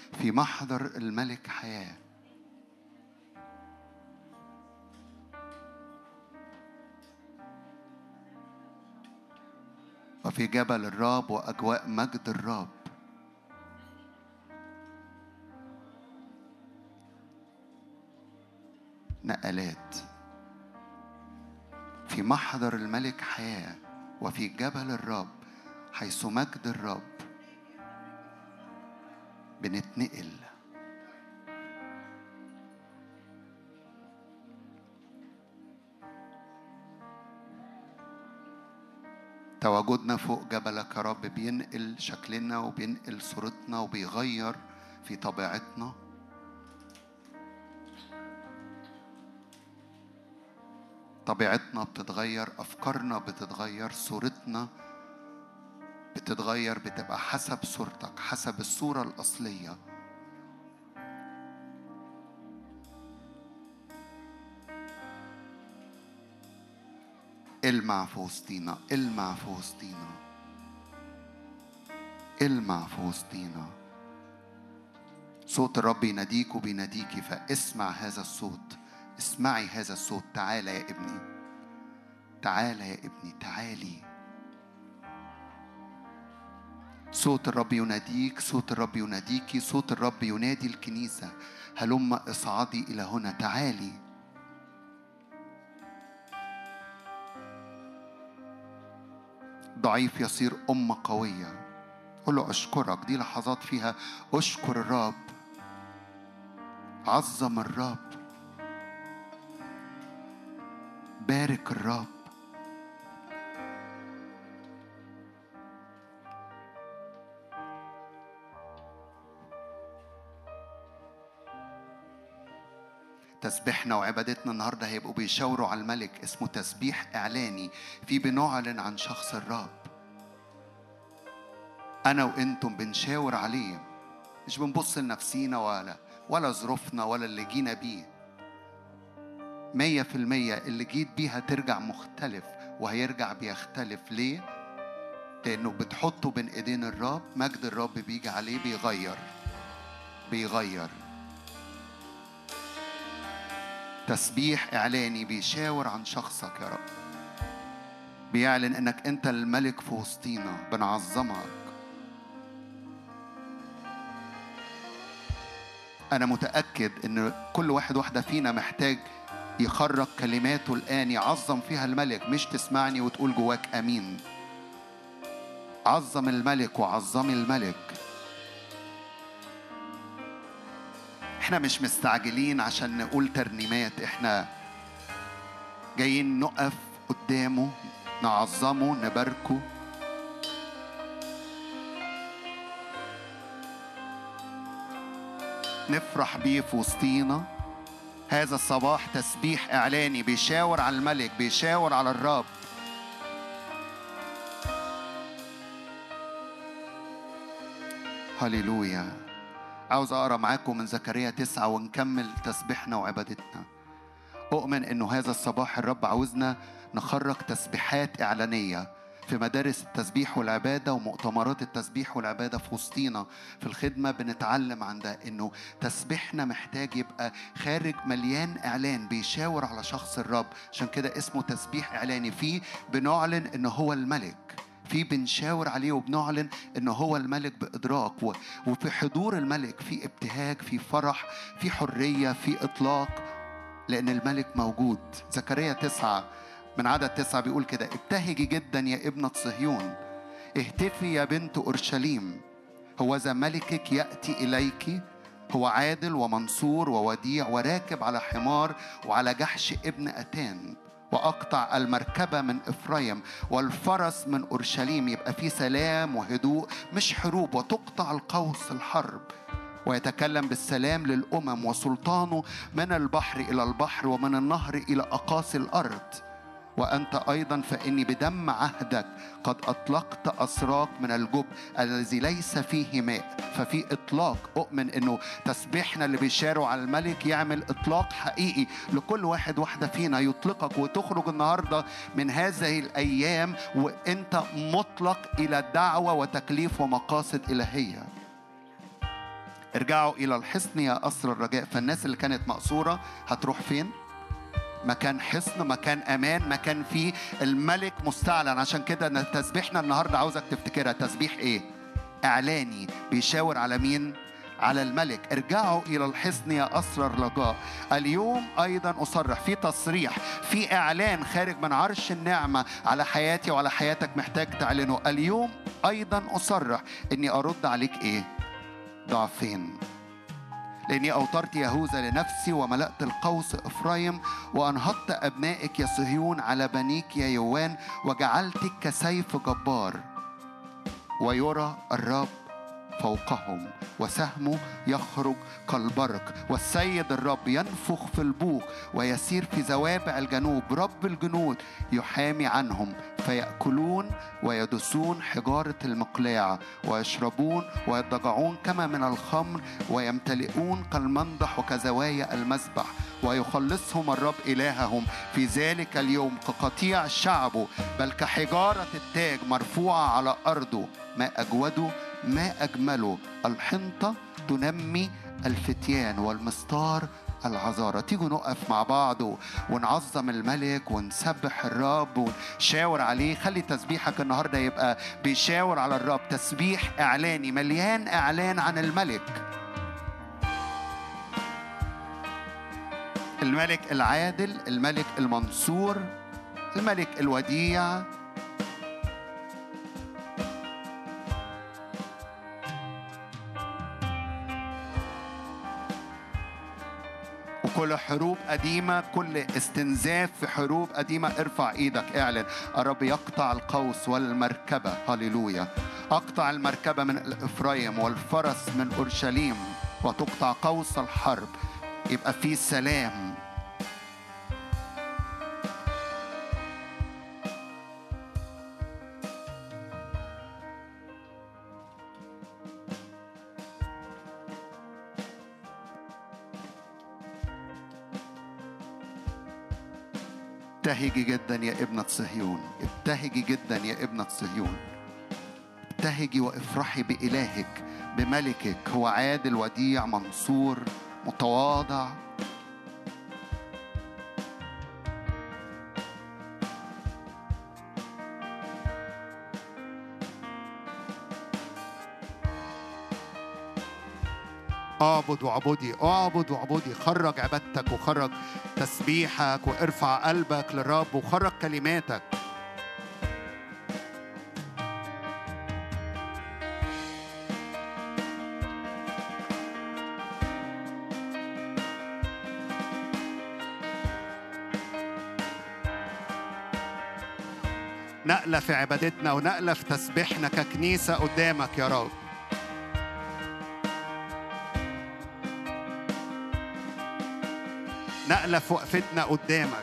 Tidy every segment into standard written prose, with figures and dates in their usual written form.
في محضر الملك حياة. وفي جبل الرب وأجواء مجد الرب. نقلات. في محضر الملك حياة وفي جبل الرب حيث مجد الرب بنتنقل. تواجدنا فوق جبلك يا رب بينقل شكلنا وبينقل صورتنا وبيغير في طبيعتنا. طبيعتنا بتتغير، أفكارنا بتتغير، صورتنا بتتغير، بتبقى حسب صورتك، حسب الصورة الأصلية. المع في وسطينا، المع في وسطينا، المع في وسطينا. صوت الرب يناديك وبيناديكي، فاسمع هذا الصوت، اسمعي هذا الصوت. تعالى يا ابني، تعالى يا ابني، تعالي. صوت الرب يناديك، صوت الرب يناديكي، صوت الرب ينادي الكنيسة. هلم اصعدي إلى هنا، تعالي. ضعيف يصير أمة قوية. قل له أشكرك. دي لحظات فيها أشكر الرب، عظم الرب، بارك الرب. تسبيحنا وعبادتنا النهاردة هيبقوا بيشاوروا على الملك. اسمه تسبيح إعلاني، في بنعلن عن شخص الرب. أنا وإنتم بنشاور عليه، مش بنبص لنفسينا ولا ظروفنا ولا اللي جينا بيه. 100% اللي جيت بيه هترجع مختلف، وهيرجع بيختلف. ليه؟ لأنه بتحطه بين إيدين الرب. مجد الرب بيجي عليه، بيغير. تسبيح إعلاني بيشاور عن شخصك يا رب، بيعلن إنك أنت الملك في وسطينا، بنعظمك. أنا متأكد إن كل واحد واحدة فينا محتاج يخرج كلماته الآن يعظم فيها الملك. مش تسمعني وتقول جواك أمين. عظم الملك وعظمي الملك. احنا مش مستعجلين عشان نقول ترنيمات، احنا جايين نقف قدامه، نعظمه، نباركه. نفرح بيه في وسطينا. هذا الصباح تسبيح إعلاني بيشاور على الملك، بيشاور على الرب. هللويا. عاوز أقرأ معاكم من زكريا 9 ونكمل تسبيحنا وعبادتنا. أؤمن إنه هذا الصباح الرب عاوزنا نخرج تسبيحات إعلانية في مدارس التسبيح والعبادة ومؤتمرات التسبيح والعبادة في وسطينا في الخدمة. بنتعلم عن ده، إنه تسبيحنا محتاج يبقى خارج مليان إعلان بيشاور على شخص الرب. عشان كده اسمه تسبيح إعلاني. فيه بنعلن إنه هو الملك، في بنشاور عليه وبنعلن إنه هو الملك بإدراك. وفي حضور الملك في ابتهاج، في فرح، في حرية، في إطلاق، لأن الملك موجود. زكريا 9 من عدد 9 بيقول كده: ابتهجي جدا يا ابنة صهيون، اهتفي يا بنت أورشليم. هوذا ملكك يأتي إليك، هو عادل ومنصور ووديع وراكب على حمار وعلى جحش ابن أتان. وأقطع المركبة من إفرايم والفرس من أورشليم. يبقى في سلام وهدوء، مش حروب. وتقطع القوس الحرب، ويتكلم بالسلام للأمم، وسلطانه من البحر إلى البحر ومن النهر إلى أقاصي الأرض. وأنت أيضا فإني بدم عهدك قد أطلقت أسراك من الجب الذي ليس فيه ماء. ففي إطلاق. أؤمن أنه تسبيحنا اللي بيشاروا على الملك يعمل إطلاق حقيقي لكل واحد واحدة فينا. يطلقك وتخرج النهاردة من هذه الأيام وأنت مطلق إلى دعوة وتكليف ومقاصد إلهية. ارجعوا إلى الحصن يا أسر الرجاء. فالناس اللي كانت مقصورة هتروح فين؟ مكان حصن، مكان أمان، مكان فيه الملك مستعلن. عشان كده تسبيحنا النهاردة عاوزك تفتكرها. تسبيح إيه؟ إعلاني، بيشاور على مين؟ على الملك. ارجعوا إلى الحصن يا أسر الرجاء. اليوم أيضا أصرح في تصريح، في إعلان خارج من عرش النعمة على حياتي وعلى حياتك، محتاج تعلنه. اليوم أيضا أصرح إني أرد عليك إيه؟ ضعفين. لأني أوترت يهوذا لنفسي وملأت القوس إفرايم، وأنهضت أبنائك يا صهيون على بنيك يا يوان، وجعلتك كسيف جبار، ويرى الرب فوقهم وسهمه يخرج كالبرق، والسيد الرب ينفخ في البوق ويسير في زوابع الجنوب. رب الجنود يحامي عنهم، فيأكلون ويدسون حجارة المقلاع، ويشربون ويضجعون كما من الخمر، ويمتلئون كالمنضح وكزوايا المذبح. ويخلصهم الرب إلههم في ذلك اليوم كقطيع شعبه، بل كحجارة التاج مرفوعة على أرضه. ما أجوده ما أجمله، الحنطة تنمي الفتيان والمستار العذارى. تيجوا نقف مع بعض ونعظم الملك ونسبح الرب ونشاور عليه. خلي تسبيحك النهاردة يبقى بيشاور على الرب، تسبيح إعلاني مليان إعلان عن الملك. الملك العادل، الملك المنصور، الملك الوديع. وكل حروب قديمة، كل استنزاف في حروب قديمة، ارفع ايدك اعلن. الرب يقطع القوس والمركبة. هللويا. أقطع المركبة من إفرايم والفرس من أورشليم، وتقطع قوس الحرب. يبقى في سلام. ابتهجي جدا يا ابنة صهيون، ابتهجي جدا يا ابنة صهيون. ابتهجي وافرحي بإلهك، بملكك. هو عادل وديع منصور متواضع. اعبد وعبدي، اعبد وعبدي. خرج عبادتك وخرج تسبيحك، وارفع قلبك للرب وخرج كلماتك. نقلة في عبادتنا ونقلة في تسبيحنا ككنيسة قدامك يا رب. نقلة في وقفتنا قدامك.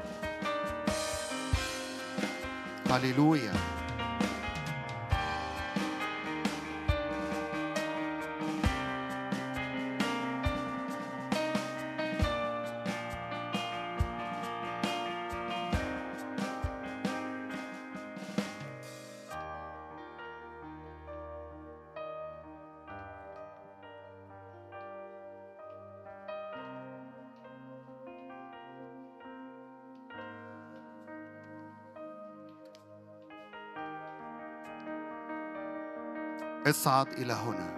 هللويا. اصعد إلى هنا.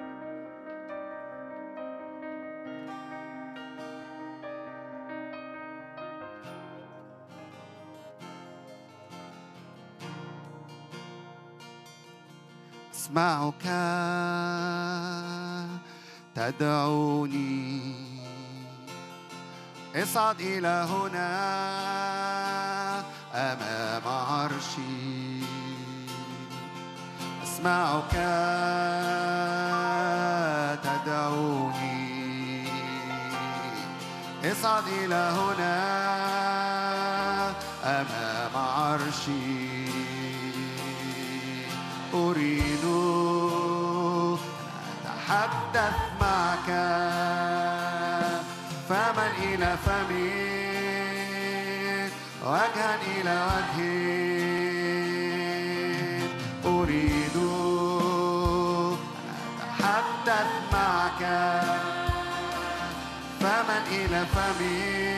اسمعك تدعوني. اصعد إلى هنا أمام عرشي. اسمعك تدعوني. اصعد إلى هنا أمام عرشي. أريد أن أتحدث معك فما إلى فمي، وجها إلى وجهي. أريد أن أتحدث معك معك فمن إلى فمي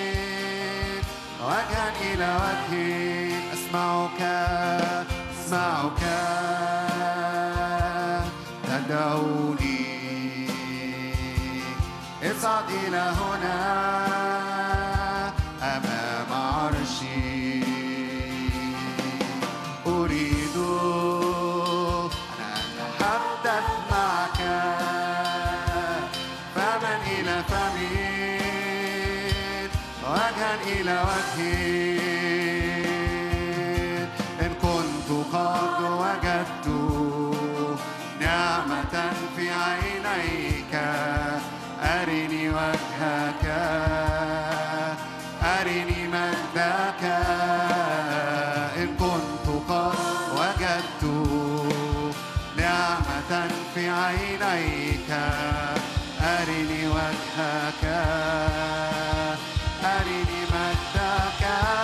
وجها إلى وجهي أسمعك تدعوني اصعد إلى هنا أمام عرشي أريد أن أتحدث معك فمن إلى فمي وجها إلى وجهي إن كنت قد وجدت نعمة في عينيك أرني وجهك أرني مجدك إن كنت قد وجدت نعمة في عينيك أرني وجهك أرني مجدك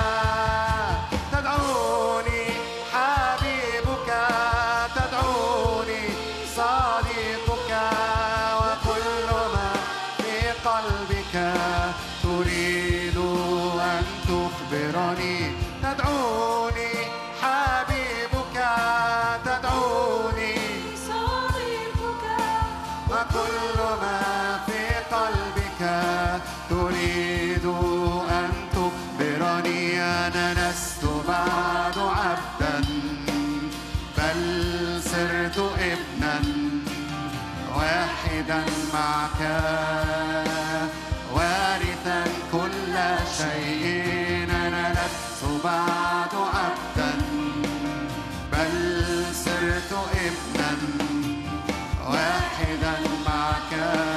تدعوني حبيبك تدعوني صديقك وكل ما في قلبك تريد أن تخبرني تدعوني حبيبك تدعوني صديقك وكل ما في قلبك تريد أن تخبرني أنا لست بعد عبدا بل صرت ابنا واحدا معك وارثا كل شيء أنا لست بعد عبدا بل صرت ابنا واحدا معك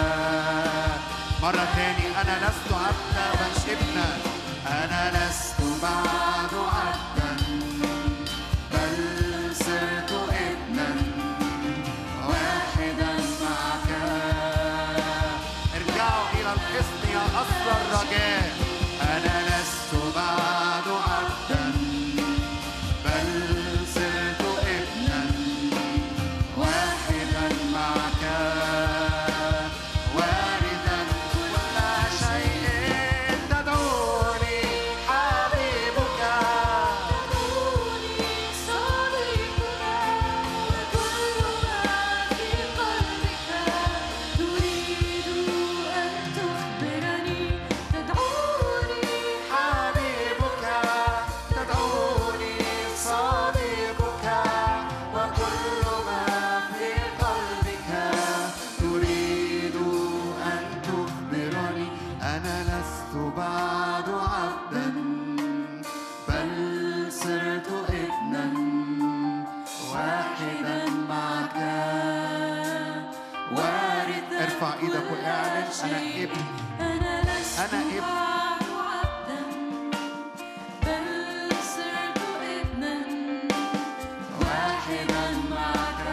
مرة تاني أنا لست عبدا بل ابنا أنا لست بعد عبدا بل صرت ابنا واحدا معك ارجعوا إلى القسط يا أصل الرجاء أنا لست بعد عبدا بل صرت ابنا واحدا معك وارثا كل شيء تدعوني حبيبك تدعوني صديقك وكل ما في قلبك تريد أن تخبرني تدعوني حبيبك تدعوني صديقك وكل ما في قلبك تريد أن تخبرني أنا لست بعد عبدا بل صرت ابنا واحدا معك وارث ارفع ايدك واعلن أنا ابن أنا لست أنا ابن. بعد عبدا بل صرت ابنا واحدا معك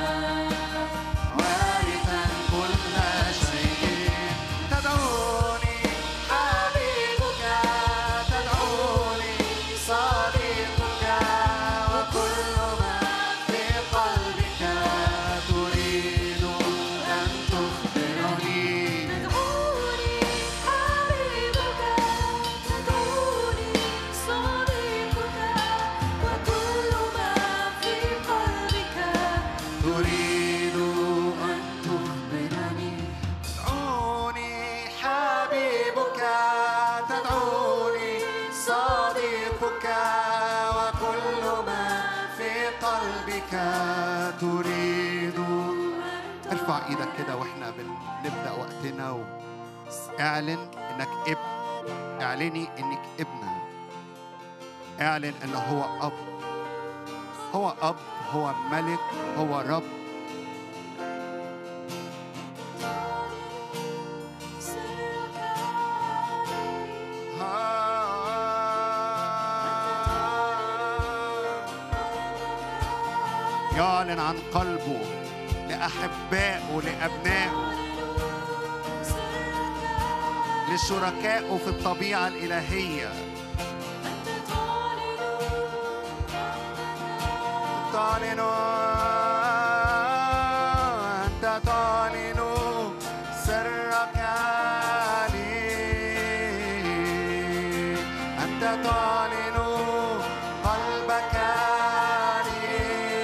وارثا كل شيء تدعوني حبيبك تدعوني صديقك وكل ما في قلبك تريد أن تخبرني تدعوني حبيبك تدعوني صديقك وكل ما في قلبك تريد أن تخبرني تدعوني حبيبك تدعوني صديقك وكل ما في قلبك تريد ارفع ايدك كده واحنا بنبدأ وقتنا واعلن انك ابن اعلني انك ابنة اعلن ان هو اب هو اب هو ملك هو رب يعلن عن قلبه لأحبائه لأبنائه لشركائه في الطبيعة الإلهية تعلن أنت تعلن تعلن قلبك لي،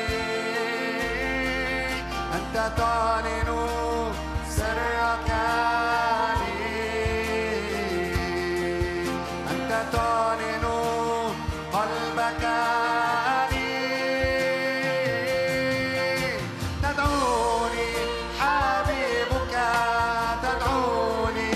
أنت تعلن سرك لي، أنت تعلن قلبك لي، تدعوني حبيبك، تدعوني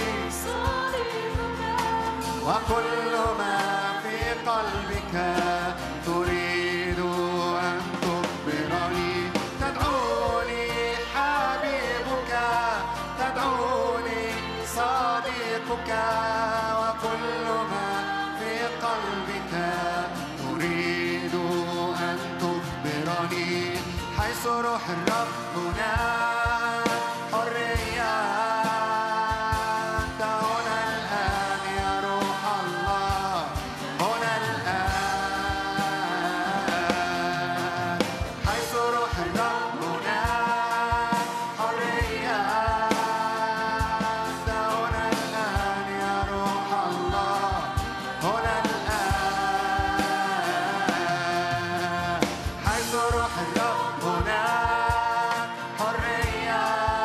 وكل ما في قلبك تريد أن تخبرني، تدعوني حبيبك، تدعوني صديقك، وكل ما في قلبك تريد أن تخبرني، حيث روح الرب هناك حرية، أنت هنا الآن يا روح الله، هنا الآن، حيث روح الرب هناك حرية، أنت هنا الآن يا روح الله، هنا الآن، حيث روح الرب هناك حرية،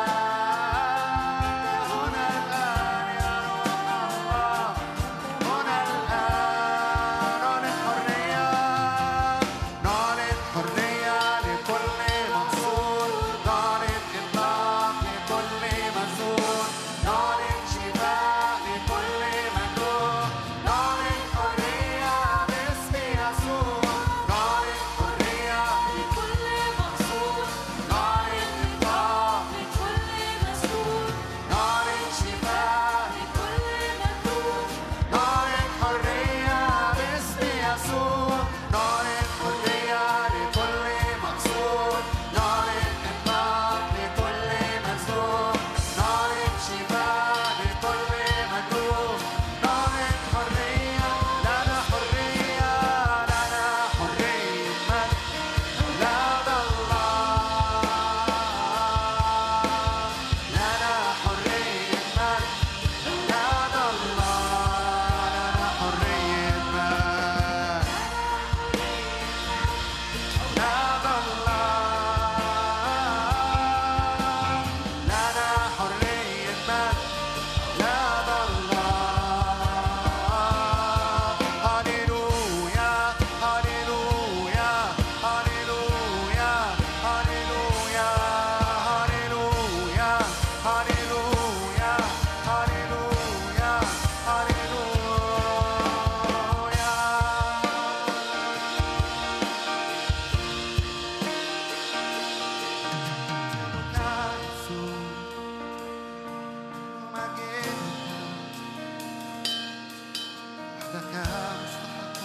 هنا الآن يا روح الله، هنا الآن، نعلن حرية، نعلن حرية لكل مقصود، نعلن إطلاق لكل مسؤول، نعلن شفاء لكل مجروح، نعلن حرية باسم يسوع، نعلن حرية لكل مقصود، نعلن إطلاق، لكل مسؤول، نعلن شفاء، لكل مجروح، نعلن حرية باسم يسوع، نعلن حرية لكل مقصود، نعلن إطلاق لكل مسؤول، نعلن شفاء لكل مجروح، نعلن حرية، لنا حرية، لنا حرية مجد لدى الله، لنا حرية مجد لدى الله، لنا حرية مجد لدى الله، لنا حرية مجد لدى الله، هللويا هللويا هللويا هللويا هللويا هللويا هللويا وحدك مستحق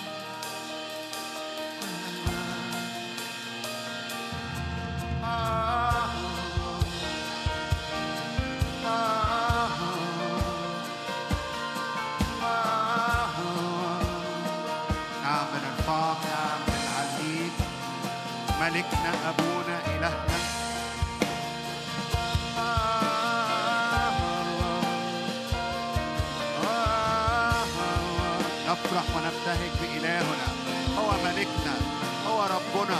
نعم بنرفعك، نعم بنعليك، ملكنا أبونا إلهنا، نفرح ونبتهج بإلهنا، هو ملكنا، هو ربنا.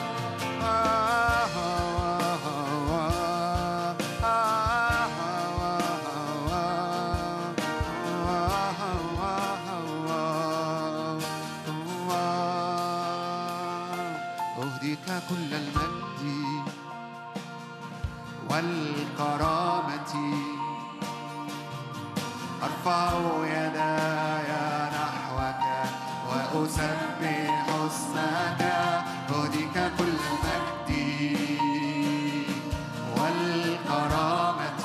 أهديك كل المجد والكرامة، أرفع يداي نحوك وأسبح اسمك، أهديك كل المجد والكرامة،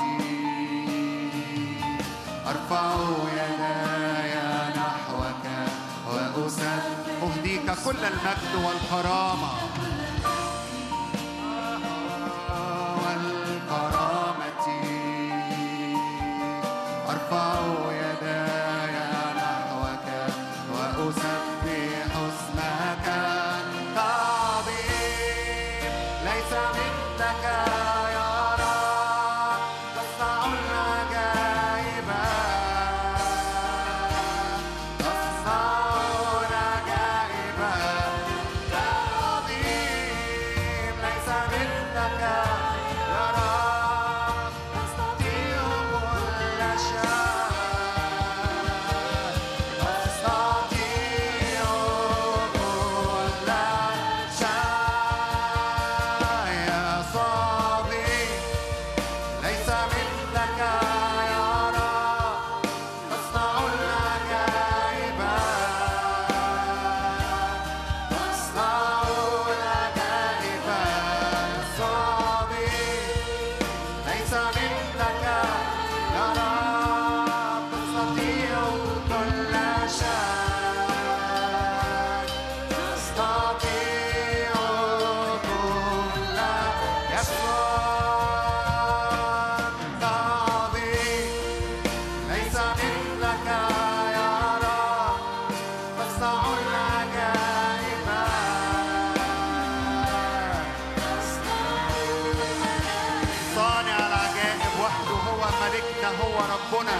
أرفع يداي نحوك وأسبح، أهديك كل المجد والكرامة والكرامة، أرفع يداي نحوك وأسبح اسمك، تعظيم ليس مثلك يا رب، تصنع العجائب، تصنع هذا هو ربنا،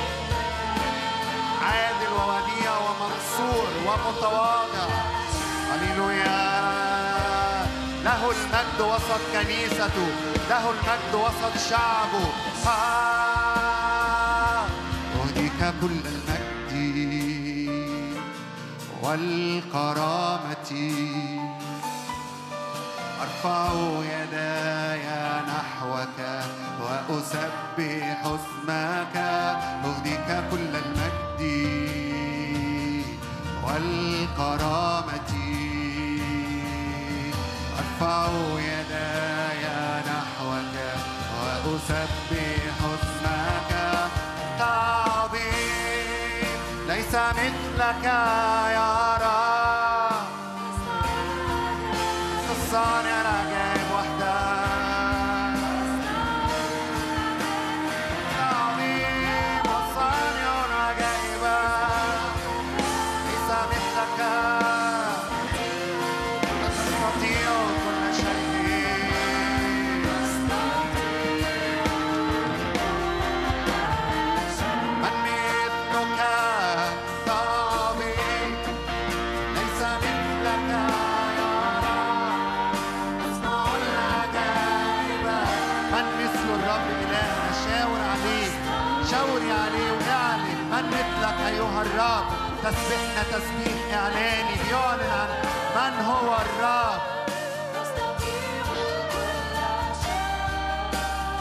عادل ووديع ومنصور ومتواضع. هللويا. له المجد وسط كنيسته، له المجد وسط شعبه. أهديك كل المجد والكرامة، أرفع يداي نحوك وأسبح اسمك. أهديك كل المجد والكرامة، أرفع يداي نحوك وأسبح اسمك. تعظيم ليس مثلك يا رب، الصانع العجائب وحدك. تعظيم وصانع العجائب ليس مثلك، تستطيع كل شيء. من مثلك تعظيم ليس مثلك يا رب، تصنع العجائب. من مثل الرب إلهنا؟ شاور عليه، شاوري عليه واعلن من مثلك أيها الرب. تسبيحنا تسبيح إعلاني بيعلن عن من هو الرب. تستطيع كل شيء،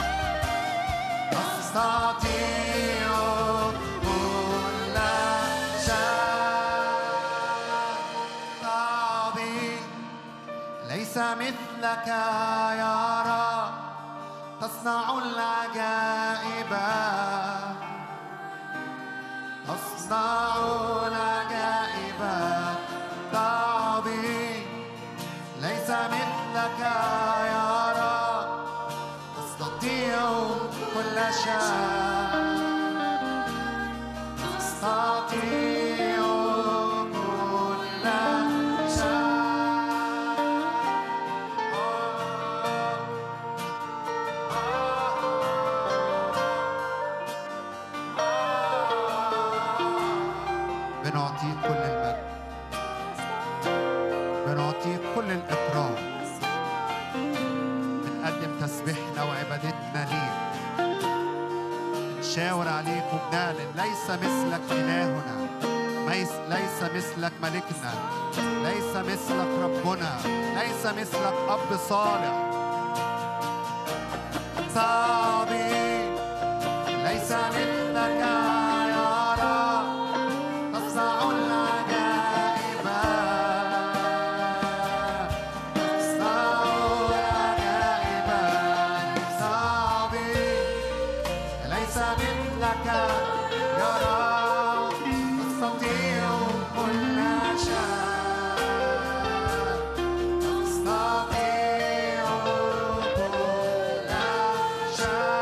تستطيع كل شيء. تعظيم ليس مثلك يا رب، تصنع العجائب، تصنع العجائب. تعظيم ليس مثلك يا رب، تستطيع كل شيء، تستطيع كل شيء. بنعطيك كل المجد، بنعطيك كل الإكرام، بنقدم تسبيحنا وعبادتنا ليك، بنشاور عليك وبنعلن ليس مثلك إلهنا، ليس مثلك ملكنا، ليس مثلك ربنا، ليس مثلك أب صالح. تعظيم ليس مثلك يا رب، تصنع العجائب، تصنع العجائب. تعظيم ليس مثلك يا رب، تستطيع كل شيء، تستطيع كل شيء.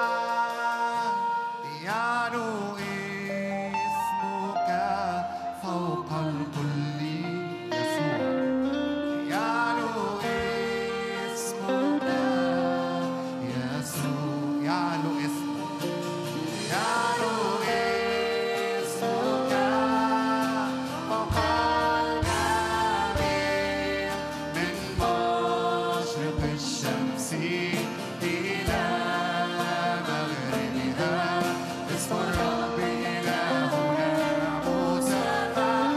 يعلو اسمك فوق الكل يسوع، يعلو اسمك يسوع، يعلو اسمك، يعلو اسمك فوق الجميع. من مشرق الشمس إلى مغربها، اسم الرب إلهنا مسبح.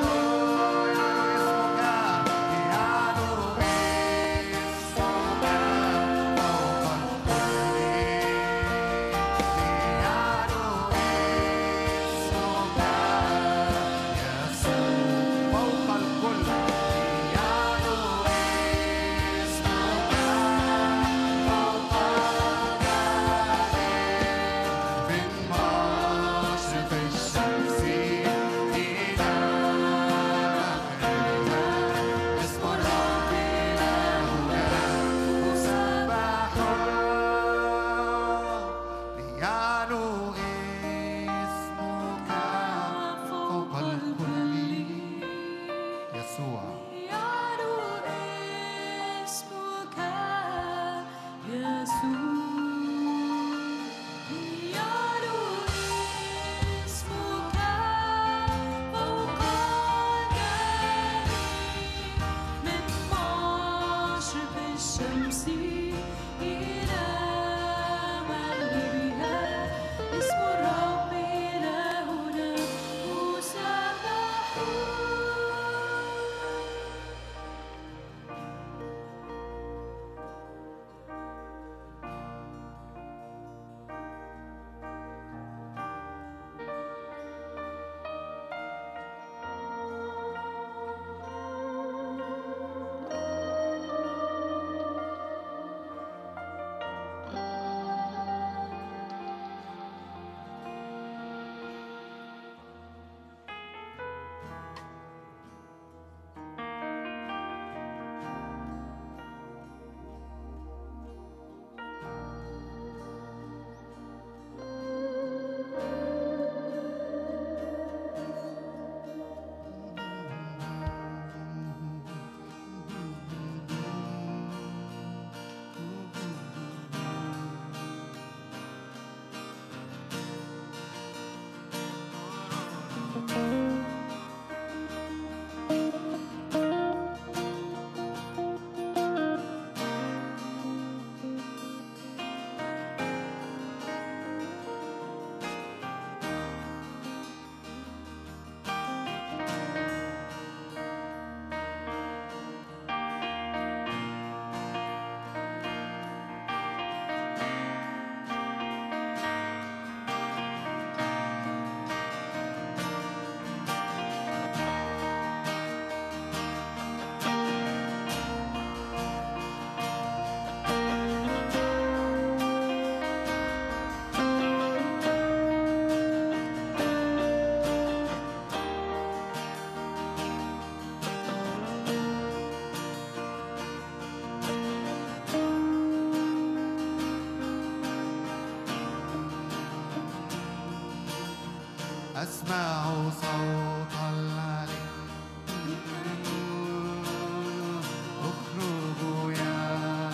يعلو اسمك فوق الكل، يعلو اسمك يسوع فوق الكل، يعلو اسمك فوق الجميع. من مشرق الشمس إلى مغربها، اسم الرب إلهنا مسبح. يعلو اسمك فوق الكل يسوع. يعلو اسمك يسوع، يعلو أسمع صوت العلي اخرجوا يا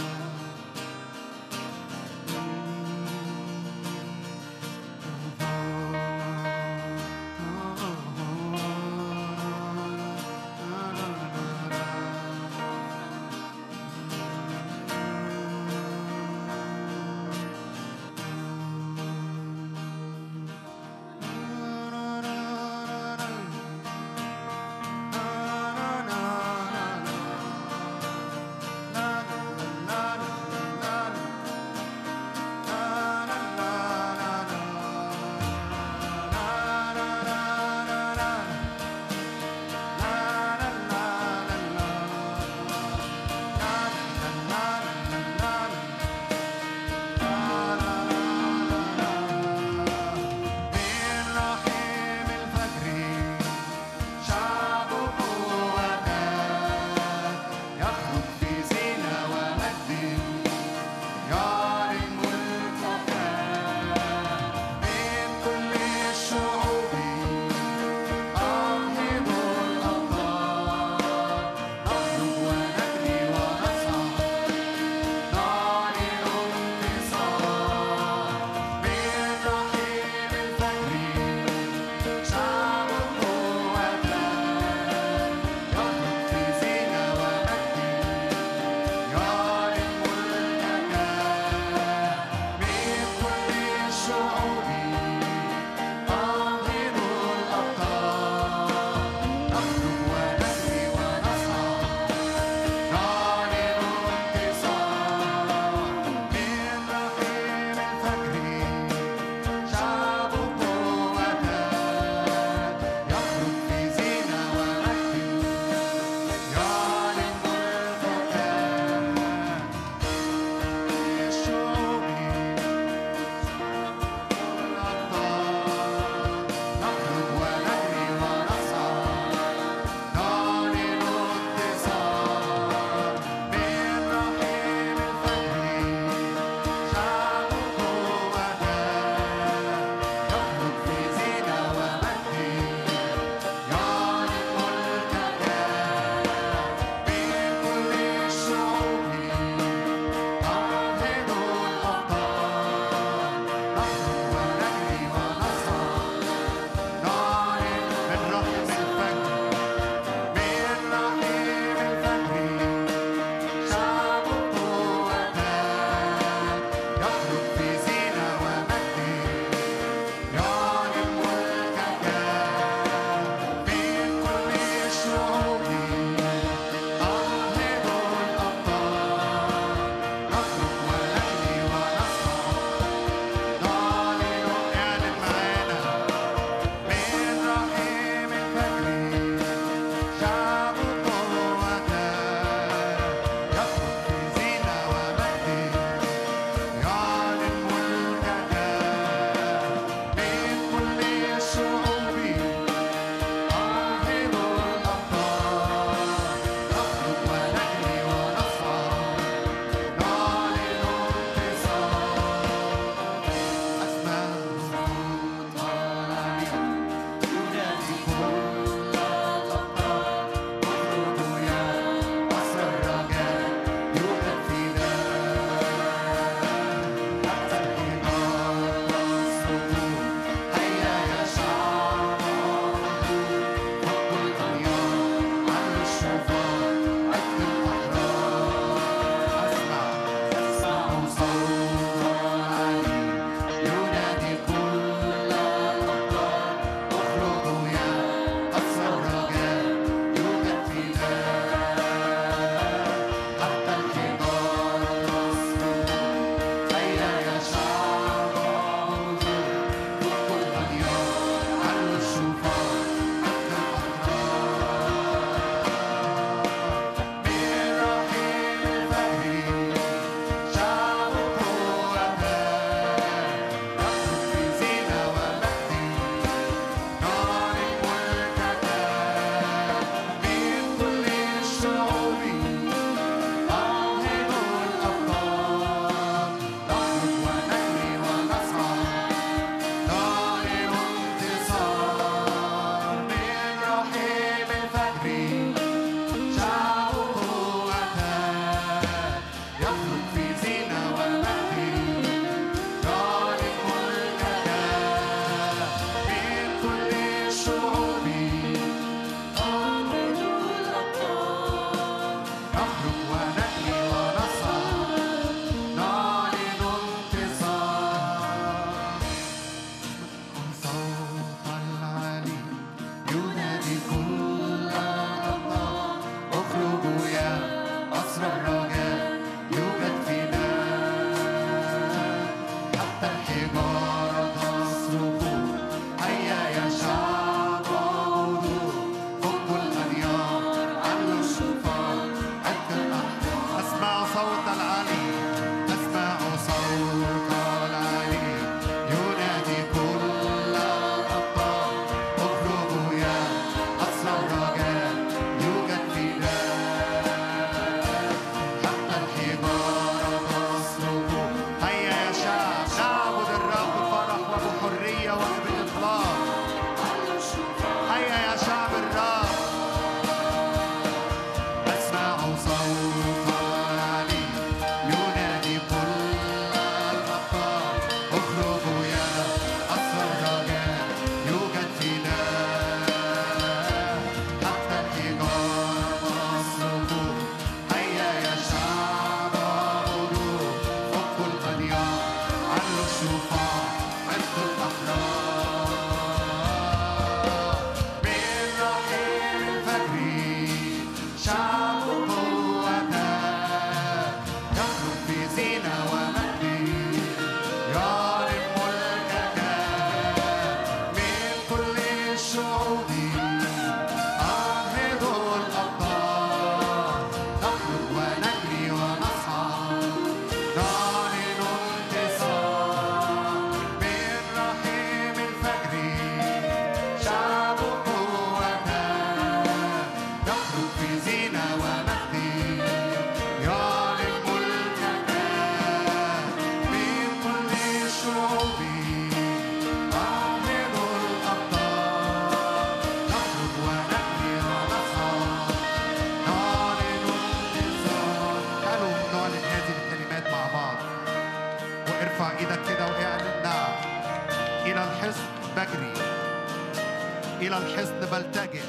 إلى الحصن بجري، إلى الحصن بلتجئ.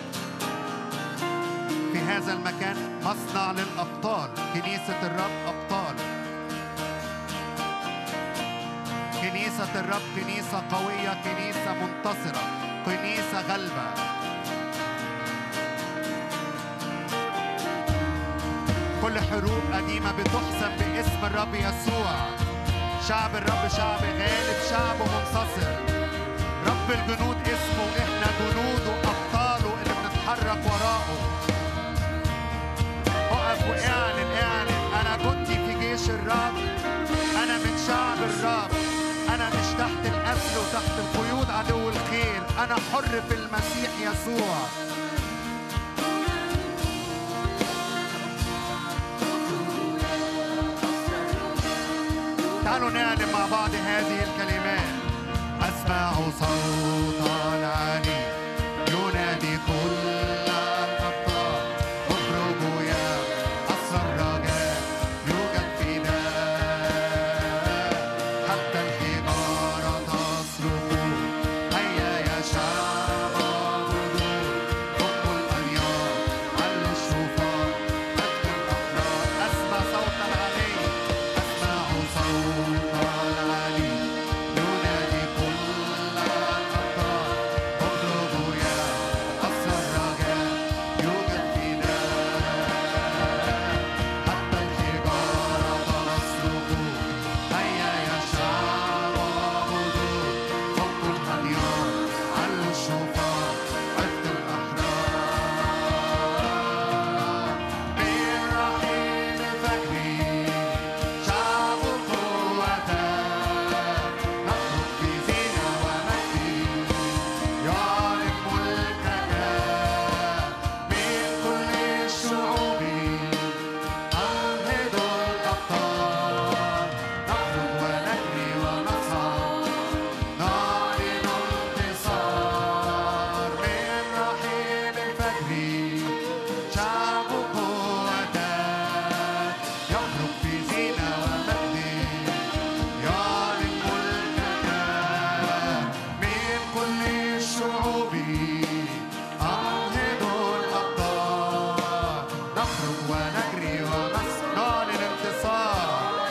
في هذا المكان مصنع للأبطال، كنيسة الرب أبطال. كنيسة الرب كنيسة قوية، كنيسة منتصرة، كنيسة غلبة. كل حروب قديمة بتحسم باسم الرب يسوع. شعب الرب شعب غالب، شعب منتصر. رب الجنود اسمه، احنا جنوده أبطاله اللي بنتحرك وراءه. اقف واعلن، أنا جندي في جيش الرب، أنا من شعب الرب، أنا مش تحت الأسر وتحت القيود عدو الخير، أنا حر في المسيح يسوع. تعالوا نعلن مع بعض هذه الكلمات. أسمع صوتا عالي ينادي كل الأبطال، اخرجوا يا أسرى الرجاء، يوجد فداء. حتى الحجارة تصرخ، هيا يا شعب اعبدوا، فكوا الأنيار، علوا الشوفار، مجدوا الأحرار. أسمع صوتا عالي، أسمع صوتا عالي ينادي كل الأبطال، اخرجوا يا أسرى الرجاء، يوجد فداء. حتى الحجارة تصرخ، هيا يا شعب اعبدوا، فكوا الأنيار، علوا الشوفار، مجدوا الأحرار. من رحيل الفجر شعب قوته، نخرج في زينة ومجد، يعلن ملكك. من كل الشعوب أنهض الأبطال، نخرج ونجري ونصعد، نعلن انتصار. من رحيل الفجر شعب قوته، يخرج في زينة ومجد، يعلن ملكك. من كل الشعوب أنهض الأبطال، نخرج ونجري ونعلن انتصار.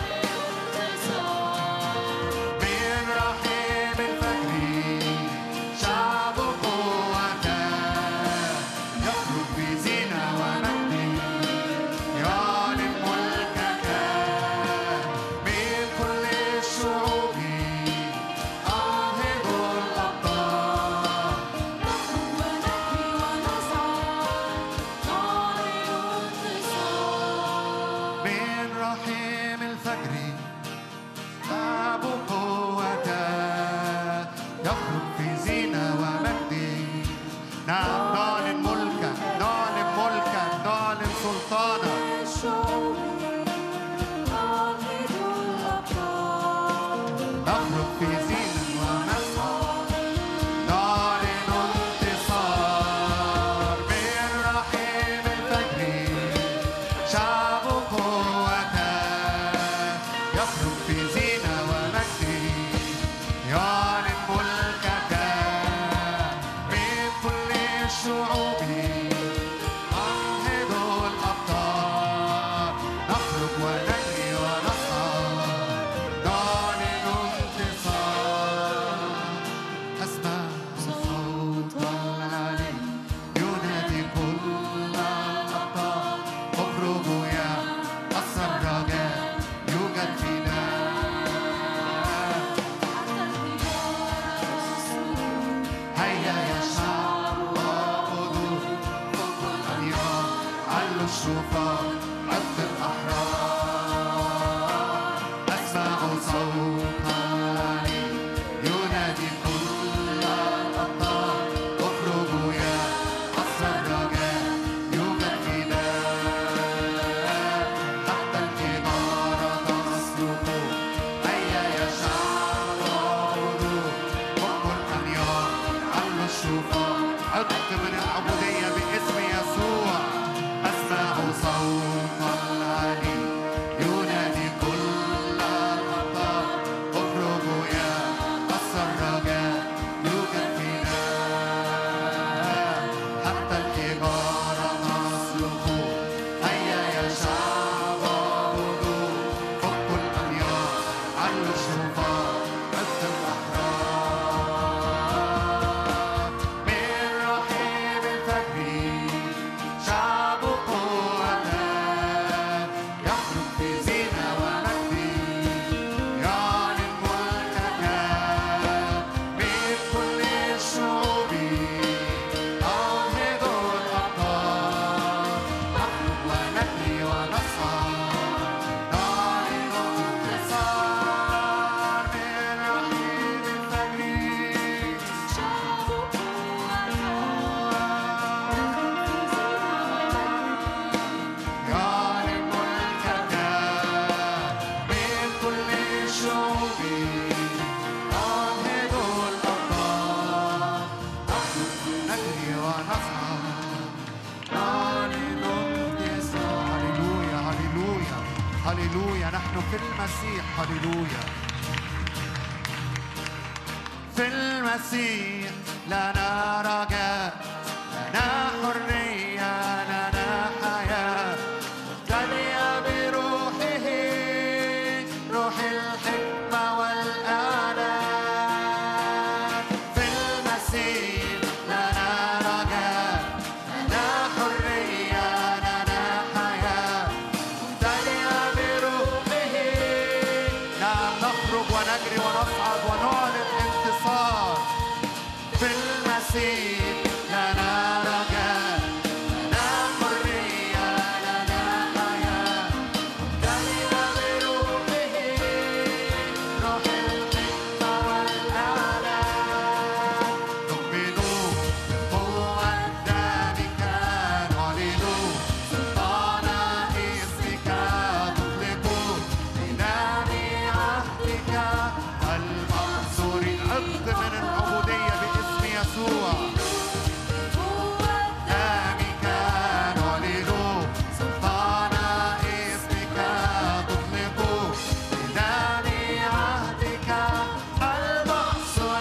من رحيل الفجر شعب قوته، يخرج في زينة ومجد، يعلن ملكك. من كل الشعوب أنهض الأبطال، نخرج ونجري ونصعد، نعلن انتصار. من رحيم الفجر شعب قوته، يخرج في زينة ومجد. نعم، نعلن ملكك، نعلن ملكك، نعلن سلطانك. الشعوب أنهض الأبطال، نخرج في زينة ونصعد، نعلن انتصار. من رحيم الفجر شعب قوته، يخرج في زينة ومجد، يعلن ملكك. من كل الشعوب أنهض الأبطال، نخرج ونجري ونصعد، نعلن انتصار. أسمع صوت العلي ينادي كل الأبطال، اخرجوا يا أسرى الرجاء، يوجد فداء. حتى الحجارة تصرخ، هيا يا شعب اعبدوا، فكوا الأنيار، علوا الشوفار، مجد الأحرار. أسمع صوت العلي ينادي كل الأبطال، اخرجوا يا أسرى الرجاء، يوجد فداء. حتى الحجارة تصرخ، هيا يا شعب اعبدوا، فكوا الأنيار، علوا الشوفار. عتق من العبودية باسم يسوع. أسمع صوت العلي ينادي كل الأبطال، اخرجوا يا أسرى الرجاء، نحن في المسيح. هللويا. في المسيح لنا رجاء، لنا حرية، لنا حياة ممتلئة بروحه، روح الحكمة والإعلان. في المسيح لنا رجاء، لنا حرية، لنا حياة ممتلئة بروحه. نعم نخرج ونجري ونصعد ونعلن انتصار. في المسيح لنا رجاء، لنا حرية، لنا حياة ممتلئة بروحه، روح الحكمة والإعلان. نؤمن بقوة دمك، نعلن سلطان اسمك، نطلق بنار عهدك المنصور. عتق من العبودية باسم يسوع. دمك نعلن سلطان اسمك، تطلق بنار عهدك المنصور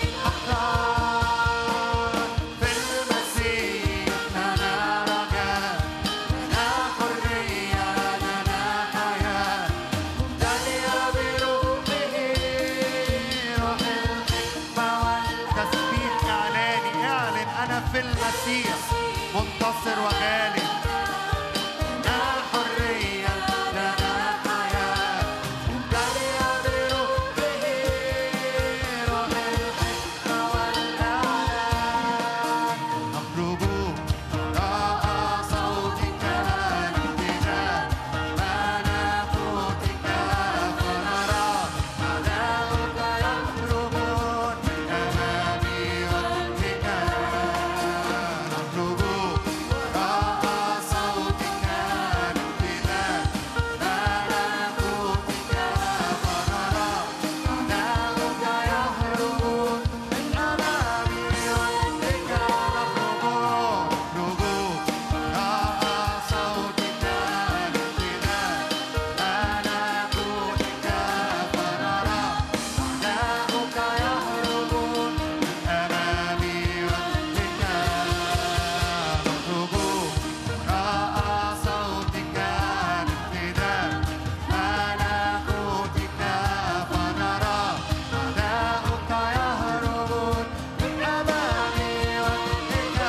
أحرار. في المسيح لنا رجاء، لنا حرية، لنا حياة ممتلئة بروحه، روح الحكمة والتسبيح. إعلاني اعلن أنا في المسيح منتصر وغالب. لنا حرية، لنا حياة ممتلئة بروحه، روح الحكمة والإعلان. نخرج وراء صوتك بامتداد ملكوتك، فنرى أعداؤك يهربون من أمام وجهك. نخرج وراء صوتك بامتداد ملكوتك، فنرى أعداؤك يهربون من أمام وجهك. نخرج وراء صوتك بامتداد ملكوتك، فنرى أعداؤك يهربون من أمام وجهك. نخرج وراء صوتك بامتداد ملكوتك، فنرى أعداؤك يهربون من أمام وجهك.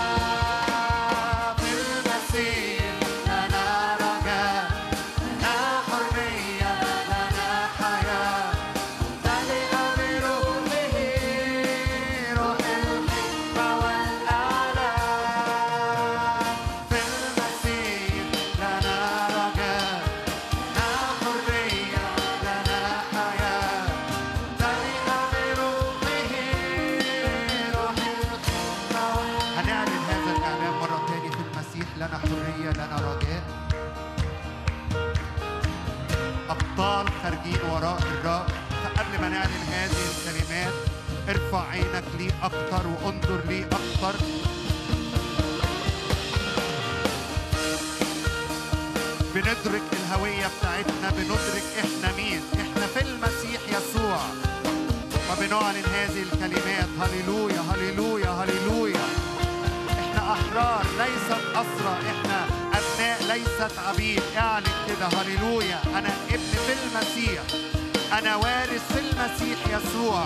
في المسيح لنا رجاء، لنا حرية، لنا حياة ممتلئة بروحه، روح الحكمة والإعلان. في المسيح لنا رجاء، لنا حرية، لنا حياة ممتلئة بروحه، روح الحكمة. هنعلن هذا الإعلان مرة تاني. في المسيح لنا حرية، لنا رجاء. أبطال خارجين وراء الرب. فقبل ما نعلن هذه الكلمات ارفع عينك لي أكتر وانظر لي أكتر. بندرك الهوية بتاعتنا، بندرك إحنا مين. إحنا في المسيح يسوع، وبنعلن هذه الكلمات. هللويا هللويا هللويا. إحنا أحرار ليست أسرى، إحنا أبناء ليست عبيد. اعلن كده هللويا. أنا ابن في المسيح، أنا وارث في المسيح يسوع.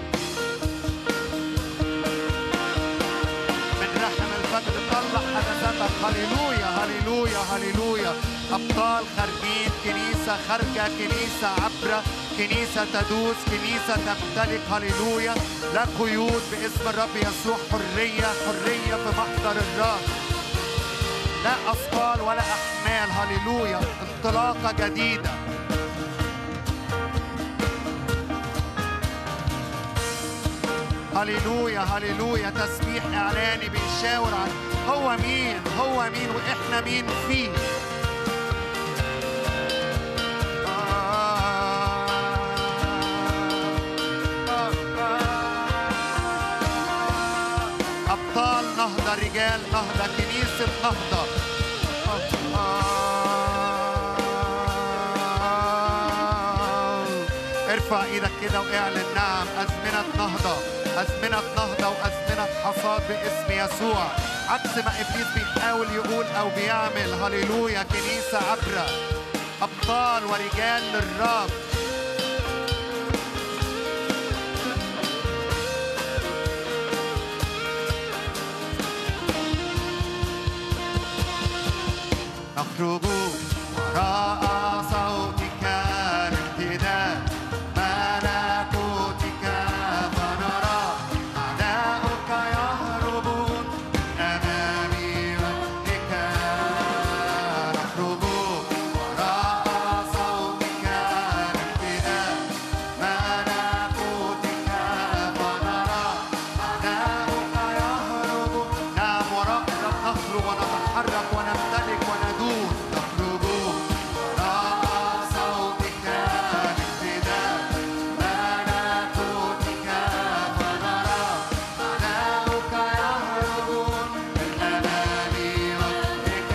من رحم الفجر طلع حدثتك. هللويا هللويا هللويا. أبطال خارجين، كنيسة خارجة، كنيسة عبرة، كنيسة تدوس، كنيسة تمتلك. هللويا. لا قيود باسم الرب يسوع. حرية حرية في محضر الرب. لا أثقال ولا أحمال. هللويا. انطلاقة جديدة. هللويا هللويا. تسبيح إعلاني بيشاور عن هو مين، هو مين وإحنا مين فيه. أبطال نهضة، رجال نهضة، كنيسة نهضة. ارفع ايدك كده واعلن نعم. أزمنة نهضة، أزمنة نهضة وأزمنة حصاد باسم يسوع. عكس ما إبليس بيحاول يقول أو بيعمل. هللويا. كنيسة عبرة، أبطال ورجال للرب. نخرج وراء صوتك لامتداد ملكوتك فنرى أعداؤك يهربون أمام وجهك. نخرج وراء صوتك لامتداد ملكوتك فنرى أعداؤك يهربون. نعم، وراء الرب نخرج ونتحرك ونمتلك وندوس. نخرج وراء صوتك لامتداد ملكوتك فنرى أعداؤك يهربون من أمام وجهك.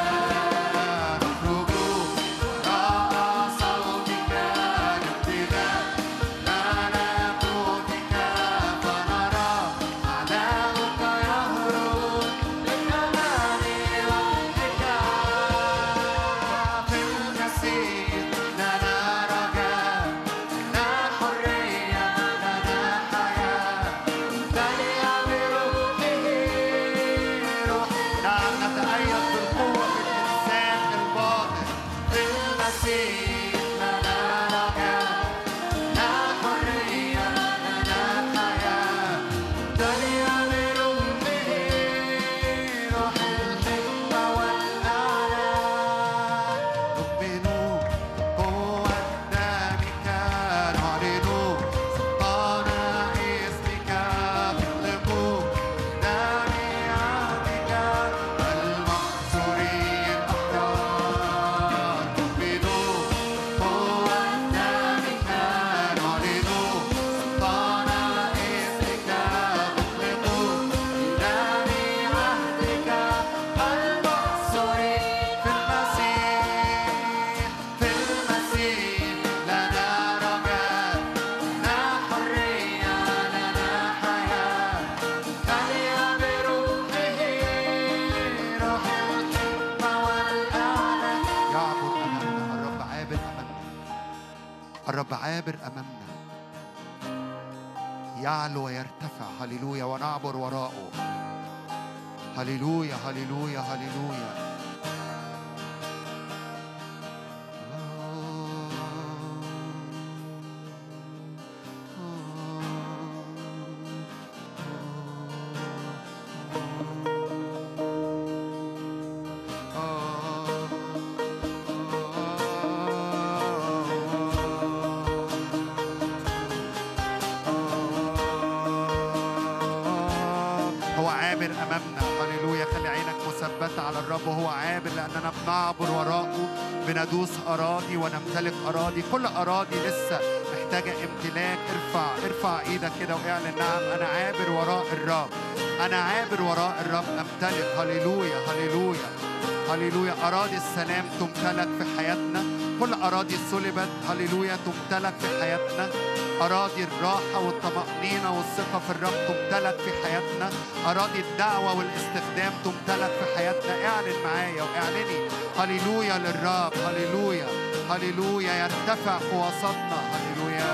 نخرج وراء صوتك لامتداد ملكوتك فنرى أعداؤك يهربون من أمام وجهك. في المسيح لنا رجاء، لنا حرية، لنا حياة، ممتلئة بروحه روح. نعم، نتأيد بالقوة في الإنسان الباطن. في المسيح لنا رجاء، لنا حرية، لنا حياة، ممتلئة بروحه روح الحكمة والإعلان. نؤمن قوة دمك، نعلن سلطان اسمك، نطلق دم عهدك المحصورين أحرار. نؤمن قوة دمك، نعلن سلطان اسمك، نطلق دم عهدك المحصورين في المسيح. في المسيح لنا رجاء، لنا حرية، لنا حياة، ممتلئة بروحه روح الحكمة والإعلان. يعبر أمامنا الرب، عابر أمامنا. الرب عابر أمامنا، يعلو ويرتفع. هللويا. ونعبر وراءه. هللويا هللويا هللويا. هو عابر أمامنا. هللويا. خلي عينك مثبتة على الرب وهو عابر، لأننا بنعبر وراءه، بندوس أراضي ونمتلك أراضي. كل أراضي لسه محتاجة امتلاك. ارفع إيدك كده واعلن نعم، أنا عابر وراء الرب، أنا عابر وراء الرب أمتلك. هللويا هللويا هللويا. أراضي السلام تمتلك في حياتنا. كل أراضي صلبت هللويا تمتلك في حياتنا. أراضي الراحة والطمأنينة والثقة في الرب تمتلك في حياتنا. أراضي الدعوة والاستخدام تمتلك في حياتنا. اعلن معايا واعلني هللويا للرب. هللويا هللويا. يرتفع في وسطنا. هللويا.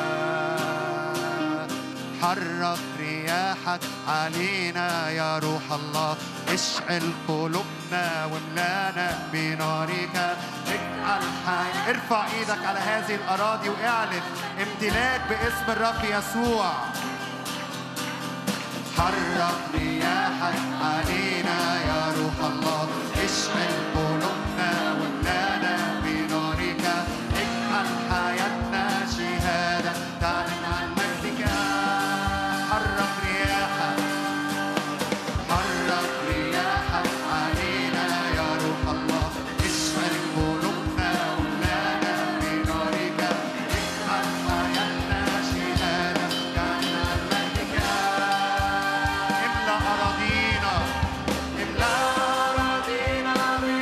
حرك رياحك علينا يا روح الله، اشعل قلوبنا واملانا بنارك. اجعل حي. ارفع ايدك على هذه الأراضي واعلن امتلاك باسم الرب يسوع. حرك رياحك علينا يا روح الله، اشعل قلوبنا واملانا بنارك. اجعل حياتنا شهادة تعلن عن مجدك. حرك رياحك، حرك رياحك علينا يا روح الله، اشعل قلوبنا واملانا بنارك. اجعل حياتنا شهادة تعلن عن مجدك. املأ أراضينا، املأ أراضينا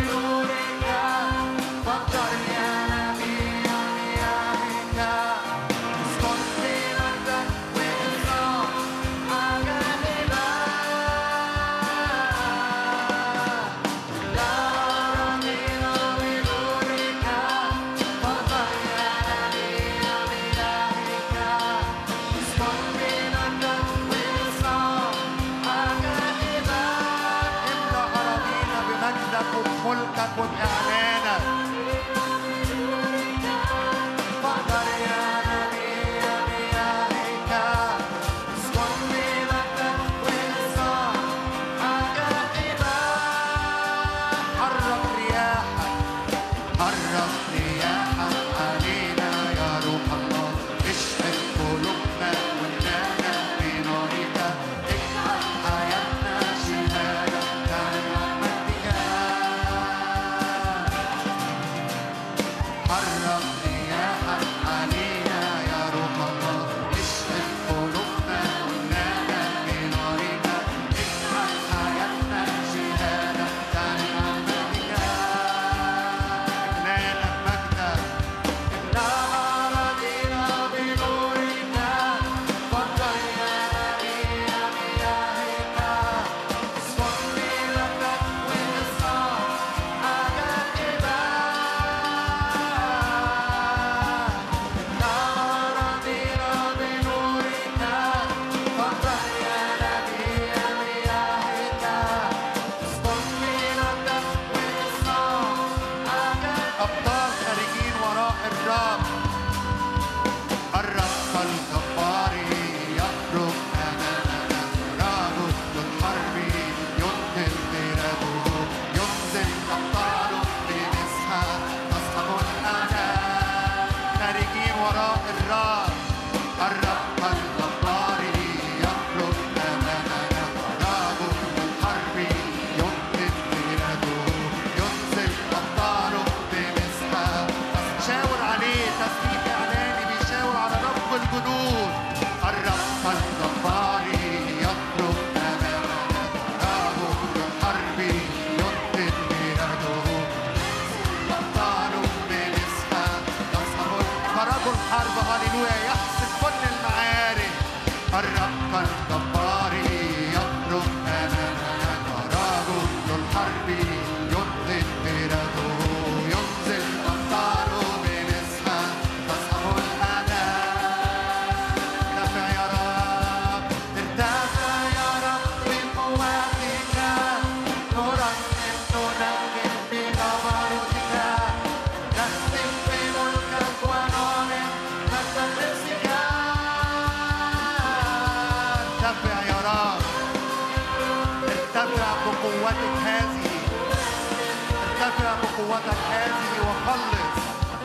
ارتفع يا رب، ارتفع بقوتك هذه، ارتفع بقوتك هذه وخلص.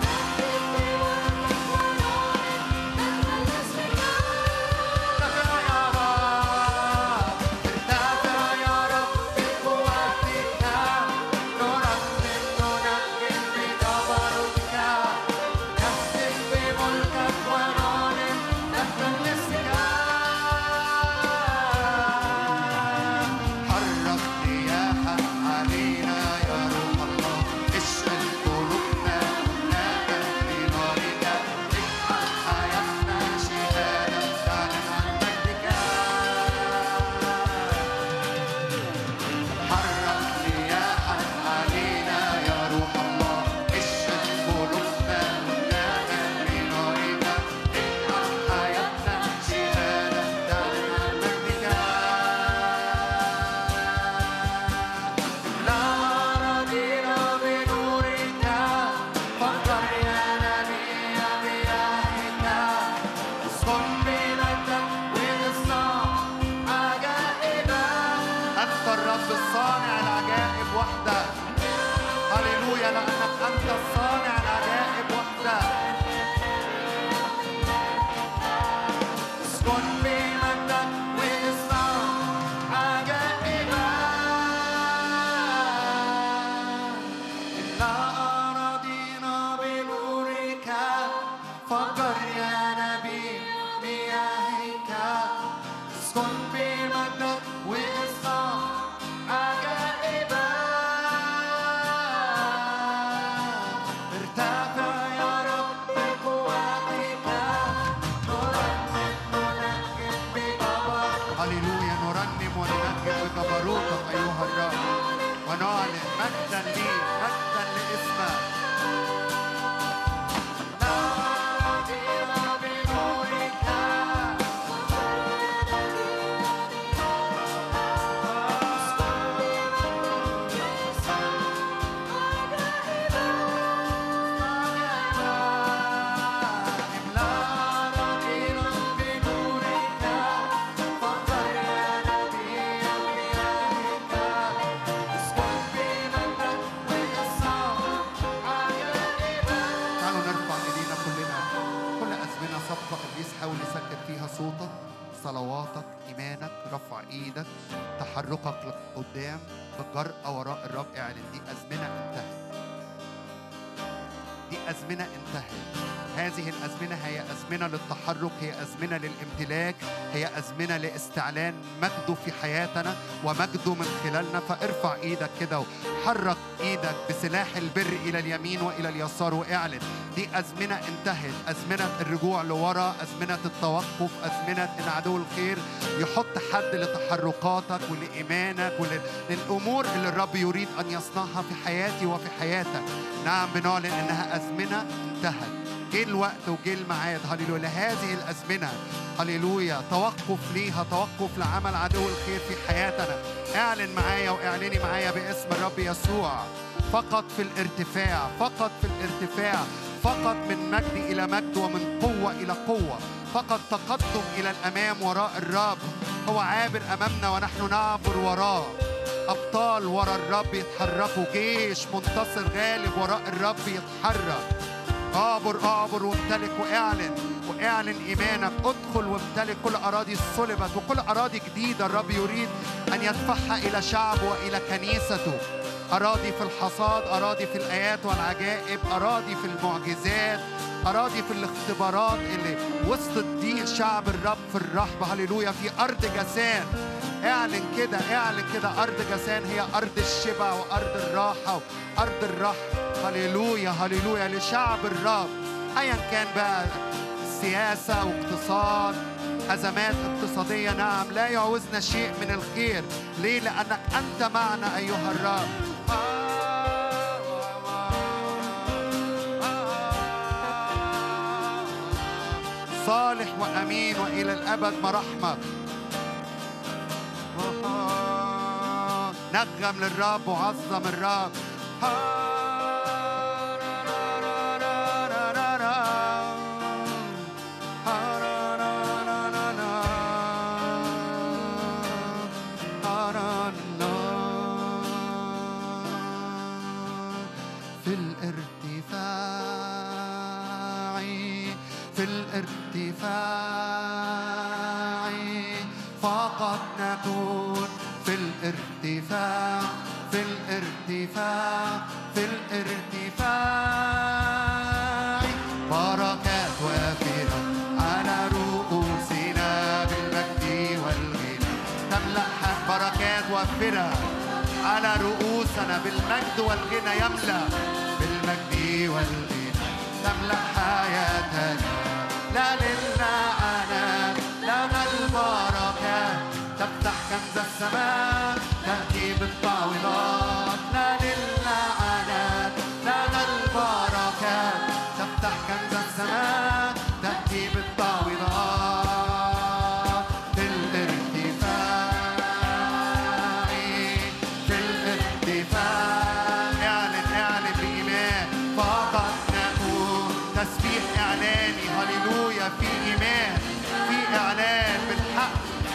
صلواتك، إيمانك، رفع إيدك، تحركك قدام بجرأة وراء الرب. اعلن دي أزمنة انتهت، دي أزمنة انتهت. هذه الأزمنة هي أزمنة للتحرك، هي أزمنة للامتلاك، هي أزمنة لاستعلان مجده في حياتنا ومجده من خلالنا. فارفع إيدك كده وحرك إيدك بسلاح البر إلى اليمين وإلى اليسار واعلن دي أزمنة انتهت، أزمنة الرجوع لورا، أزمنة التوقف، أزمنة إن عدو الخير يحط حد لتحركاتك ولإيمانك وللأمور اللي الرب يريد أن يصنعها في حياتي وفي حياتك. نعم، بنعلن إنها أزمنة انتهت. جه الوقت وجه الميعاد، هللويا، لهذه الأزمنة، هللويا، توقف ليها، توقف لعمل عدو الخير في حياتنا. اعلن معايا واعلني معايا باسم الرب يسوع. فقط في الارتفاع، فقط في الارتفاع، فقط من مجد إلى مجد ومن قوة إلى قوة، فقط تقدم إلى الأمام وراء الرب. هو عابر أمامنا ونحن نعبر وراه. أبطال وراء الرب يتحركوا، جيش منتصر غالب وراء الرب يتحرك. اعبر وامتلك واعلن إيمانك. ادخل وامتلك كل أراضي صلبت وكل أراضي جديدة الرب يريد أن يدفعها إلى شعبه وإلى كنيسته. أراضي في الحصاد، أراضي في الآيات والعجائب، أراضي في المعجزات، أراضي في الاختبارات اللي وسط دي شعب الرب في الرحبة. هللويا، في أرض جسان. اعلن كده أرض جسان هي أرض الشبع وأرض الراحة وأرض الرحمة. هللويا لشعب الرب. أيا كان بقى سياسة واقتصاد، أزمات اقتصادية، نعم، لا يعوزنا شيء من الخير. ليه؟ لأنك أنت معنا أيها الرب. صالح وأمين وإلى الأبد مراحمك. نغم للرب وعظم الرب. الارتفاع في الارتفاع فقط نكون في الارتفاع في الارتفاع في الارتفاع بركات وافرة على رؤوسنا بالمجد والغنى تملأ بركات وافرة على رؤوسنا بالمجد والغنى يملأ بالمجد والغنى تملأ حياتنا لا للعنان لنا البركات تفتح كنز السماء تأتي بالتعويضات لا للعنان لنا البركات تفتح كنز السماء تأتي بالتعويضات في الارتفاع في الارتفاع اعلن بإيمان فقط نكون تسبيح إعلاني هللويا في إيمان في إعلان بالحق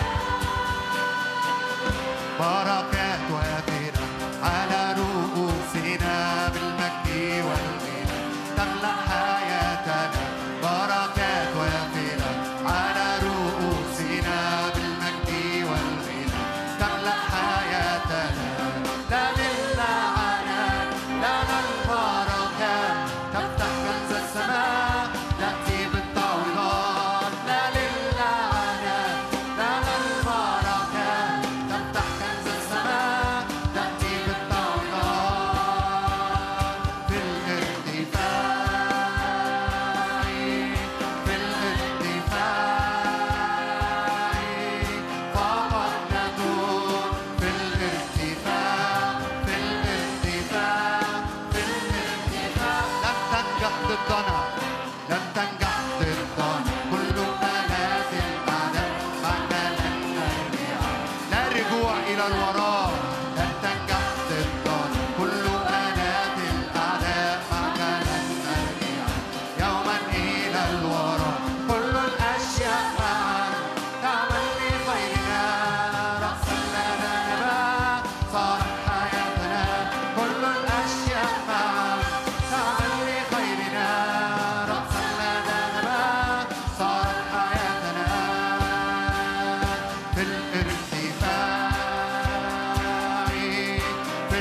بركات وافرة على رؤوسنا بالمجد والغنى تملأ حياتنا بركات وافرة على رؤوسنا بالمجد والغنى تملأ حياتنا لا للعنان لنا البركات تفتح كنز السماء تأتي بالتعويضات لا للعنان لنا البركات تفتح كنز السماء تأتي بالتعويضات في الارتفاع في الارتفاع فقط نكون في الارتفاع في الارتفاع في الارتفاع لن تنجح ضدنا لن تنجح ضدنا كل آلات الأعداء معنا لن نرجع لا رجوع إلى الوراء لن تنجح ضدنا كل آلات الأعداء معنا لن نرجع يوما إلى الوراء كل الأشياء معا تعمل لخيرنا رأسا لنا نبات صارت حياتنا كل الأشياء معا تعمل لخيرنا رأسا لنا نبات صارت حياتنا في الارتفاع في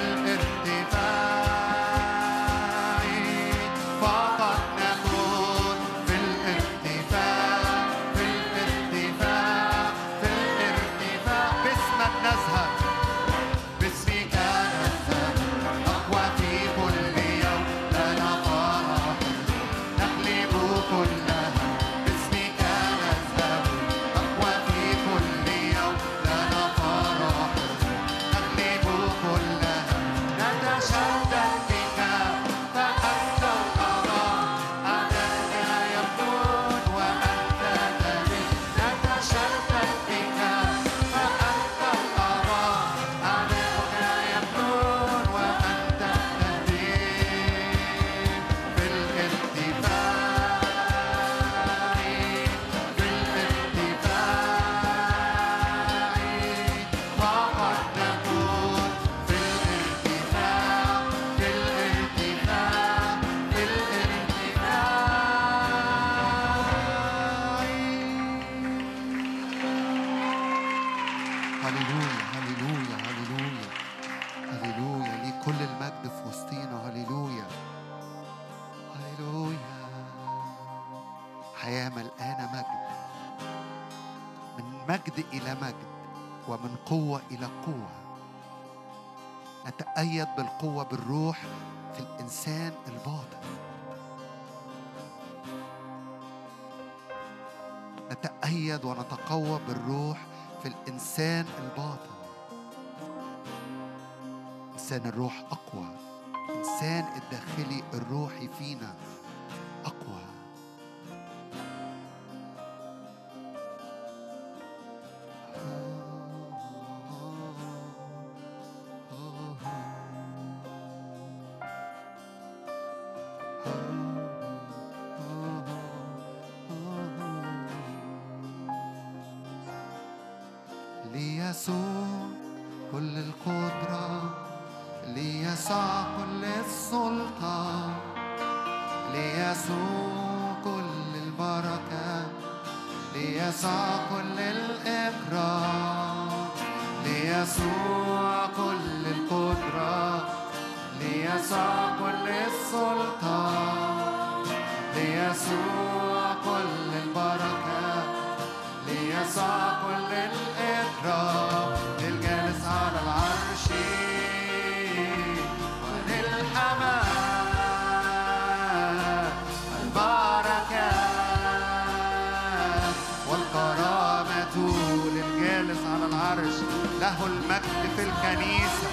الارتفاع فقط نكون في الارتفاع في الارتفاع في الارتفاع باسمك نذهب باسمك نذهب أقوى في كل يوم لنا فرح نغلب كلها باسمك نذهب أقوى في كل يوم لنا فرح نغلب كلها نتشدد بك فأنت الأرام أعداءنا يبكون وأنت تبين نتشدد بك فأنت الأرام أعداءنا يبكون وأنت تبين في الارتفاع في الارتفاع فقط نكون في الارتفاع في الارتفاع في الارتفاع هللويا هللويا هللويا هللويا ليك كل المجد في وسطينا هللويا هللويا حياة ملقانة مجد من مجد إلى مجد ومن قوة إلى قوة نتأيد بالقوة بالروح في الإنسان الباطن نتأيد ونتقوى بالروح في الإنسان الباطن إنسان الروح أقوى الإنسان الداخلي الروحي فينا أقوى ليسوع كل القدرة ليسوع كل السلطة، ليسوع كل البركة، ليسوع كل الإكرام، ليسوع كل القدرة، ليسوع كل السلطة، ليسوع كل البركة، ليسوع كل الإكرام، للجالس على العرش وللحمام البركة والكرامة، للجالس على العرش له المجد في الكنيسة.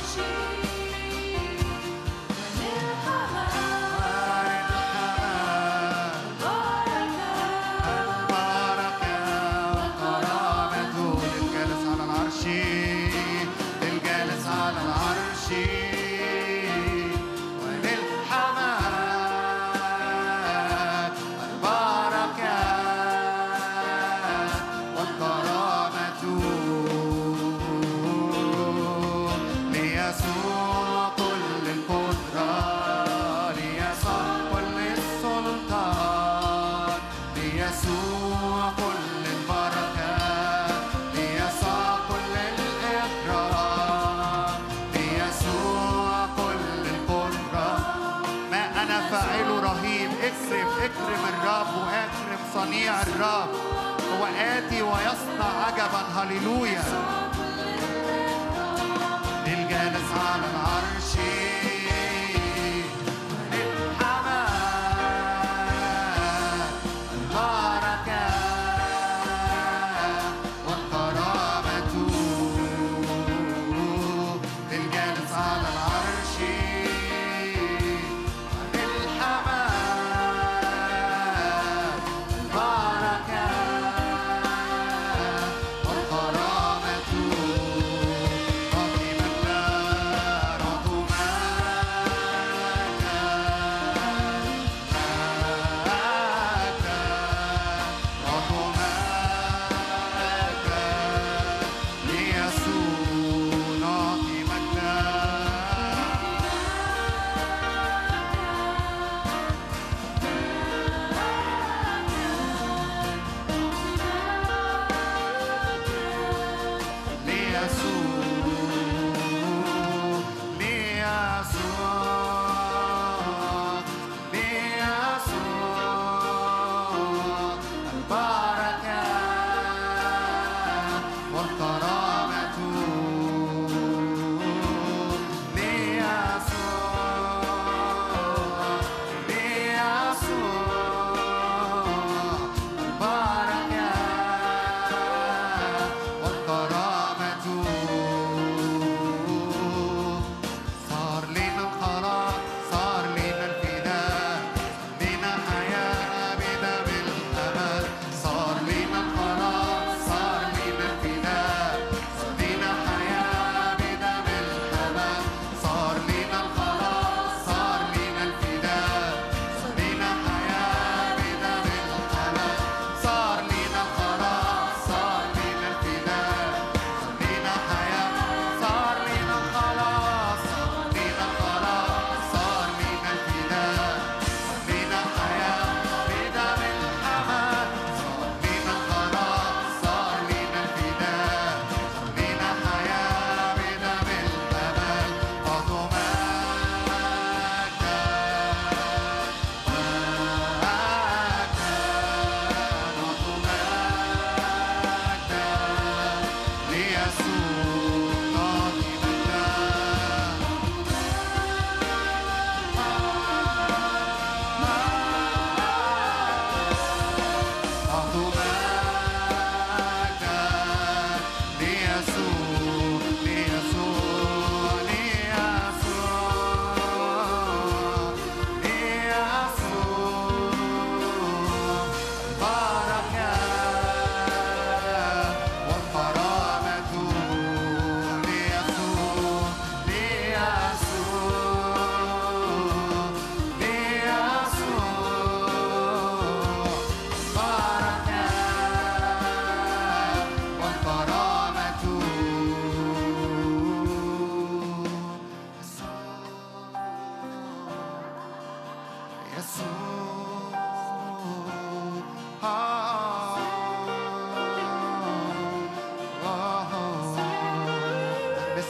للجالس على العرش وللحمام البركة والكرامة، ليسوع كل القدرة، ليسوع كل السلطان، ليسوع كل البركة، ليسوع كل الإكرام، ليسوع كل القدرة. ما أنا فاعله رهيب. اكرم الرب واكرم صنيع الرب، هو آتي ويصنع عجبا. هللويا. للجالس على العرش وللحمام البركة والكرامة، للجالس على العرش وللحمام البركة والكرامة،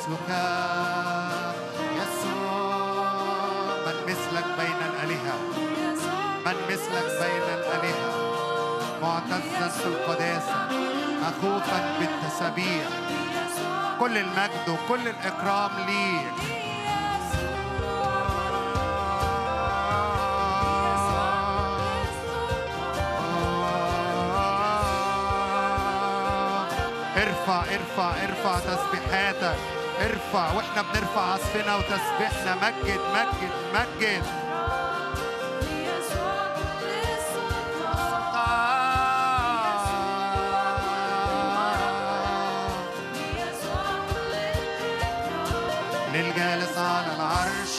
مثلك يسوع، من مثلك بين الآلهة، من مثلك بين الآلهة، معتزا في القداسة، مخوفا بالتسابيح. كل المجد وكل الإكرام ليك. ارفع تسبيحاتك، ارفع واحنا بنرفع عزفنا وتسبيحنا. مجد مجد مجد. للجالس على العرش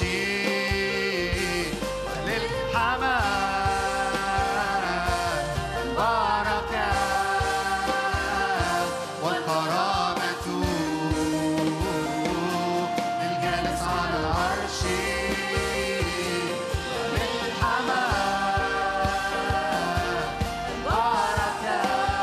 وللحمام البركة والكرامة. للجالس على العرش وللحمام البركة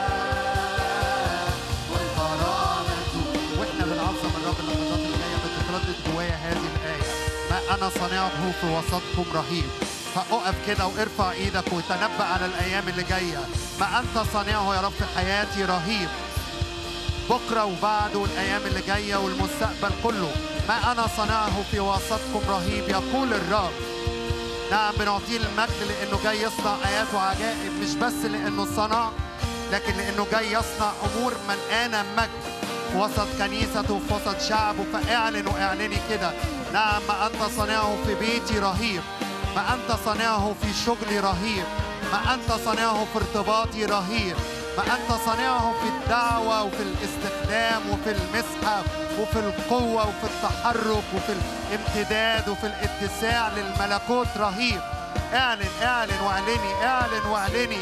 والكرامة. واحنا بنعظم الرب اللحظات الجاية بتتردد جوايا هذه الآية: ما أنا صانعه في وسطكم رهيب. فأقف كده وارفع ايدك وتنبأ على الأيام اللي جاية. ما أنت صانعه يا رب في حياتي رهيب، بكرة وبعده والأيام اللي جاية والمستقبل كله. ما أنا صانعه في وسطكم رهيب يقول الرب. نعم، بنعطيه المجد لأنه جاي يصنع آيات وعجائب، مش بس لأنه صنع، لكن لأنه جاي يصنع أمور ملقانة مجد في وسط كنيسته وفي وسط شعبه. فاعلن واعلني كده: نعم، ما أنت صانعه في بيتي رهيب، ما أنت صانعه في شغلي رهيب، ما أنت صانعه في ارتباطي رهيب، ما أنت صانعه في الدعوة وفي الاستخدام وفي المسحة وفي القوة وفي التحرك وفي الامتداد وفي الاتساع للملكوت رهيب. اعلن اعلن واعلني، اعلن واعلني.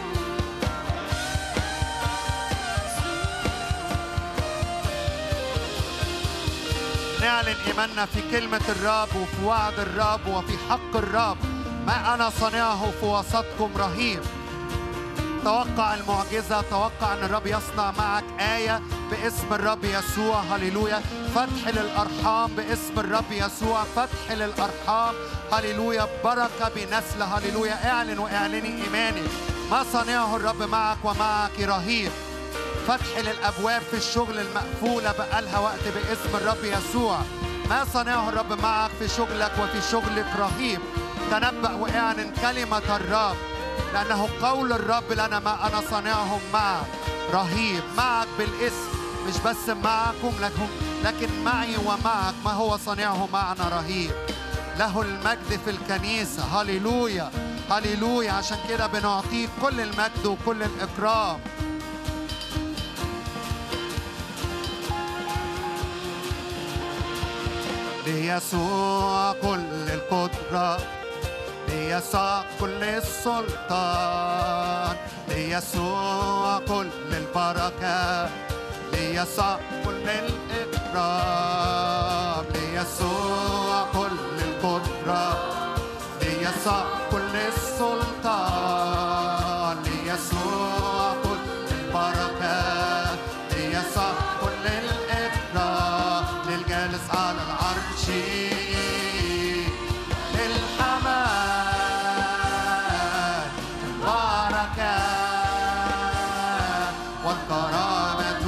نعلن إيماننا في كلمة الرب وفي وعد الرب وفي حق الرب. ما أنا صانعه في وسطكم رهيب. توقع المعجزة، توقع أن الرب يصنع معك آية باسم الرب يسوع. هللويا. فتح للأرحام باسم الرب يسوع، فتح للأرحام. هللويا. بركة بنسل. هللويا. اعلن واعلني إيمانك. ما صانعه الرب معك ومعك رهيب. فتح للأبواب في الشغل المقفولة بقالها وقت باسم الرب يسوع. ما صنعه الرب معك في شغلك وفي شغلك رهيب. تنبأ واعلن كلمة الرب، لأنه قول الرب لنا: ما أنا صانعهم معك رهيب. معك بالاسم، مش بس معكم لكن معي ومعك. ما هو صانعه معنا رهيب. له المجد في الكنيسة. هللويا هللويا. عشان كده بنعطيه كل المجد وكل الإكرام. ليسوع كل القدرة، ليسوع كل السلطان، ليسوع كل البركة، ليسوع كل الإكرام، ليسوع كل القدرة، ليسوع كل السلطان، ليسوع كل البركة، ليسوع كل الإكرام. للجالس على العرش الحمام البركة والكرامة.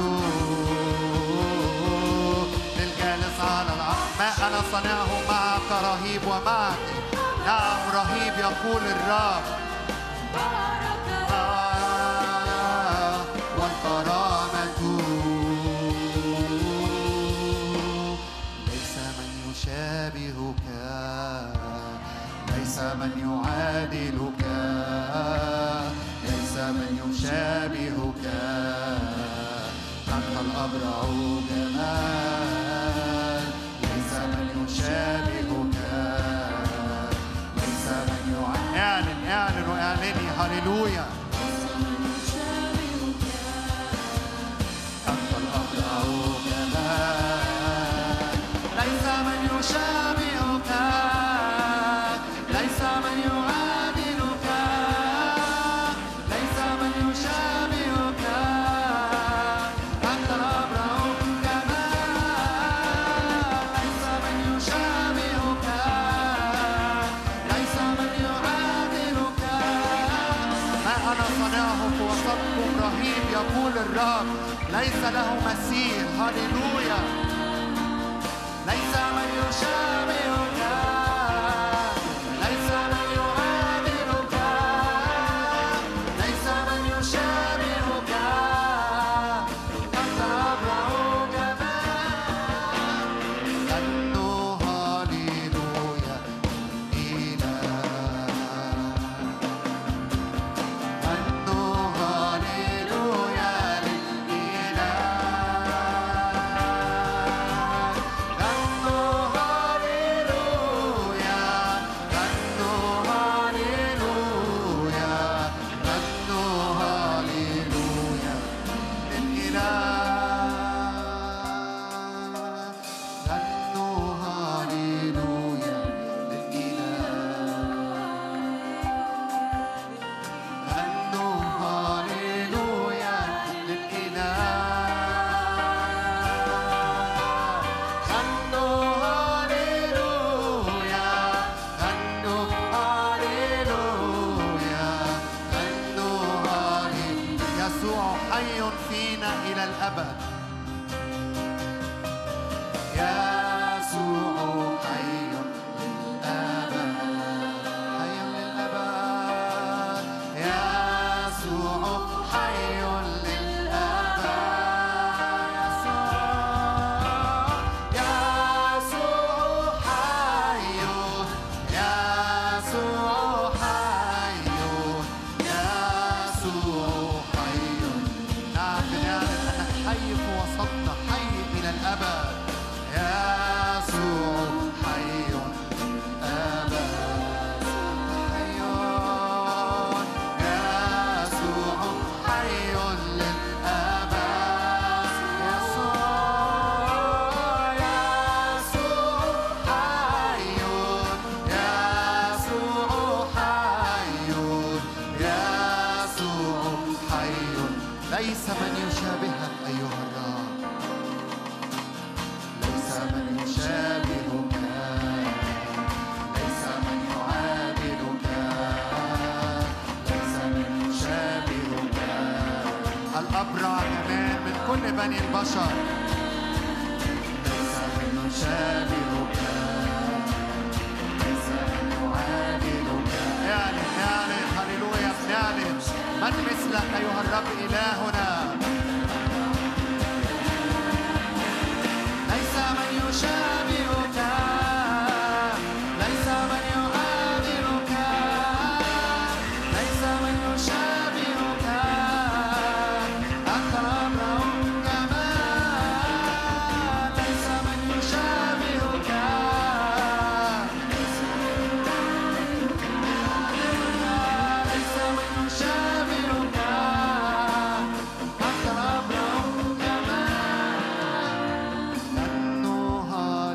للجالس على العرش. ما أنا صانعه معك رهيب ومعك. نعم رهيب يقول الرب. والكرامة. ليس من يشابهك، ليس من يعادلك، ليس من يشابهك. أنت الأبرع جمال. ليس من يشابهك، ليس من يعادلك. اعلن اعلن واعلني. هللويا. أنت الأبرع جمال. ليس من يشابهك، ليس من يعادلك، ليس من يشابهك. أنت الأبرع جمال. يقول الرب ليس له مثيل. هللويا. ليس من يشابهك، ليس من يعادلك، ليس من يشابهك. أنت أبرع جمال. غنوا هللويا للإله. غنوا هللويا للإله. غنوا هللويا. غنوا هللويا. غنوا هللويا للإله. غنوا هللويا للإله. غنوا هللويا للإله. غنوا هللويا. غنوا هللويا. غنوا هللويا. يسوع حي فينا إلى الأبد. يسوع حي للأبد. حي للأبد. يسوع حي للأبد. يسوع حي. يسوع حي. يسوع حي. نعم بنعلن أنك حي في وسطنا، حي إلى الأبد. يسوع حي للأبد. حي. يسوع حي للأبد. يسوع. يسوع حي. يسوع حي. يسوع حي. ليس من يشابهك أيها الرب. ليس من يشابهك. ليس من يعادلك. ليس من يشابهك. الأبرع كمان من كل بني البشر. ليس من يشابهك. ليس من يعادلك. اعلن اعلن هللويا. بنعلن من مثلك أيها الرب إلهنا. ليس من يشابهك. ليس من يعادلك. ليس من يشابهك. أنت أبرع جمال. ليس من يشابهك. ليس من يشابهك. أنت أبرع جمال. غنوا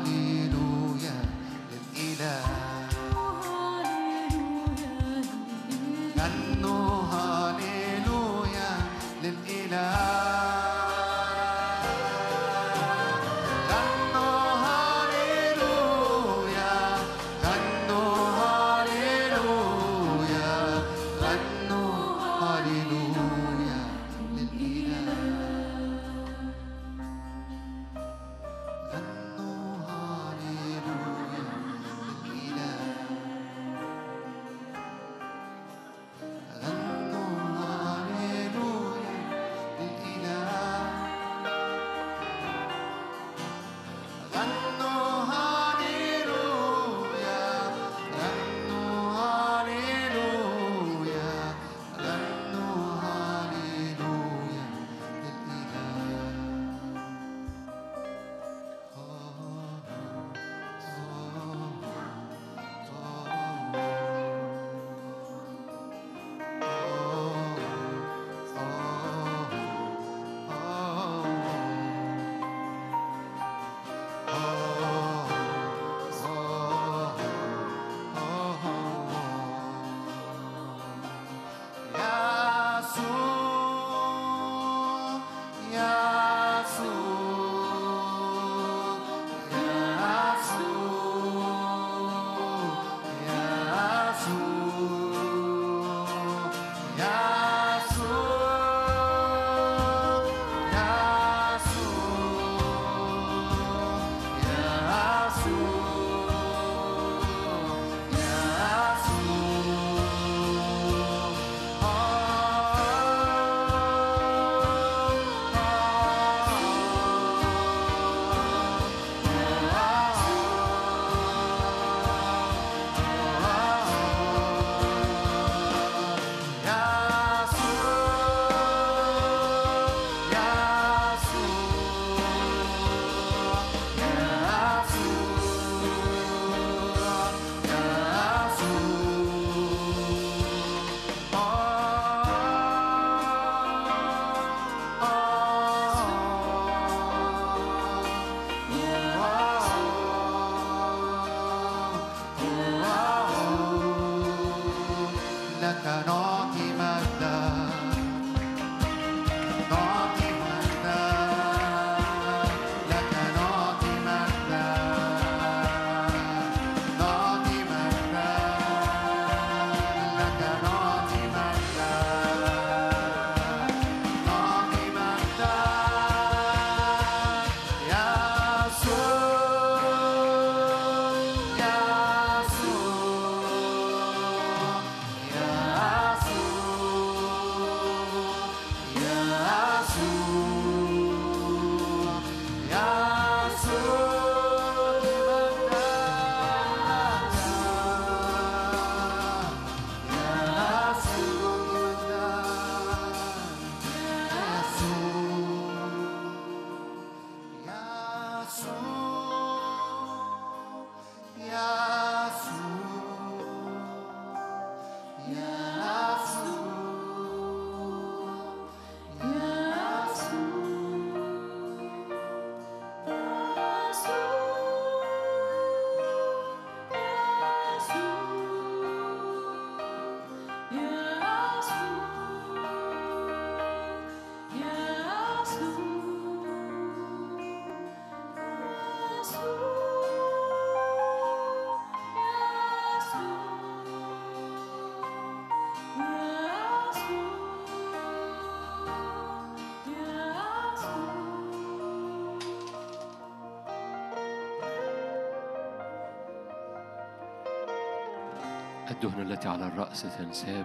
الدهنة التي على الرأس تنساب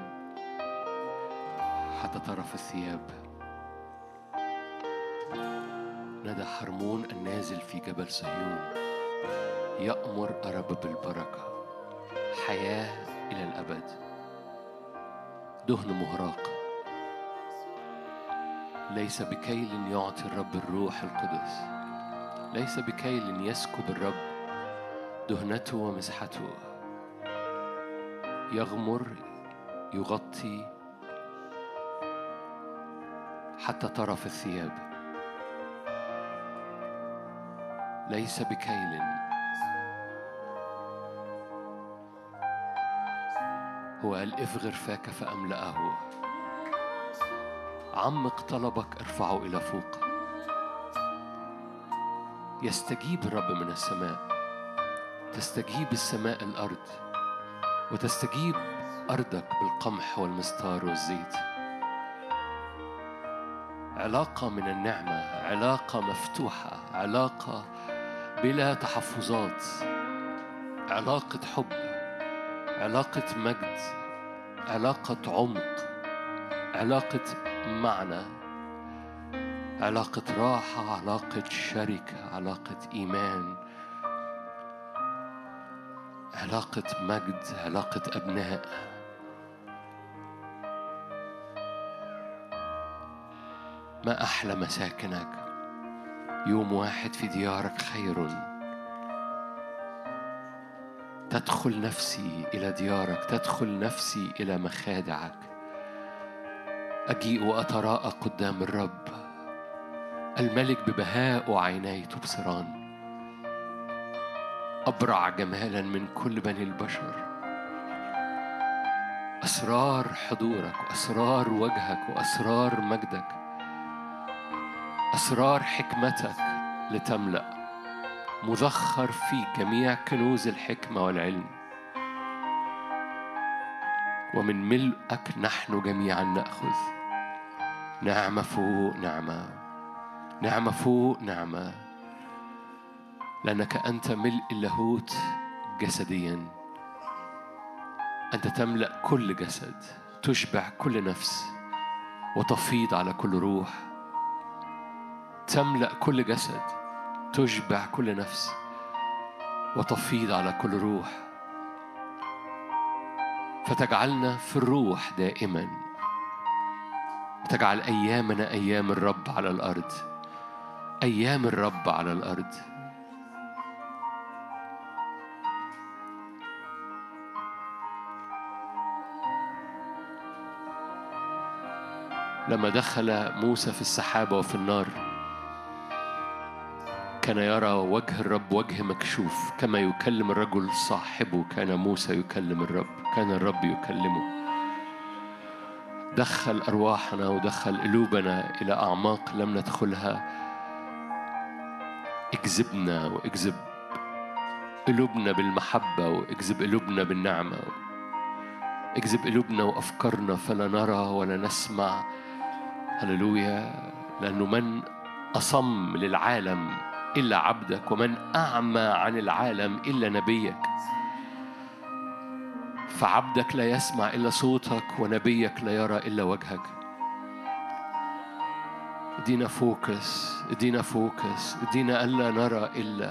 حتى طرف الثياب. ندى حرمون النازل في جبل صهيون يأمر أرب بالبركة، حياة إلى الأبد. دهن مهراق، ليس بكيل يعطي الرب الروح القدس، ليس بكيل يسكب الرب دهنته ومسحته. يغمر يغطي حتى طرف الثياب، ليس بكيل. هو قال افغر فاك فأملأه. عمق طلبك، ارفعه إلى فوق. يستجيب الرب من السماء، تستجيب السماء الأرض، وتستجيب أرضك بالقمح والمستار والزيت. علاقة من النعمة، علاقة مفتوحة، علاقة بلا تحفظات، علاقة حب، علاقة مجد، علاقة عمق، علاقة معنى، علاقة راحة، علاقة شركة، علاقة إيمان، علاقة مجد، علاقة أبناء. ما أحلى مساكنك. يوم واحد في ديارك خير. تدخل نفسي إلى ديارك، تدخل نفسي إلى مخادعك. أجيء وأتراءى قدام الرب، الملك ببهاء وعيني تبصران. أبرع جمالا من كل بني البشر. أسرار حضورك وأسرار وجهك وأسرار مجدك، أسرار حكمتك لتملأ. مذخر في جميع كنوز الحكمة والعلم، ومن ملئك نحن جميعا نأخذ. نعمة فوق نعمة، نعمة فوق نعمة، لأنك أنت ملء اللاهوت جسديا. أنت تملأ كل جسد، تشبع كل نفس، وتفيض على كل روح. تملأ كل جسد، تشبع كل نفس، وتفيض على كل روح. فتجعلنا في الروح دائما، تجعل أيامنا أيام الرب على الأرض، أيام الرب على الأرض. لما دخل موسى في السحابة وفي النار، كان يرى وجه الرب وجه مكشوف، كما يكلم الرجل صاحبه كان موسى يكلم الرب، كان الرب يكلمه. دخل أرواحنا ودخل قلوبنا إلى أعماق لم ندخلها. اجذبنا واجذب قلوبنا بالمحبة، واجذب قلوبنا بالنعمة، اجذب قلوبنا وأفكارنا فلا نرى ولا نسمع. هللويا. لأنه من أصم للعالم إلا عبدك، ومن أعمى عن العالم إلا نبيك. فعبدك لا يسمع إلا صوتك، ونبيك لا يرى إلا وجهك. ادينا فوكس، ادينا فوكس، ادينا ألا نرى إلا.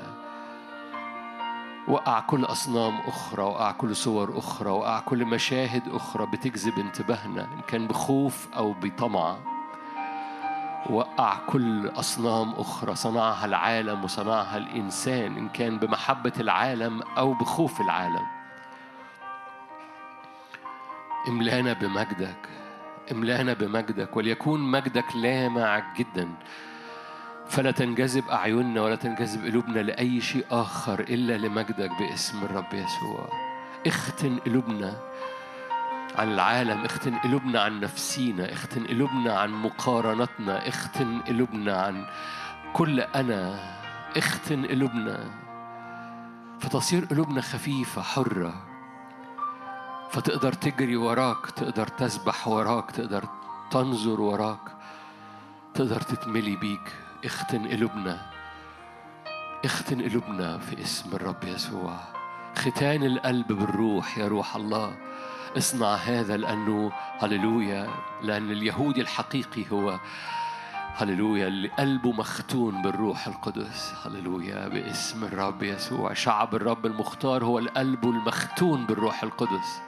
وقع كل أصنام أخرى، وقع كل صور أخرى، وقع كل مشاهد أخرى بتجذب انتباهنا، إن كان بخوف أو بطمع. وقع كل أصنام أخرى صنعها العالم وصنعها الإنسان، إن كان بمحبة العالم أو بخوف العالم. املانا بمجدك، املانا بمجدك، وليكون مجدك لامع جدا. فلا تنجذب أعيننا ولا تنجذب قلوبنا لأي شيء آخر إلا لمجدك باسم الرب يسوع. اختن قلوبنا عن العالم، اختن قلوبنا عن نفسينا، اختن قلوبنا عن مقارنتنا، اختن قلوبنا عن كل أنا، اختن قلوبنا فتصير قلوبنا خفيفة حرة، فتقدر تجري وراك، تقدر تسبح وراك، تقدر تنظر وراك، تقدر تتملي بيك. اختن قلوبنا، اختن قلوبنا في اسم الرب يسوع. ختان القلب بالروح يا روح الله، اصنع هذا لأنه هللويا، لأن اليهودي الحقيقي هو هللويا اللي قلبه مختون بالروح القدس. هللويا باسم الرب يسوع. شعب الرب المختار هو القلب المختون بالروح القدس.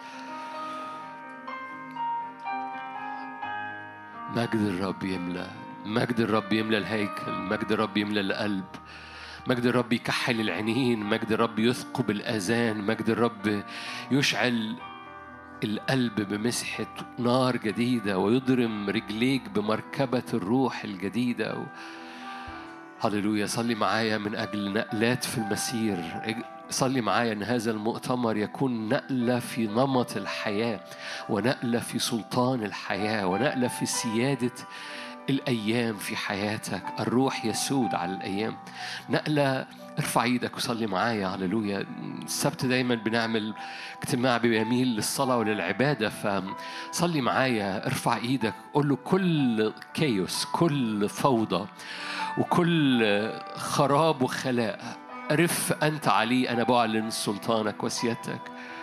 مجد الرب يملأ، مجد الرب يملأ الهيكل، مجد الرب يملأ القلب، مجد الرب يكحل العينين، مجد الرب يثقب الآذان، مجد الرب يشعل القلب بمسحة نار جديدة ويضرم رجليك بمركبة الروح الجديدة. هللويا. صلي معايا من أجل نقلات في المسير. صلي معايا أن هذا المؤتمر يكون نقلة في نمط الحياة، ونقلة في سلطان الحياة، ونقلة في سيادة الأيام في حياتك. الروح يسود على الأيام. نقلة. ارفع ايدك وصلي معايا. هللويا. السبت دايما بنعمل اجتماع بيميل للصلاة وللعبادة، فصلي معايا. ارفع ايدك، قول له كل كيوس، كل فوضى وكل خراب وخلاء رف أنت عليه. أنا بعلن سلطانك وسيادتك.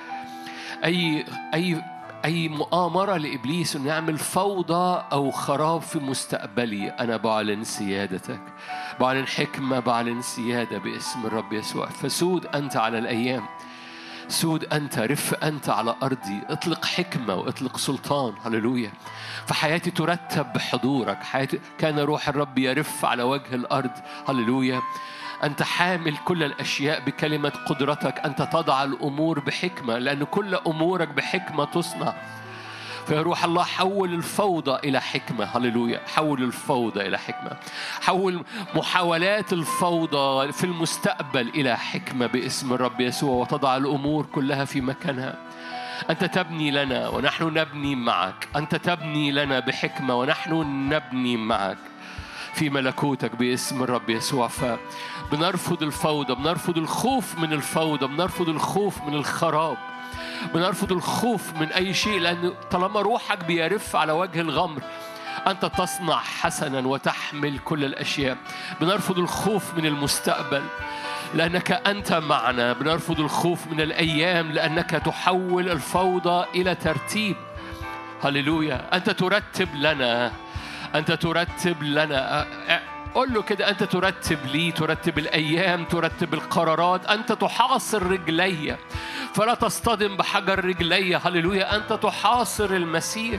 أي مؤامرة لإبليس إنه يعمل فوضى أو خراب في مستقبلي، أنا بعلن سيادتك، بعلن حكمة، بعلن سيادة باسم الرب يسوع. فسود أنت على الأيام، سود أنت، رف أنت على أرضي. اطلق حكمة واطلق سلطان. هللويا. فحياتي ترتب بحضورك. حياتي كان روح الرب يرف على وجه الأرض. هللويا. أنت حامل كل الأشياء بكلمة قدرتك. أنت تضع الأمور بحكمة، لأن كل أمورك بحكمة تصنع. فيا روح الله حول الفوضى إلى حكمة. هللويا. حول الفوضى إلى حكمة. حول محاولات الفوضى في المستقبل إلى حكمة باسم الرب يسوع، وتضع الأمور كلها في مكانها. أنت تبني لنا ونحن نبني معك. أنت تبني لنا بحكمة ونحن نبني معك في ملكوتك باسم الرب يسوع. فبنرفض الفوضى، بنرفض الخوف من الفوضى، بنرفض الخوف من الخراب، بنرفض الخوف من أي شيء، لأن طالما روحك بيرف على وجه الغمر أنت تصنع حسنا وتحمل كل الأشياء. بنرفض الخوف من المستقبل لأنك أنت معنا. بنرفض الخوف من الأيام لأنك تحول الفوضى إلى ترتيب. هللويا. أنت ترتب لنا، أنت ترتب لنا. قل له كده، أنت ترتب لي، ترتب الأيام، ترتب القرارات. أنت تحاصر رجلي فلا تصطدم بحجر رجلي. هللويا. أنت تحاصر المسير،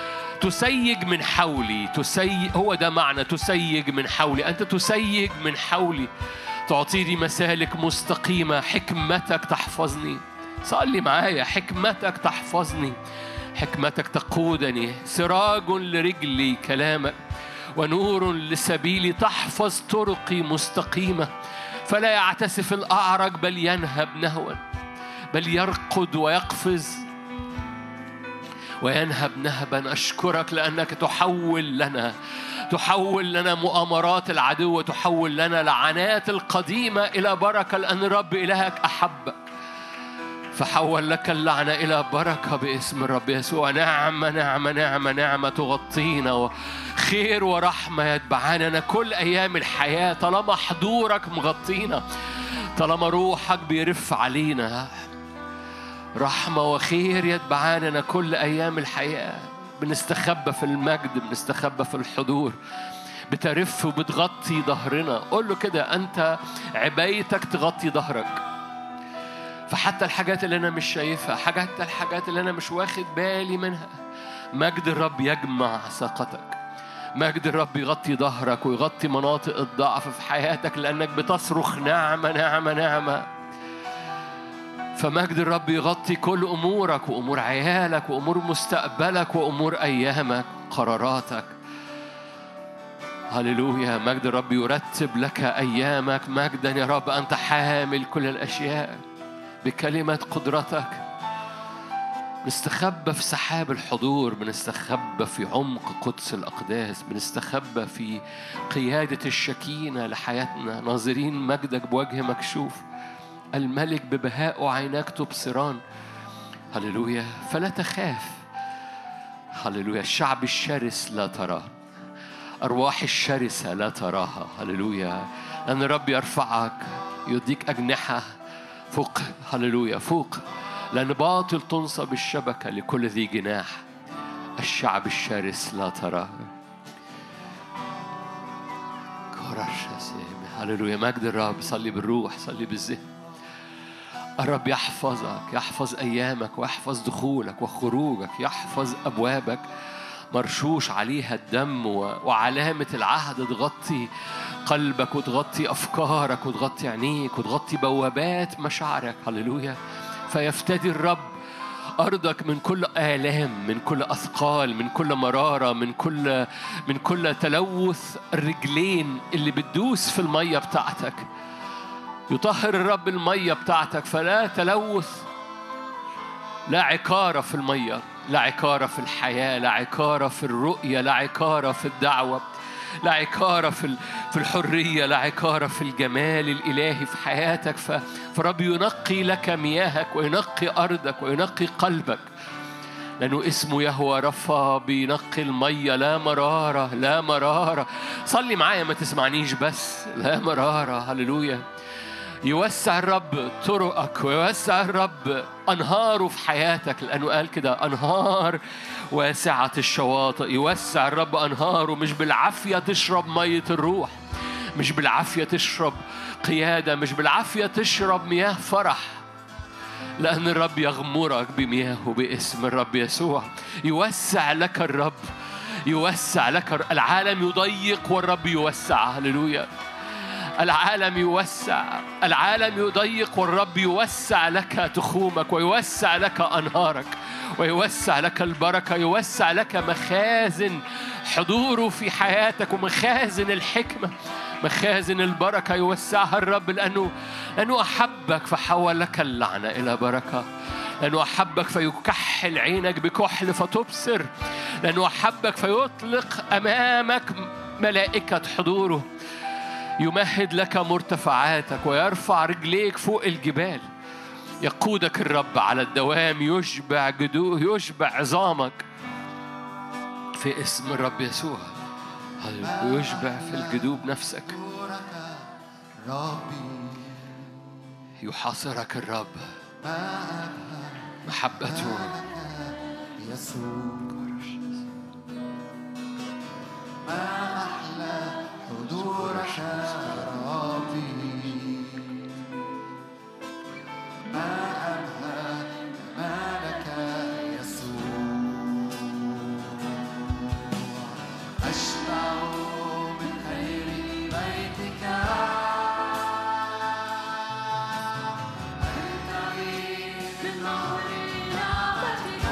تسيج من حولي. هو ده معنى تسيج من حولي. أنت تسيج من حولي، تعطيني مسالك مستقيمة. حكمتك تحفظني. صلي معايا. حكمتك تحفظني، حكمتك تقودني. سراج لرجلي كلامك ونور لسبيلي. تحفظ طرقي مستقيمة، فلا يعتسف الأعرج بل ينهب نهوا، بل يرقد ويقفز وينهب نهبا. أشكرك لأنك تحول لنا مؤامرات العدو، تحول لنا لعنات القديمة إلى بركة، لأن رب إلهك أحبك فحول لك اللعنة إلى بركة باسم الرب يسوع. نعمة نعمة نعمة نعمة تغطينا، وخير ورحمة يتبعاننا كل أيام الحياة. طالما حضورك مغطينا، طالما روحك بيرف علينا، رحمة وخير يتبعاننا كل أيام الحياة. بنستخبى في المجد، بنستخبى في الحضور. بترف وبتغطي ظهرنا. قول له كده، أنت عبايتك تغطي ظهرك. فحتى الحاجات اللي أنا مش شايفها، حتى الحاجات اللي أنا مش واخد بالي منها، مجد الرب يجمع ساقتك. مجد الرب يغطي ظهرك ويغطي مناطق الضعف في حياتك، لأنك بتصرخ نعمة نعمة نعمة. فمجد الرب يغطي كل أمورك وأمور عيالك وأمور مستقبلك وأمور أيامك، قراراتك. هللويا. مجد الرب يرتب لك أيامك مجدا يا رب. أنت حامل كل الأشياء بكلمة قدرتك. بنستخبى في سحاب الحضور، بنستخبى في عمق قدس الأقداس، بنستخبى في قيادة الشكينة لحياتنا، ناظرين مجدك بوجه مكشوف. الملك ببهاء عيناك تبصران. هللويا. فلا تخاف. هللويا. الشعب الشرس لا تراه، أرواح الشرسة لا تراها. هللويا. لأن الرب يرفعك، يديك أجنحة فوق. هللويا. فوق. لأن باطل تنصب الشبكة لكل ذي جناح. الشعب الشرس لا تراه. هللويا. مجد الرب. صلي بالروح، صلي بالذهن. الرب يحفظك، يحفظ أيامك ويحفظ دخولك وخروجك، يحفظ أبوابك مرشوش عليها الدم، وعلامة العهد تغطي قلبك وتغطي أفكارك وتغطي عينيك وتغطي بوابات مشاعرك. هللويا. فيفتدي الرب أرضك من كل آلام، من كل أثقال، من كل مرارة، من كل تلوث الرجلين اللي بتدوس في المية بتاعتك. يطهر الرب المية بتاعتك، فلا تلوث، لا عكارة في المية، لا عكارة في الحياة، لا عكارة في الرؤية، لا عكارة في الدعوة، لا عكارة في الحرية، لا عكارة في الجمال الإلهي في حياتك. فرب ينقي لك مياهك وينقي أرضك وينقي قلبك، لأنه اسمه يهوى رفا بينقي المية. لا مرارة، لا مرارة. صلي معايا ما تسمعنيش بس. لا مرارة. هللويا. يوسع الرب طرقك ويوسع الرب أنهاره في حياتك، لأنه قال كده أنهار واسعة الشواطئ. يوسع الرب أنهاره. مش بالعافية تشرب مية الروح، مش بالعافية تشرب قيادة، مش بالعافية تشرب مياه فرح، لأن الرب يغمرك بمياهه باسم الرب يسوع. يوسع لك الرب، يوسع لك. العالم يضيق والرب يوسع. هللويا. العالم يوسع، العالم يضيق والرب يوسع لك تخومك ويوسع لك أنهارك ويوسع لك البركة، يوسع لك مخازن حضوره في حياتك ومخازن الحكمة، مخازن البركة يوسعها الرب، لأنه أحبك فحول لك اللعنة إلى بركة، لأنه أحبك فيكحل عينك بكحل فتبصر، لأنه أحبك فيطلق أمامك ملائكة حضوره، يمهد لك مرتفعاتك ويرفع رجليك فوق الجبال. يقودك الرب على الدوام، يشبع جدوه، يشبع عظامك في اسم الرب يسوع. يشبع في الجدوب نفسك. يحاصرك الرب محبته. ما أحلى حضورك ربي، ما أمهى جمالك يسوع. أشبع من خير بيتك، أرتوي من نهر نعمتك.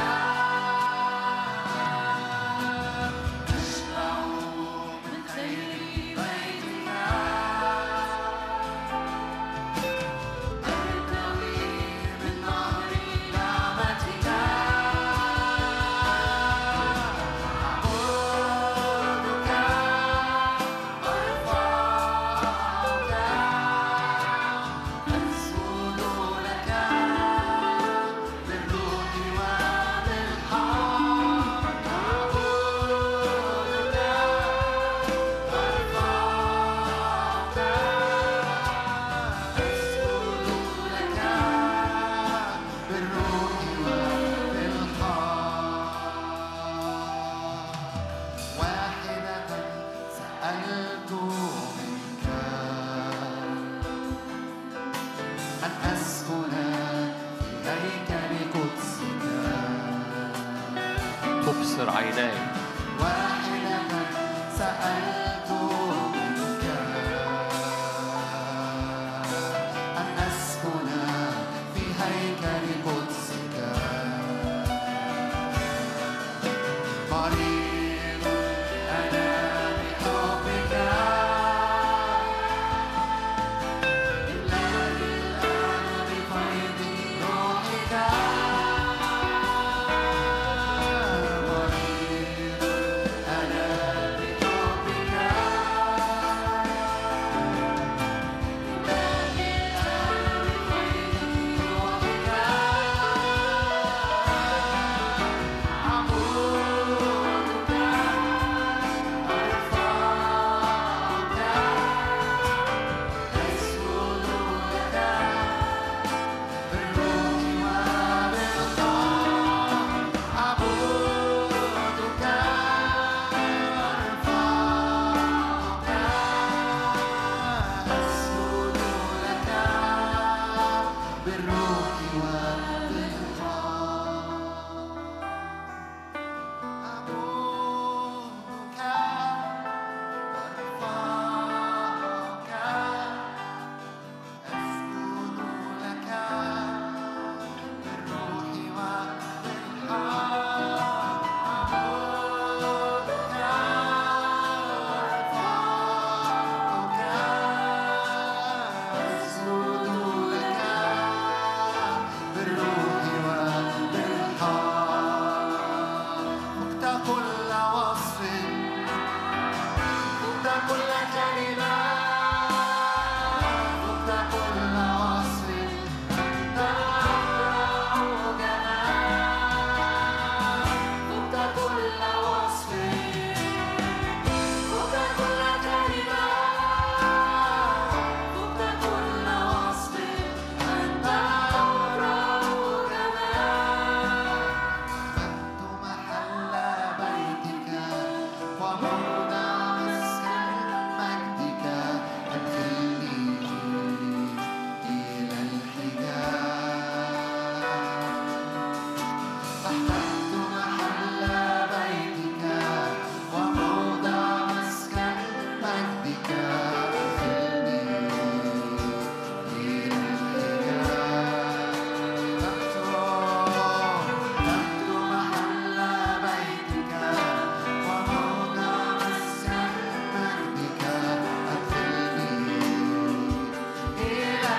تبصر عيناي. واحدة سألت منك أن أسكن في هيكل قدسك. مريض أنا بحبك، بالروح وبالحق أعبدك وأرفعك أسجد لك بالروح وبالحق أعبدك وأرفعك أسجد لك بالروح وبالحق فقت كل وصف فقت كل كلمة فقت كل وصف أنت أبرع جمال فقت كل وصف فقت كل كلمة فقت كل وصف أنت أبرع جمال أنت محل بيتك وموضع مسكن مجدك أدخلني إلى الحجاب أحببت محل بيتك وموضع مسكن مجدك أدخلني إلى الحجاب أحببت محل بيتك وموضع مسكن مجدك أدخلني إلى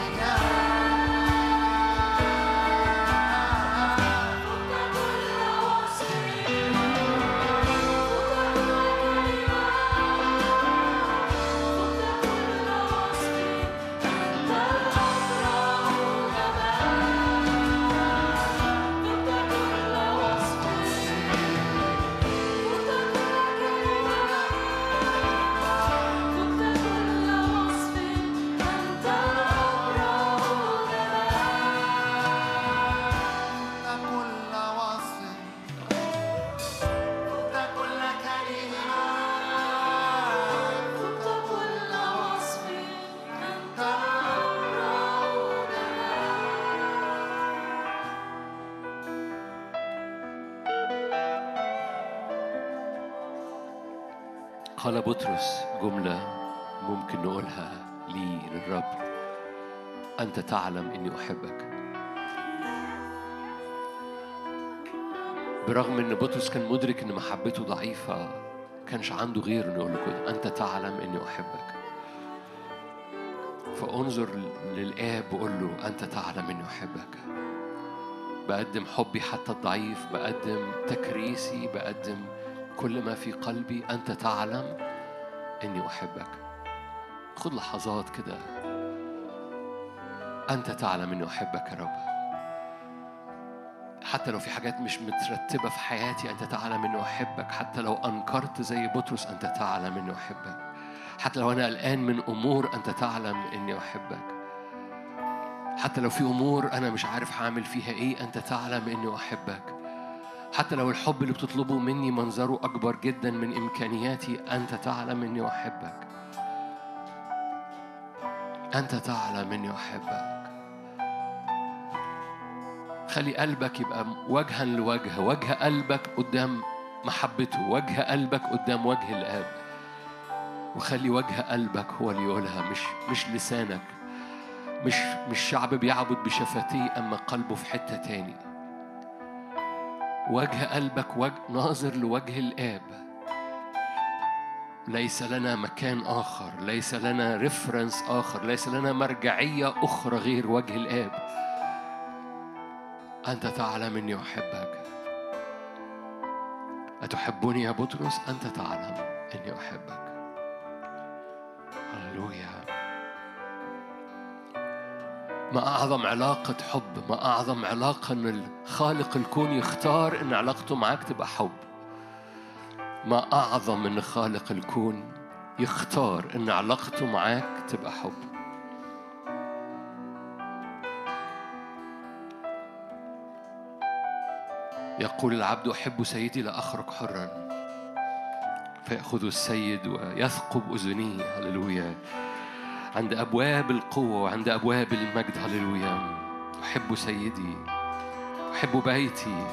قال بطرس جملة ممكن نقولها لي للرب: أنت تعلم إني أحبك. برغم إن بطرس كان مدرك إن محبته ضعيفة، كانش عنده غير إنه يقول له كده: أنت تعلم إني أحبك. فأنظر للآب وقول له: أنت تعلم إني أحبك. بقدم حبي حتى الضعيف، بقدم تكريسي، بقدم كل ما في قلبي. أنت تعلم إني أحبك. خد لحظات كده. أنت تعلم إني أحبك يا رب. حتى لو في حاجات مش مترتبة في حياتي، أنت تعلم إني أحبك. حتى لو أنكرت زي بطرس، أنت تعلم إني أحبك. حتى لو أنا قلقان من أمور، أنت تعلم إني أحبك. حتى لو في أمور أنا مش عارف هعمل فيها إيه، أنت تعلم إني أحبك. حتى لو الحب اللي بتطلبه مني منظره أكبر جدا من إمكانياتي، أنت تعلم إني أحبك. أنت تعلم إني أحبك. خلي قلبك يبقى وجها لوجه، وجه قلبك قدام محبته، وجه قلبك قدام وجه الآب. وخلي وجه قلبك هو اللي يقولها، مش لسانك. مش شعب بيعبد بشفتيه أما قلبه في حتة تاني. وجه قلبك ناظر لوجه الآب. ليس لنا مكان آخر، ليس لنا ريفرنس آخر، ليس لنا مرجعية أخرى غير وجه الآب. أنت تعلم إني أحبك. أتحبني يا بطرس؟ أنت تعلم إني أحبك. هللويا. ما أعظم علاقة حب، ما أعظم علاقة إن الخالق الكون يختار إن علاقته معاك تبقى حب. ما أعظم إن خالق الكون يختار إن علاقته معاك تبقى حب. يقول العبد: أحب سيدي لا أخرج حرا، فيأخذ السيد ويثقب أذنيه. هللويا. عند أبواب القوة وعند أبواب المجد. هللويا. أحب سيدي، أحب بيتي،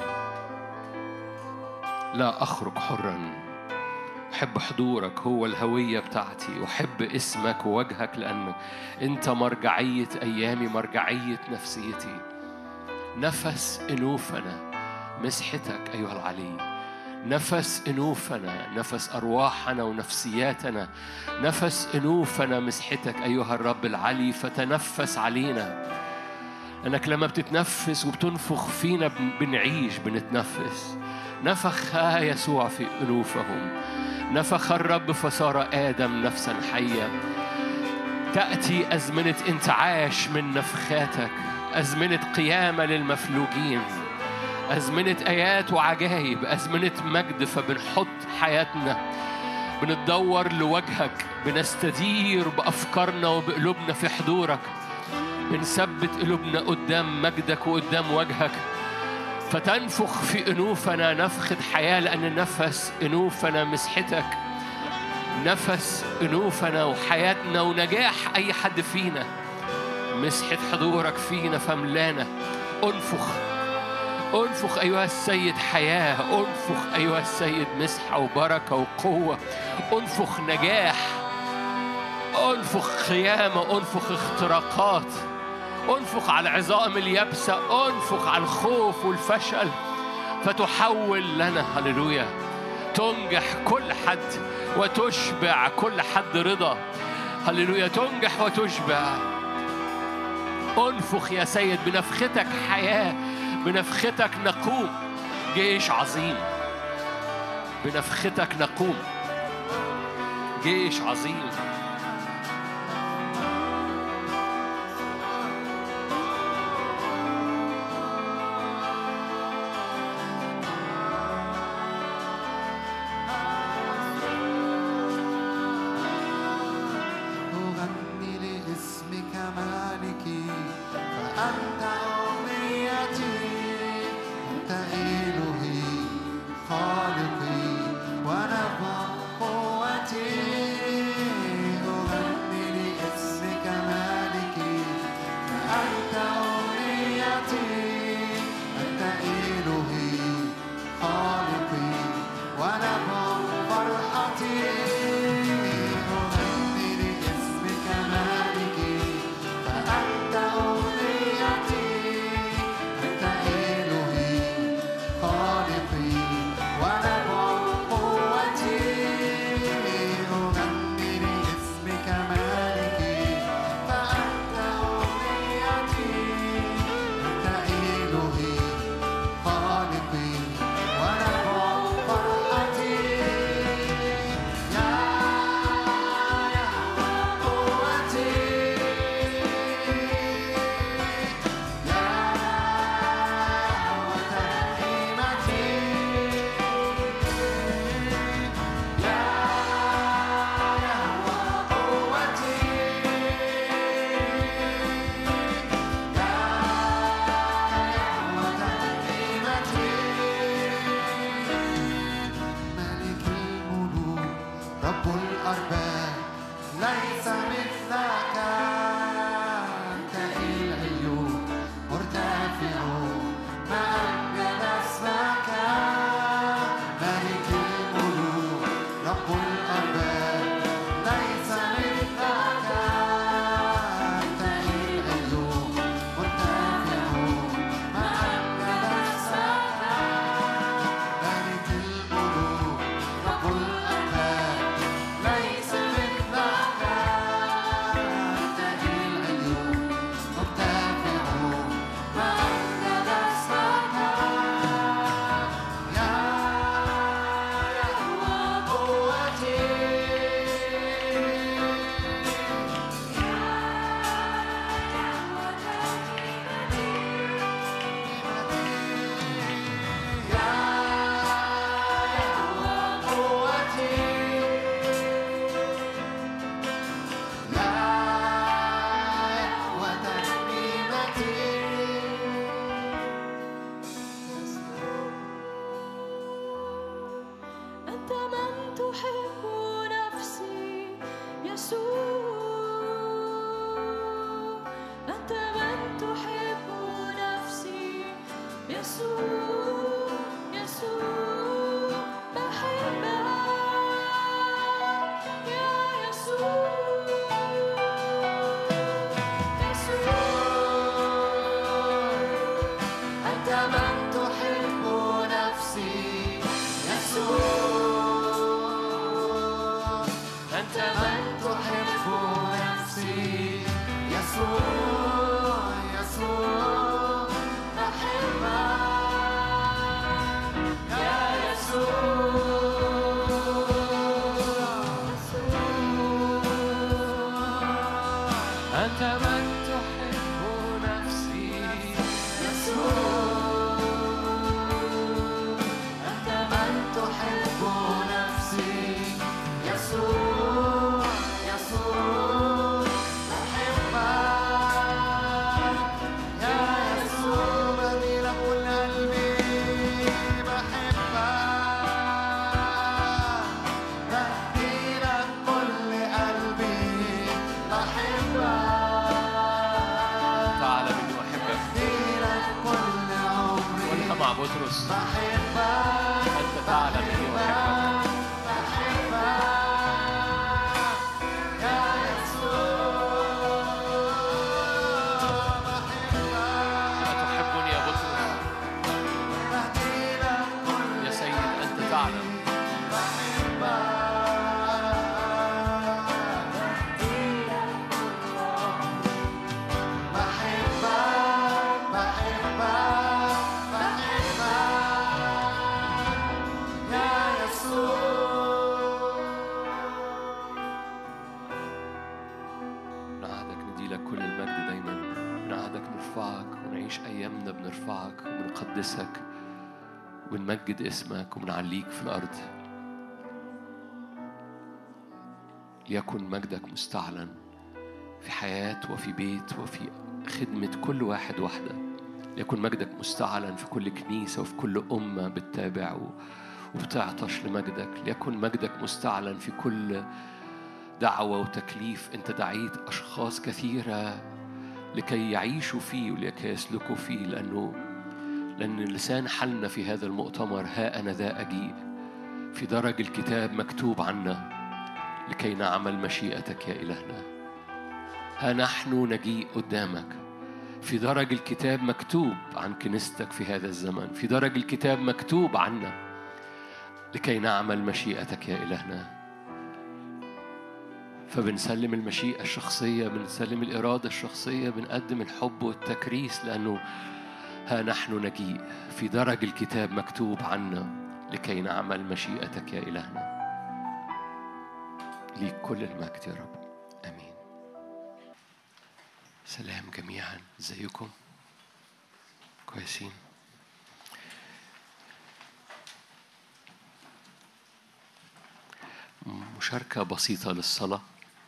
لا أخرج حرا. أحب حضورك، هو الهوية بتاعتي. أحب اسمك ووجهك، لأن أنت مرجعية أيامي، مرجعية نفسيتي. نفس أنوفنا مسحتك أيها العلي، نفس أنوفنا، نفس أرواحنا ونفسياتنا، نفس أنوفنا مسحتك أيها الرب العلي. فتنفس علينا، أنك لما بتتنفس وبتنفخ فينا بنعيش، بنتنفس. نفخ يسوع في أنوفهم، نفخ الرب فصار آدم نفسا حية. تأتي أزمنة انتعاش من نفخاتك، أزمنة قيامة للمفلوجين، أزمنة آيات وعجائب، أزمنة مجد. فبنحط حياتنا، بنتدور لوجهك، بنستدير بأفكارنا وبقلوبنا في حضورك، بنثبت قلوبنا قدام مجدك وقدام وجهك. فتنفخ في أنوفنا نفخة حياة، لأن نفس أنوفنا مسحتك، نفس أنوفنا وحياتنا ونجاح أي حد فينا. مسحة حضورك فينا فملانا. أنفخ أنفخ أيها السيد حياة، أنفخ أيها السيد مسحة وبركة وقوة. أنفخ نجاح، أنفخ قيامة، أنفخ اختراقات، أنفخ على العظام اليابسة، أنفخ على الخوف والفشل، فتحول لنا هللويا. تنجح كل حد وتشبع كل حد رضا. هللويا، تنجح وتشبع. أنفخ يا سيد بنفختك حياة، بنفختك نقوم جيش عظيم، بنفختك نقوم جيش عظيم. أغني لاسمك مالكي، فأنت أمنيتي، أنت إلهي خالقي ونبع قوتي. أغني لاسمك مالكي، فأنت أمنيتي، أنت إلهي خالقي ونبع فرحتي. أغني لاسمك مالكي، فأنت أمنيتي، أنت من تحب نفسي أنت من تحب نفسي يسوع يسوع بحبك يا يسوع بديل كل قلبي بحبك بديلك كل قلبي بحبك تعالى مني وأحبك. بديلك كل عمري قولها مع بطرس. بحبك أنت تعالى مني وأحبك. أتحبني يا بطرس؟ يا سيد أنت تعلم. بنعهدك نديلك كل المجد دايما، بنعهدك نرفعك ونعيش أيامنا بنرفعك وبنقدسك ونمجد اسمك وبنعليك في الأرض. ليكن مجدك مستعلن في حياة وفي بيت وفي خدمة كل واحد واحدة. ليكن مجدك مستعلن في كل كنيسة وفي كل أمة بتتابع وبتعطش لمجدك. ليكن مجدك مستعلن في كل دعوة وتكليف أنت دعيت أشخاص كثيرة لكي يعيشوا فيه ولكي يسلكوا فيه، لأن لسان حالنا في هذا المؤتمر ها أنا ذا أجيء، في درج الكتاب مكتوب عنا لكي نعمل مشيئتك يا إلهنا. ها نحن نجيء قدامك، في درج الكتاب مكتوب عن كنيستك في هذا الزمن، في درج الكتاب مكتوب عنا لكي نعمل مشيئتك يا إلهنا. فبنسلم المشيئة الشخصية، بنسلم الإرادة الشخصية، بنقدم الحب والتكريس، لأنه ها نحن نجيء في درج الكتاب مكتوب عنا لكي نعمل مشيئتك يا إلهنا. ليك كل المجد يا رب. آمين. سلام جميعا، ازيكم؟ كويسين؟ مشاركة بسيطة للصلاة.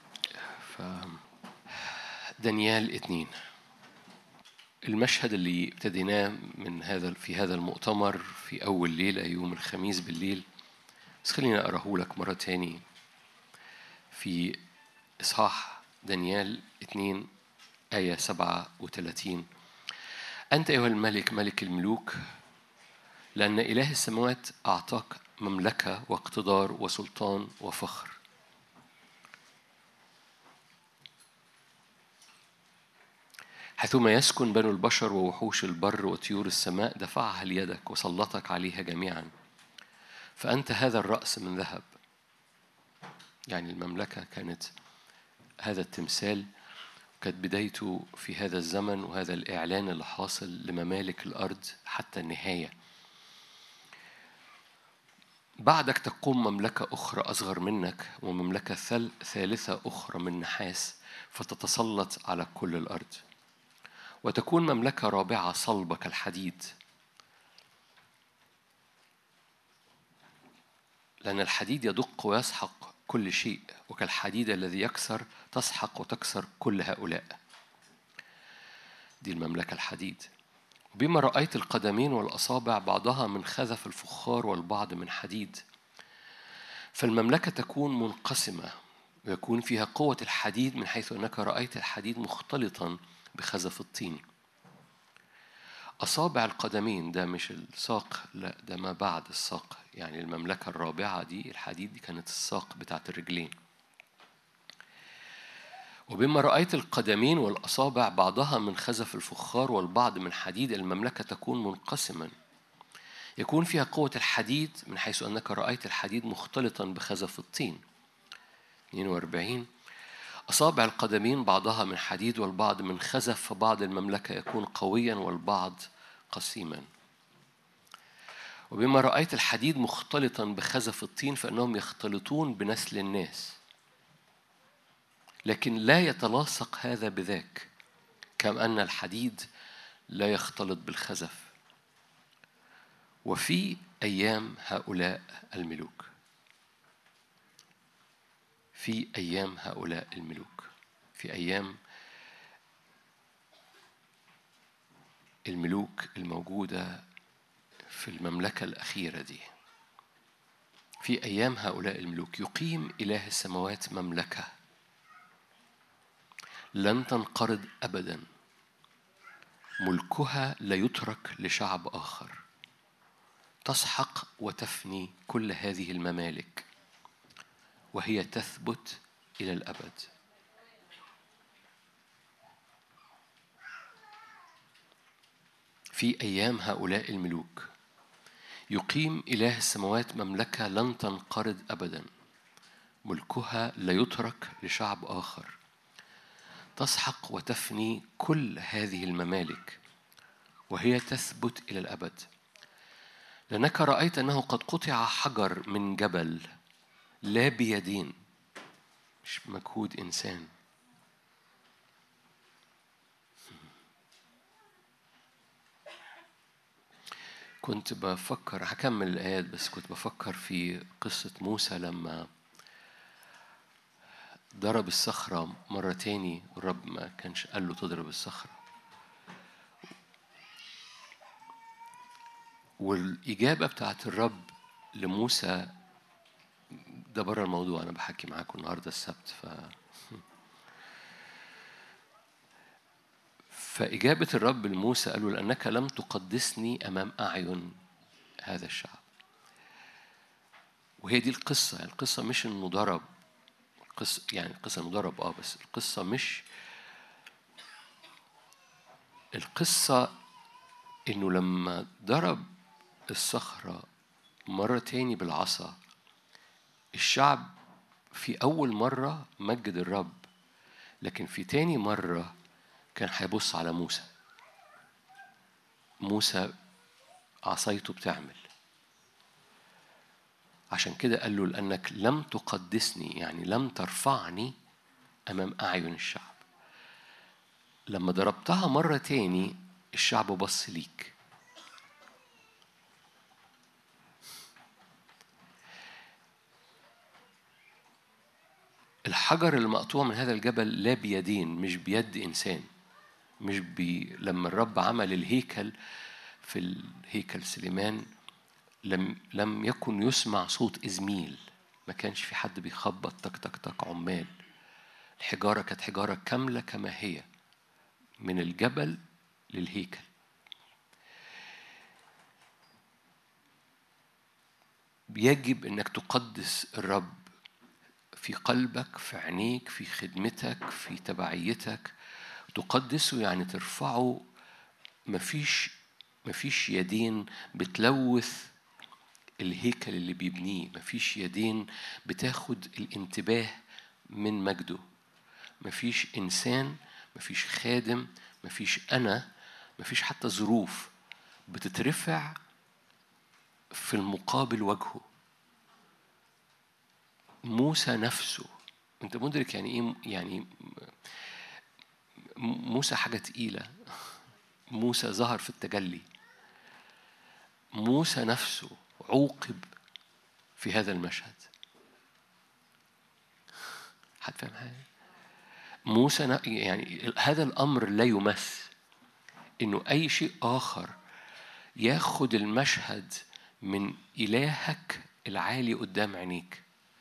دانيال 2، المشهد اللي ابتديناه في هذا المؤتمر في أول ليلة يوم الخميس بالليل، بس خليني أقرأه لك مرة تاني. في إصحاح دانيال 2 آية 37: أنت أيها الملك ملك الملوك، لأن إله السماوات أعطاك مملكة واقتدار وسلطان وفخر. حيثما يسكن بنو البشر ووحوش البر وطيور السماء دفعها ليدك وسلطك عليها جميعا، فأنت هذا الرأس من ذهب. يعني المملكة كانت هذا التمثال، كانت بدايته في هذا الزمن وهذا الإعلان اللي حاصل لممالك الأرض حتى النهاية. بعدك تقوم مملكة أخرى أصغر منك، ومملكة ثالثة أخرى من نحاس، فتتسلط على كل الأرض. وتكون مملكة رابعة صلبة كالحديد، لأن الحديد يدق ويسحق كل شيء، وكالحديد الذي يكسر تسحق وتكسر كل هؤلاء. دي المملكة الحديد. بما رأيت القدمين والأصابع بعضها من خزف الفخار والبعض من حديد. فالمملكة تكون منقسمة ويكون فيها قوة الحديد، من حيث أنك رأيت الحديد مختلطا بخزف الطين. أصابع القدمين ده مش الساق، لا ده ما بعد الساق. يعني المملكة الرابعة دي الحديد دي كانت الساق بتاعت الرجلين. وبما رأيت القدمين والأصابع بعضها من خزف الفخار والبعض من حديد، المملكة تكون منقسما يكون فيها قوة الحديد، من حيث أنك رأيت الحديد مختلطا بخزف الطين. 42: أصابع القدمين بعضها من حديد والبعض من خزف، فبعض المملكة يكون قويا والبعض قسيما. وبما رأيت الحديد مختلطا بخزف الطين فإنهم يختلطون بنسل الناس، لكن لا يتلاصق هذا بذاك، كما أن الحديد لا يختلط بالخزف. وفي أيام هؤلاء الملوك، في أيام هؤلاء الملوك، في أيام الملوك الموجودة في المملكة الأخيرة دي، في أيام هؤلاء الملوك يقيم إله السماوات مملكة لن تنقرض أبدا، ملكها لا يترك لشعب آخر، تسحق وتفني كل هذه الممالك وهي تثبت إلى الأبد. في أيام هؤلاء الملوك يقيم إله السماوات مملكة لن تنقرض أبدا، ملكها لا يترك لشعب آخر، تسحق وتفني كل هذه الممالك وهي تثبت إلى الأبد. لأنك رأيت أنه قد قطع حجر من جبل لا بيدين، مش مجهود إنسان. كنت بفكر، هكمل الآيات بس كنت بفكر في قصة موسى لما ضرب الصخرة مرة تاني، والرب ما كانش قال له تضرب الصخرة. والإجابة بتاعت الرب لموسى، ده بره الموضوع، أنا بحكي معاكم النهاردة السبت. فإجابة الرب لموسى قال له لأنك لم تقدسني أمام أعين هذا الشعب. وهي دي القصة. القصة مش إنه ضرب، القصة يعني القصة إنه ضرب بس القصة مش، القصة إنه لما ضرب الصخرة مرة تاني بالعصا، الشعب في أول مرة مجد الرب، لكن في تاني مرة كان هيبص على موسى. موسى عصايته بتعمل، عشان كده قال له لأنك لم تقدسني، يعني لم ترفعني أمام أعين الشعب. لما ضربتها مرة تاني الشعب بص ليك. الحجر المقطوع من هذا الجبل لا بيدين، مش بيد إنسان، مش لما الرب عمل الهيكل في الهيكل سليمان لم يكن يسمع صوت إزميل، ما كانش في حد بيخبط تك تك تك عمال. الحجارة كانت حجارة كاملة كما هي من الجبل للهيكل. يجب أنك تقدس الرب في قلبك، في عينيك، في خدمتك، في تبعيتك. تقدسه يعني ترفعه. مفيش يدين بتلوث الهيكل اللي بيبنيه، مفيش يدين بتاخد الانتباه من مجده، مفيش إنسان، مفيش خادم، مفيش أنا، مفيش حتى ظروف بتترفع في المقابل وجهه. موسى نفسه، أنت مدرك يعني إيه؟ يعني موسى حاجة تقيلة. موسى ظهر في التجلي. موسى نفسه عوقب في هذا المشهد. حد فاهم حاجة؟ موسى يعني هذا الأمر لا يمس إنه أي شيء آخر ياخد المشهد من إلهك العالي قدام عينيك،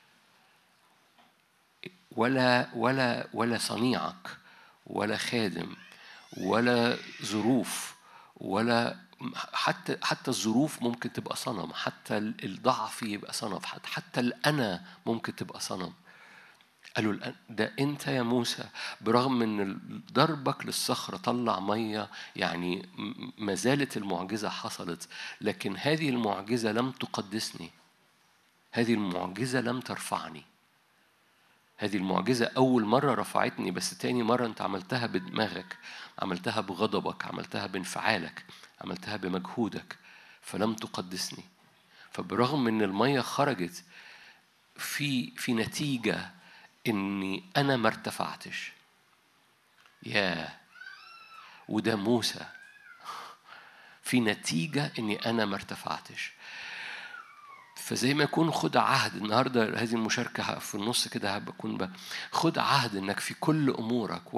ولا صنيعك، ولا خادم، ولا ظروف، ولا حتى الظروف ممكن تبقى صنم، حتى الضعف يبقى صنم، حتى الأنا ممكن تبقى صنم. قالوا ده أنت يا موسى برغم من ضربك للصخرة طلع مية، يعني ما زالت المعجزة حصلت، لكن هذه المعجزة لم تقدسني، هذه المعجزة لم ترفعني. هذه المعجزة أول مرة رفعتني، بس تاني مرة أنت عملتها بدماغك، عملتها بغضبك، عملتها بانفعالك، عملتها بمجهودك، فلم تقدسني. فبرغم ان الميه خرجت، في نتيجه اني انا ما ارتفعتش. وده موسى، في نتيجه اني انا ما ارتفعتش. فزي ما يكون خد عهد النهارده، هذه المشاركه في النص كده بكون خد عهد انك في كل امورك،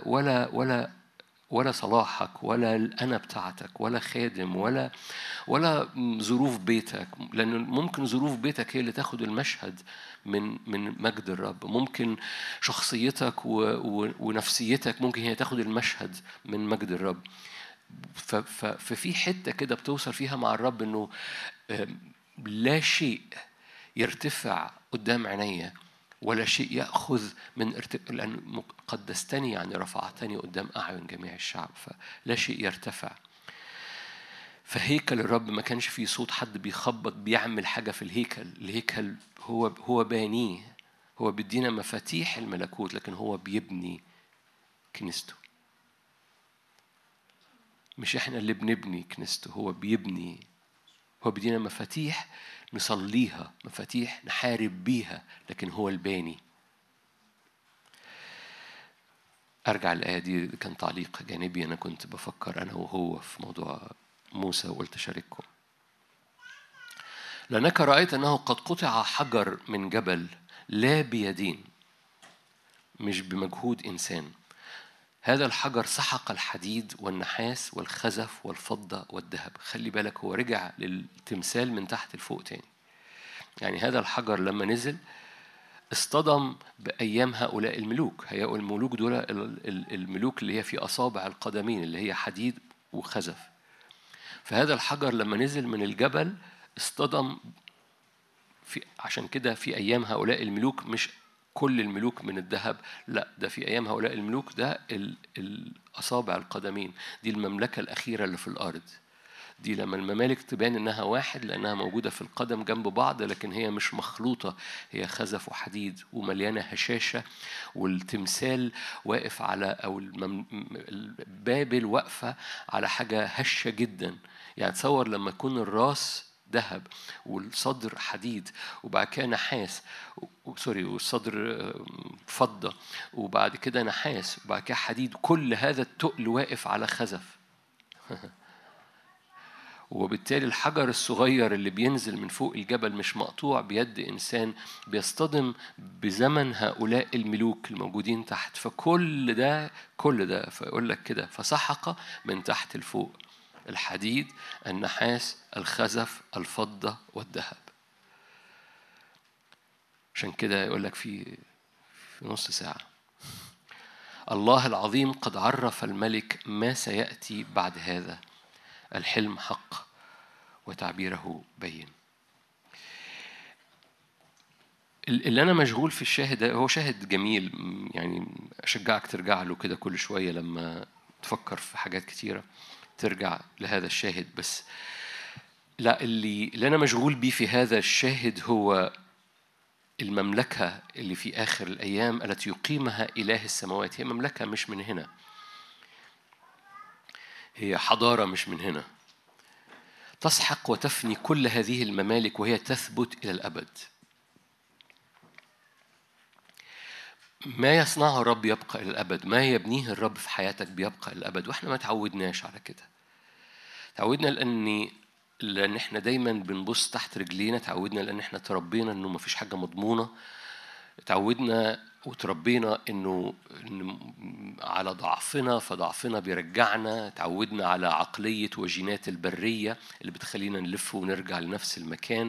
ولا صلاحك ولا الأنا بتاعتك ولا خادم ولا ظروف بيتك، لأن ممكن ظروف بيتك هي اللي تاخد المشهد من مجد الرب. ممكن شخصيتك ونفسيتك ممكن هي تاخد المشهد من مجد الرب. ففي حتة كده بتوصل فيها مع الرب إنه لا شيء يرتفع قدام عينيا ولا شيء يأخذ من لأن قدستني يعني رفعتني قدام أعين جميع الشعب، فلا شيء يرتفع. فهيكل الرب ما كانش فيه صوت حد بيخبط بيعمل حاجة في الهيكل هو بانيه، هو بيدينا مفاتيح الملكوت، لكن هو بيبني كنيسته. مش احنا اللي بنبني كنيسته، هو بيبني. هو بيدينا مفاتيح نصليها، مفاتيح نحارب بيها، لكن هو الباني. أرجع الآية دي، كان تعليق جانبي أنا كنت بفكر أنا وهو في موضوع موسى وقلت أشارككم. لأنك رأيت أنه قد قطع حجر من جبل لا بيدين، مش بمجهود إنسان. هذا الحجر سحق الحديد والنحاس والخزف والفضة والذهب. خلي بالك، هو رجع للتمثال من تحت لفوق تاني. يعني هذا الحجر لما نزل اصطدم بأيام هؤلاء الملوك. هؤلاء الملوك دول الملوك اللي هي في أصابع القدمين، اللي هي حديد وخزف. فهذا الحجر لما نزل من الجبل اصطدم عشان كده في أيام هؤلاء الملوك مش كل الملوك من الذهب، لا، ده في أيام هؤلاء الملوك ده الأصابع القدمين، دي المملكة الأخيرة اللي في الأرض. دي لما الممالك تبان إنها واحد لأنها موجودة في القدم جنب بعض، لكن هي مش مخلوطة، هي خزف وحديد ومليانة هشاشة، والتمثال واقف على أو بابل واقفة على حاجة هشة جدا. يعني تصور لما يكون الراس ذهب والصدر حديد وبعد كده نحاس، والصدر فضة وبعد كده نحاس وبعد كده حديد، كل هذا التقل واقف على خزف. وبالتالي الحجر الصغير اللي بينزل من فوق الجبل مش مقطوع بيد إنسان، بيصطدم بزمن هؤلاء الملوك الموجودين تحت. فكل ده فيقول لك كده، فسحق من تحت لفوق الحديد النحاس الخزف الفضة والذهب. عشان كده يقول لك في نص ساعة، الله العظيم قد عرف الملك ما سيأتي بعد هذا، الحلم حق وتعبيره بين. اللي أنا مشغول في الشاهد ده هو شاهد جميل، يعني أشجعك ترجع له كده كل شوية لما تفكر في حاجات كتيرة ترجع لهذا الشاهد. بس لا، اللي أنا مشغول بيه في هذا الشاهد هو المملكة اللي في آخر الأيام التي يقيمها إله السماوات. هي مملكة مش من هنا، هي حضارة مش من هنا، تسحق وتفني كل هذه الممالك وهي تثبت إلى الأبد. ما يصنعه الرب يبقى إلى الأبد، ما يبنيه الرب في حياتك بيبقى إلى الأبد. وإحنا ما تعودناش على كده. تعودنا لأن إحنا دايما بنبص تحت رجلينا. تعودنا لأن إحنا تربينا إنه ما فيش حاجة مضمونة. تعودنا وتربينا إنه على ضعفنا، فضعفنا بيرجعنا. تعودنا على عقلية وجينات البرية اللي بتخلينا نلف ونرجع لنفس المكان.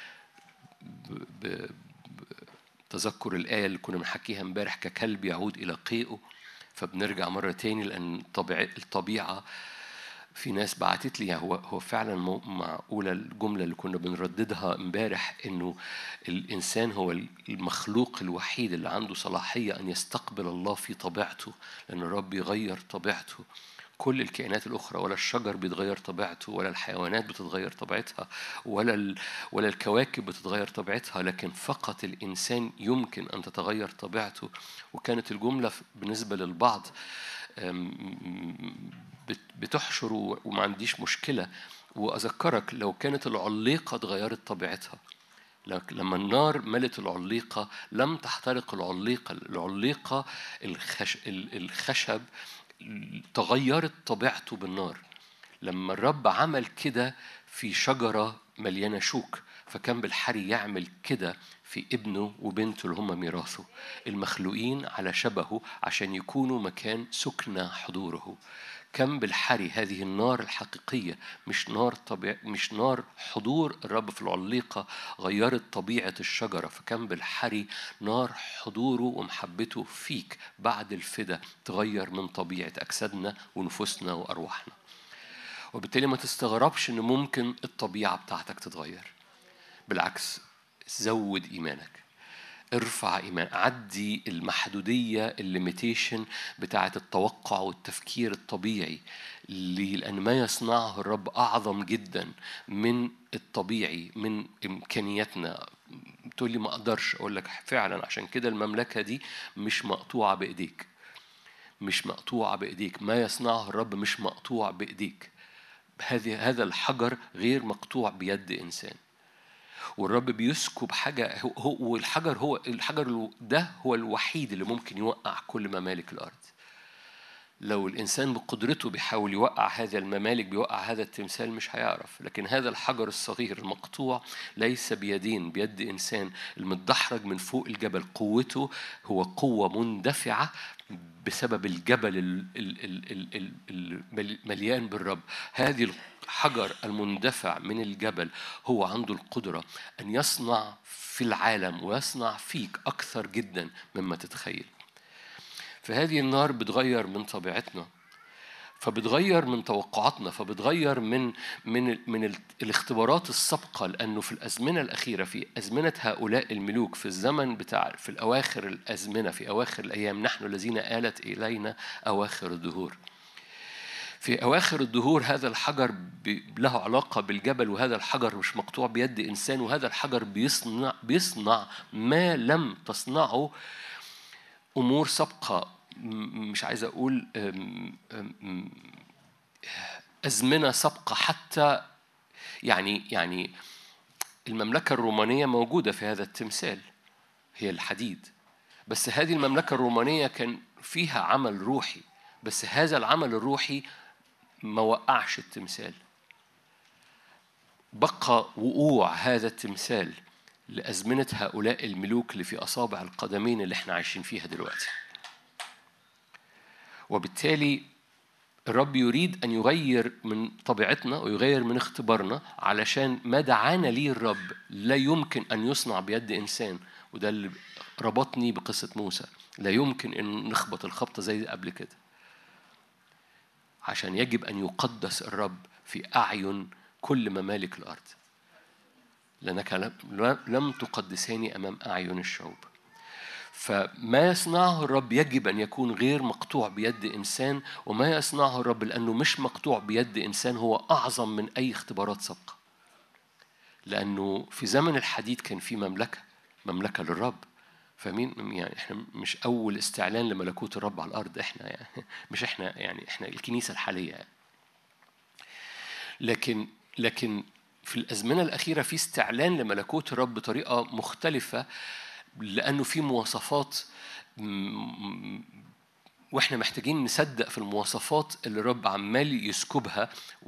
تذكر الآية اللي كنا بنحكيها امبارح، ككلب يعود إلى قيئه. فبنرجع مرة تاني لأن الطبيعة. في ناس بعتت لي هو فعلا معقولة الجملة اللي كنا بنرددها امبارح، إنه الإنسان هو المخلوق الوحيد اللي عنده صلاحية أن يستقبل الله في طبيعته، لأن الرب يغير طبيعته كل الكائنات الأخرى، ولا الشجر بيتغير طبيعته، ولا الحيوانات بتتغير طبيعتها، ولا الكواكب بتتغير طبيعتها، لكن فقط الإنسان يمكن أن تتغير طبيعته. وكانت الجملة بالنسبة للبعض بتحشر وما عنديش مشكلة. وأذكرك لو كانت العليقة اتغيرت طبيعتها، لما النار ملت العليقة لم تحترق العليقة الخشب تغيرت طبيعته بالنار. لما الرب عمل كده في شجرة مليانة شوك، فكان بالحري يعمل كده في ابنه وبنته اللي هم ميراثه، المخلوقين على شبهه عشان يكونوا مكان سكن حضوره. كم بالحري هذه النار الحقيقية، مش نار حضور الرب في العليقة غيرت طبيعة الشجرة، فكم بالحري نار حضوره ومحبته فيك بعد الفدا تغير من طبيعة أجسادنا ونفوسنا وأرواحنا. وبالتالي ما تستغربش إن ممكن الطبيعة بتاعتك تتغير، بالعكس زود إيمانك، ارفع إيمان، عدي المحدودية الليميتيشن بتاعة التوقع والتفكير الطبيعي، لأن ما يصنعه الرب أعظم جدا من الطبيعي، من إمكانياتنا. تقول لي ما أقدرش، أقول لك فعلا عشان كده المملكة دي مش مقطوعة بإيديك، مش مقطوعة بإيديك. ما يصنعه الرب مش مقطوع بإيديك. هذا الحجر غير مقطوع بيد إنسان، والرب بيسكب حاجة. والحجر ده هو الوحيد اللي ممكن يوقع كل ممالك الأرض. لو الإنسان بقدرته بيحاول يوقع هذا الممالك، بيوقع هذا التمثال، مش هيعرف. لكن هذا الحجر الصغير المقطوع ليس بيدين، بيد إنسان، المتدحرج من فوق الجبل، قوته هو قوة مندفعة بسبب الجبل المليان بالرب. هذه الحجر المندفع من الجبل هو عنده القدرة أن يصنع في العالم ويصنع فيك أكثر جدا مما تتخيل. فهذه النار بتغير من طبيعتنا، فبتغير من توقعاتنا، فبتغير من الاختبارات السابقة. لأنه في الأزمنة الأخيرة، في أزمنة هؤلاء الملوك، في الزمن في الأواخر الأزمنة، في أواخر الأيام، نحن الذين آلت إلينا أواخر الدهور. في أواخر الدهور هذا الحجر له علاقة بالجبل، وهذا الحجر مش مقطوع بيد إنسان، وهذا الحجر بيصنع ما لم تصنعه أمور سابقة. مش عايز أقول أزمنة سابقة حتى. يعني المملكة الرومانية موجودة في هذا التمثال، هي الحديد. بس هذه المملكة الرومانية كان فيها عمل روحي، بس هذا العمل الروحي ما وقعش التمثال، بقى وقوع هذا التمثال لأزمنة هؤلاء الملوك اللي في أصابع القدمين اللي احنا عايشين فيها دلوقتي. وبالتالي الرب يريد أن يغير من طبيعتنا ويغير من اختبارنا، علشان ما دعانا ليه الرب لا يمكن أن يصنع بيد إنسان. وده اللي ربطني بقصة موسى، لا يمكن أن نخبط الخبطة زي قبل كده، عشان يجب أن يقدس الرب في أعين كل ممالك الأرض، لأنك لم تقدساني أمام أعين الشعوب. فما يصنعه الرب يجب أن يكون غير مقطوع بيد إنسان، وما يصنعه الرب لأنه مش مقطوع بيد إنسان هو أعظم من أي اختبارات سابقة. لأنه في زمن الحديد كان في مملكة للرب. فمين يعني إحنا مش أول استعلان لملكوت الرب على الأرض، إحنا يعني مش إحنا، يعني إحنا الكنيسة الحالية يعني. لكن في الأزمنة الأخيرة في استعلان لملكوت الرب بطريقة مختلفة، لأنه في مواصفات وإحنا محتاجين نصدق في المواصفات اللي الرب عمال يسكبها،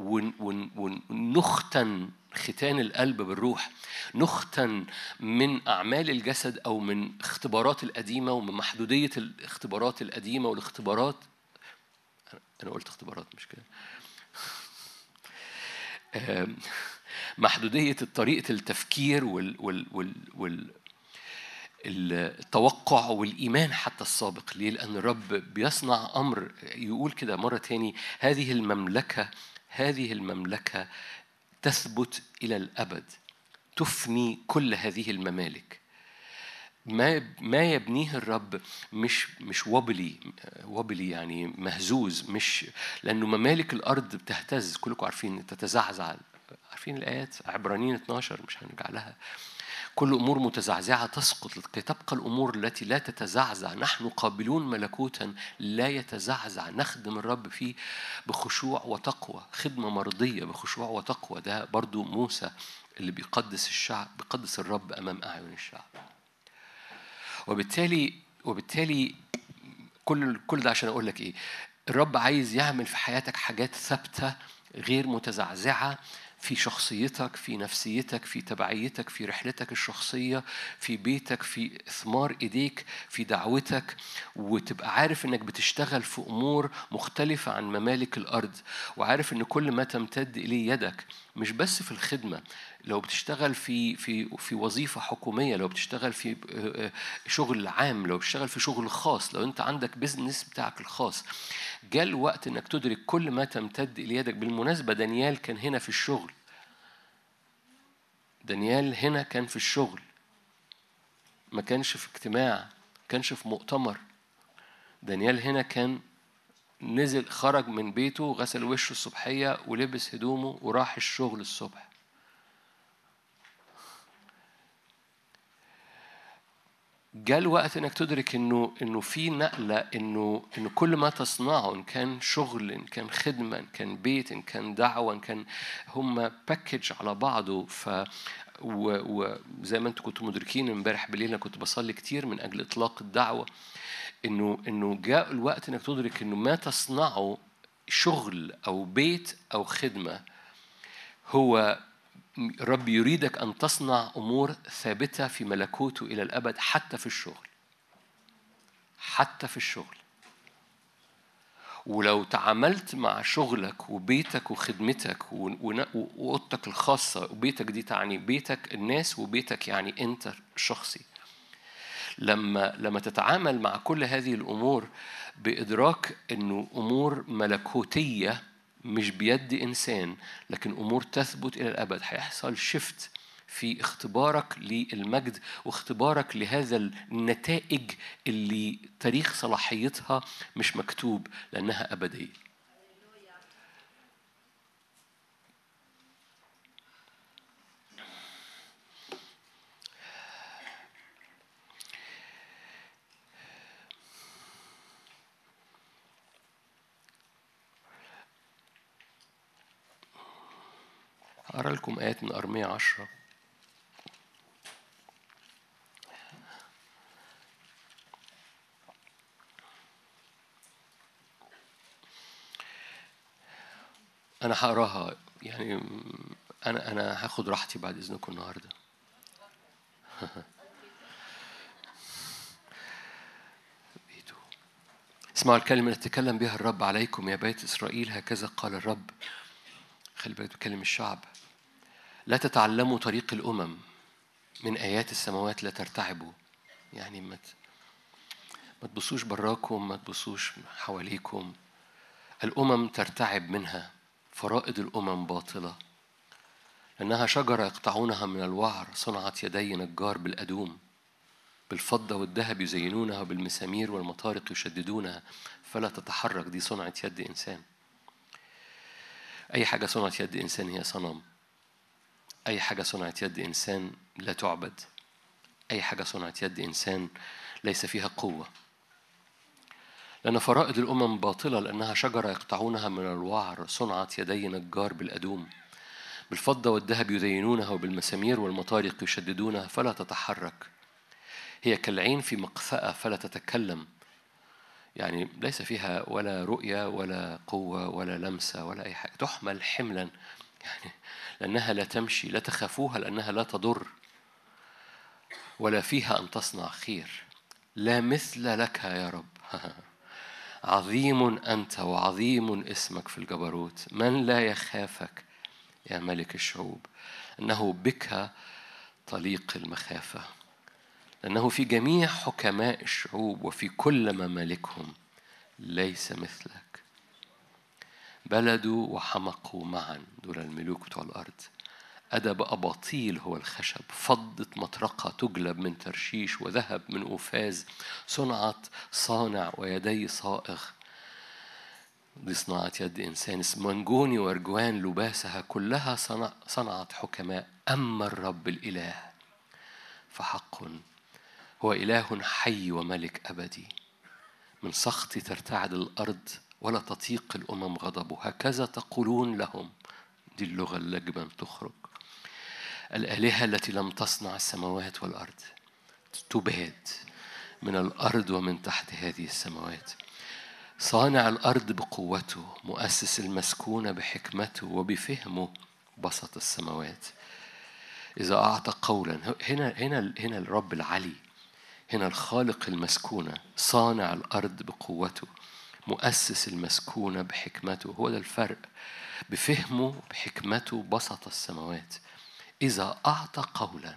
ونختن ختان القلب بالروح، نختن من أعمال الجسد أو من اختبارات القديمة ومن محدودية الاختبارات القديمة والاختبارات. أنا قلت اختبارات مش كده؟ محدودية طريقة التفكير التوقع والإيمان حتى السابق. ليه؟ لأن الرب بيصنع أمر يقول كده مرة تاني: هذه المملكة تثبت إلى الأبد، تفني كل هذه الممالك. ما يبنيه الرب مش وبلي يعني مهزوز، مش لأنه ممالك الأرض بتهتز، كلكم عارفين، تتزعزع. عارفين الآيات عبرانيين 12، مش هنرجع لها. كل أمور متزعزعة تسقط لكي تبقى الأمور التي لا تتزعزع. نحن قابلون ملكوتا لا يتزعزع، نخدم الرب فيه بخشوع وتقوى، خدمة مرضية بخشوع وتقوى. ده برضو موسى اللي بيقدس الشعب، بيقدس الرب أمام أعين الشعب. وبالتالي كل ده عشان أقول لك إيه؟ الرب عايز يعمل في حياتك حاجات ثابتة غير متزعزعة، في شخصيتك، في نفسيتك، في تبعيتك، في رحلتك الشخصية، في بيتك، في إثمار إيديك، في دعوتك، وتبقى عارف إنك بتشتغل في أمور مختلفة عن ممالك الأرض، وعارف إن كل ما تمتد إليه يدك مش بس في الخدمة. لو بتشتغل في وظيفة حكومية، لو بتشتغل في شغل عام، لو بتشتغل في شغل خاص، لو أنت عندك بيزنس بتاعك الخاص، جاء الوقت إنك تدرك كل ما تمتد إلى يدك. بالمناسبة دانيال كان هنا في الشغل، دانيال هنا كان في الشغل، ما كانش في اجتماع، ما كانش في مؤتمر. دانيال هنا كان نزل، خرج من بيته، غسل وشه الصبحية ولبس هدومه وراح الشغل الصبح. جاء الوقت انك تدرك انه في نقله، انه كل ما تصنعه، ان كان شغل، ان كان خدمه، ان كان بيت، ان كان دعوه، ان كان هم باكج على بعضه. وزي ما انتم كنتوا مدركين امبارح بالليل، انا كنت بصلي كتير من اجل اطلاق الدعوه، انه جاء الوقت انك تدرك انه ما تصنعه شغل او بيت او خدمه، هو الرب يريدك أن تصنع أمور ثابتة في ملكوته إلى الأبد، حتى في الشغل، حتى في الشغل. ولو تعاملت مع شغلك وبيتك وخدمتك وأوضتك الخاصة، وبيتك دي تعني بيتك الناس، وبيتك يعني أنت شخصي، لما تتعامل مع كل هذه الأمور بإدراك أنه أمور ملكوتية مش بيد إنسان، لكن أمور تثبت إلى الأبد، هيحصل شفت في اختبارك للمجد، واختبارك لهذا النتائج اللي تاريخ صلاحيتها مش مكتوب لأنها أبدية. أقرأ لكم آيات من أرمية 10. أنا هقراها، يعني أنا هاخد راحتي بعد إذنكم النهاردة. اسمعوا الكلمة التي تكلم بها الرب عليكم يا بيت إسرائيل، هكذا قال الرب. خلي بالك بكلم الشعب. لا تتعلموا طريق الأمم، من آيات السماوات لا ترتعبوا. يعني ما تبصوش براكم، ما تبصوش حواليكم. الأمم ترتعب منها، فرائض الأمم باطلة، لأنها شجرة يقطعونها من الوعر، صنعت يدي نجار بالأدوم. بالفضة والذهب يزينونها، وبالمسامير والمطارق يشددونها، فلا تتحرك. دي صنعة يد إنسان. أي حاجة صنعت يد إنسان هي صنم. أي حاجة صنعت يد إنسان لا تعبد. أي حاجة صنعت يد إنسان ليس فيها قوة. لأن فرائض الأمم باطلة، لأنها شجرة يقطعونها من الوعر، صنعت يدي نجار بالأدوم. بالفضة والذهب يزينونها، وبالمسامير والمطارق يشددونها، فلا تتحرك. هي كالعين في مقفأة فلا تتكلم. يعني ليس فيها ولا رؤية ولا قوة ولا لمسة ولا أي حاجة. تحمل حملا، يعني لأنها لا تمشي. لا تخافوها لأنها لا تضر، ولا فيها أن تصنع خير. لا مثل لك يا رب. عظيم أنت وعظيم اسمك في الجبروت. من لا يخافك يا ملك الشعوب؟ أنه بك طليق المخافة، لأنه في جميع حكماء الشعوب وفي كل ممالكهم ليس مثلك. بلدوا وحمقوا معا، دول الملوك بتوع الأرض. أدب أباطيل هو الخشب، فضة مطرقة تجلب من ترشيش، وذهب من أوفاز، صنعت صانع ويدي صائغ. دي صناعة يد إنسان. اسمنجوني وأرجوان لباسها كلها صنعت حكماء. أما الرب الإله فحق هو إله حي وملك أبدي. من سخط ترتعد الأرض ولا تطيق الأمم غضبه. هكذا تقولون لهم، دي اللغة اللجبة تخرج، الآلهة التي لم تصنع السماوات والأرض تباد من الأرض ومن تحت هذه السماوات. صانع الأرض بقوته، مؤسس المسكونة بحكمته، وبفهمه بسط السماوات. إذا أعطى قولا، هنا الرب العلي، هنا الخالق المسكونة، صانع الأرض بقوته، مؤسس المسكونة بحكمته. هو ده الفرق، بفهمه بحكمته بسط السماوات. إذا أعطى قولا،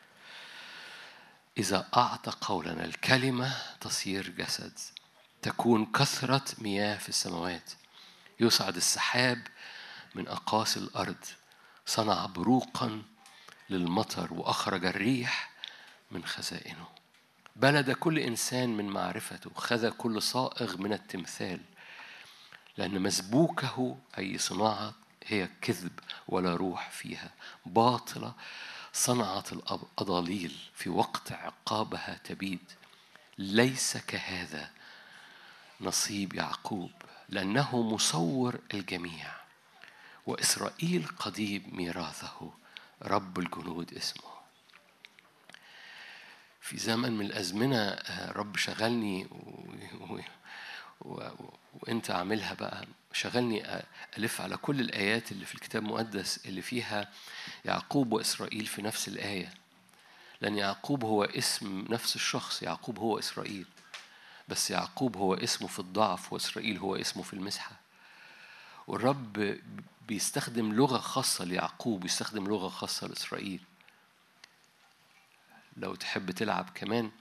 إذا أعطى قولا الكلمة تصير جسد. تكون كثرة مياه في السماوات. يصعد السحاب من أقاصي الأرض. صنع بروقا للمطر وأخرج الريح من خزائنه. بلد كل إنسان من معرفته. خذ كل صائغ من التمثال. لأن مسبوكه أي صناعة هي كذب ولا روح فيها. باطلة صنعت الأضاليل في وقت عقابها تبيد. ليس كهذا نصيب يعقوب، لأنه مصور الجميع، وإسرائيل قضيب ميراثه. رب الجنود اسمه. في زمن من الأزمنة رب شغلني وانت عاملها بقى، شغلني ألف على كل الآيات اللي في الكتاب المقدس اللي فيها يعقوب وإسرائيل في نفس الآية. لأن يعقوب هو اسم نفس الشخص، يعقوب هو إسرائيل، بس يعقوب هو اسمه في الضعف وإسرائيل هو اسمه في المسحة. والرب بيستخدم لغة خاصة ليعقوب، بيستخدم لغة خاصة لإسرائيل. لو تحب تلعب كمان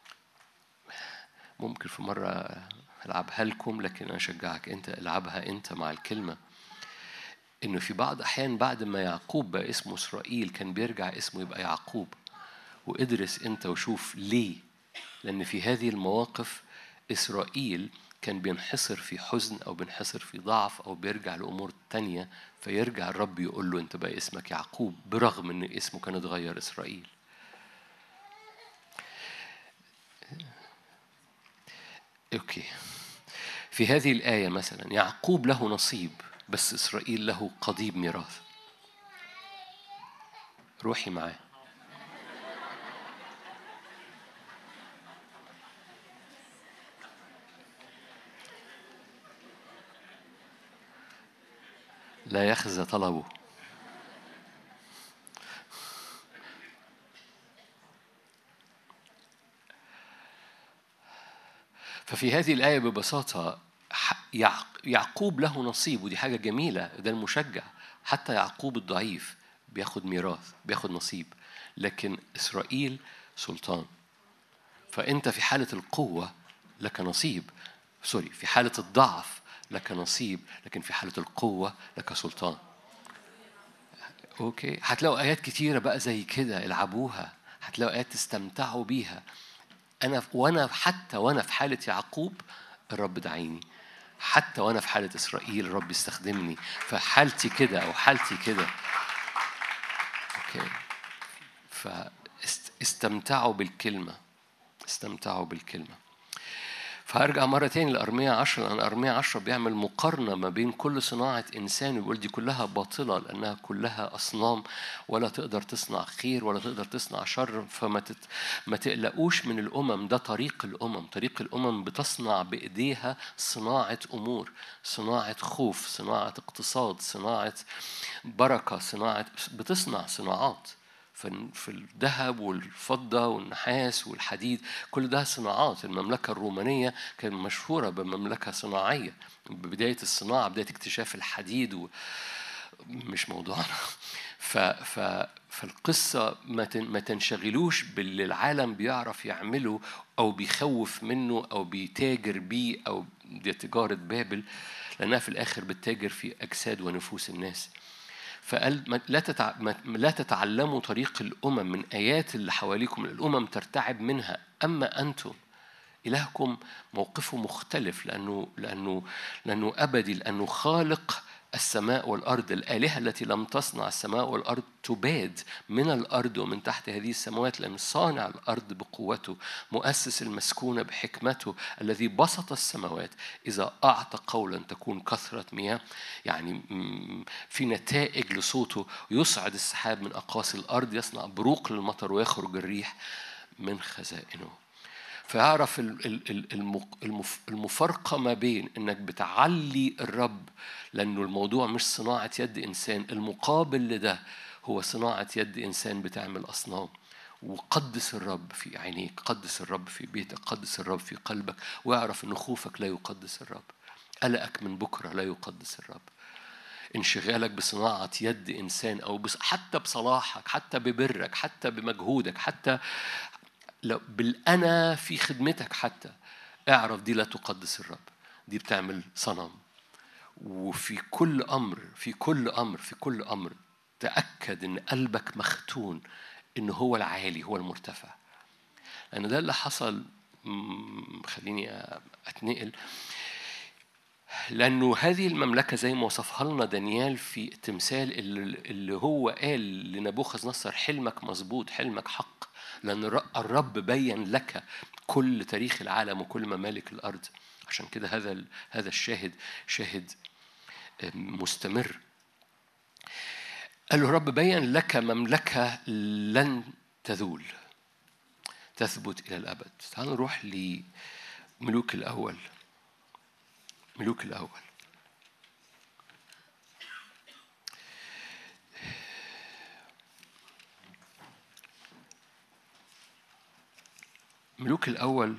ممكن في مرة ألعبها لكم، لكن أنا أشجعك أنت ألعبها أنت مع الكلمة. إنه في بعض أحيان بعد ما يعقوب بقى اسمه إسرائيل كان بيرجع اسمه يبقى يعقوب. وادرس أنت وشوف ليه. لأن في هذه المواقف إسرائيل كان بينحصر في حزن أو بينحصر في ضعف أو بيرجع لأمور تانية، فيرجع الرب يقول له أنت بقى اسمك يعقوب برغم أن اسمه كان اتغير إسرائيل. أوكي. في هذه الآية مثلا يعقوب له نصيب بس إسرائيل له قضيب ميراث. روحي معاه. لا يخزى طلبه. ففي هذه الآية ببساطة يعقوب له نصيب، ودي حاجة جميلة، ده المشجع. حتى يعقوب الضعيف بياخد ميراث، بياخد نصيب، لكن إسرائيل سلطان. فأنت في حالة القوة لك نصيب، في حالة الضعف لك نصيب، لكن في حالة القوة لك سلطان. أوكي. هتلاقوا آيات كتيرة بقى زي كده، العبوها. هتلاقوا آيات تستمتعوا بيها. حتى وأنا في حالة يعقوب الرب دعيني، حتى وأنا في حالة إسرائيل الرب يستخدمني، فحالتي كده أو حالتي كده. أوكي. فاستمتعوا بالكلمة، استمتعوا بالكلمة. فهرجع مرة تاني لأرمية 10، لأن أرمية 10 بيعمل مقارنة ما بين كل صناعة إنسان ويقول دي كلها باطلة لأنها كلها أصنام، ولا تقدر تصنع خير ولا تقدر تصنع شر. ما تقلقوش من الأمم، ده طريق الأمم. طريق الأمم بتصنع بإيديها صناعة أمور، صناعة خوف، صناعة اقتصاد، صناعة بركة، بتصنع صناعات. في الذهب والفضة والنحاس والحديد، كل ده صناعات. المملكة الرومانية كانت مشهورة بمملكة صناعية، ببداية الصناعة، بداية اكتشاف الحديد مش موضوعنا. فالقصة ما تنشغلوش باللي العالم بيعرف يعمله أو بيخوف منه أو بيتاجر بيه، أو دي تجارة بابل، لأنها في الآخر بتتاجر في أجساد ونفوس الناس. فقال لا تتعلموا طريق الأمم من آيات اللي حواليكم، الأمم ترتعب منها، أما أنتم إلهكم موقفه مختلف، لأنه أبدي، لأنه خالق السماء والأرض. الآلهة التي لم تصنع السماء والأرض تباد من الأرض ومن تحت هذه السماوات، لأن صانع الأرض بقوته، مؤسس المسكونة بحكمته، الذي بسط السماوات إذا أعطى قولا تكون كثرة مياه. يعني في نتائج لصوته، يصعد السحاب من أقاصي الأرض، يصنع بروق للمطر ويخرج الريح من خزائنه. فيعرف المفارقة ما بين إنك بتعلي الرب، لأنه الموضوع مش صناعة يد إنسان، المقابل لده هو صناعة يد إنسان بتعمل أصنام. وقدس الرب في عينيك، قدس الرب في بيتك، قدس الرب في قلبك، واعرف إن خوفك لا يقدس الرب، قلقك من بكرة لا يقدس الرب، انشغالك بصناعة يد إنسان أو حتى بصلاحك، حتى ببرك، حتى بمجهودك، حتى لو بالأنا في خدمتك، حتى اعرف دي لا تقدس الرب، دي بتعمل صنم. وفي كل أمر، في كل أمر تأكد إن قلبك مختون، إن هو العالي، هو المرتفع. لأن ده اللي حصل. خليني أتنقل، لأنه هذه المملكة زي ما وصفها لنا دانيال في التمثال اللي هو قال لنبوخذ نصر: حلمك مظبوط، حلمك حق، لأن الرب بين لك كل تاريخ العالم وكل ممالك الأرض. عشان كده هذا الشاهد شاهد مستمر. قال له: رب بين لك مملكة لن تذول، تثبت إلى الأبد. تعالوا نروح لملوك الأول. ملوك الأول. ملوك الأول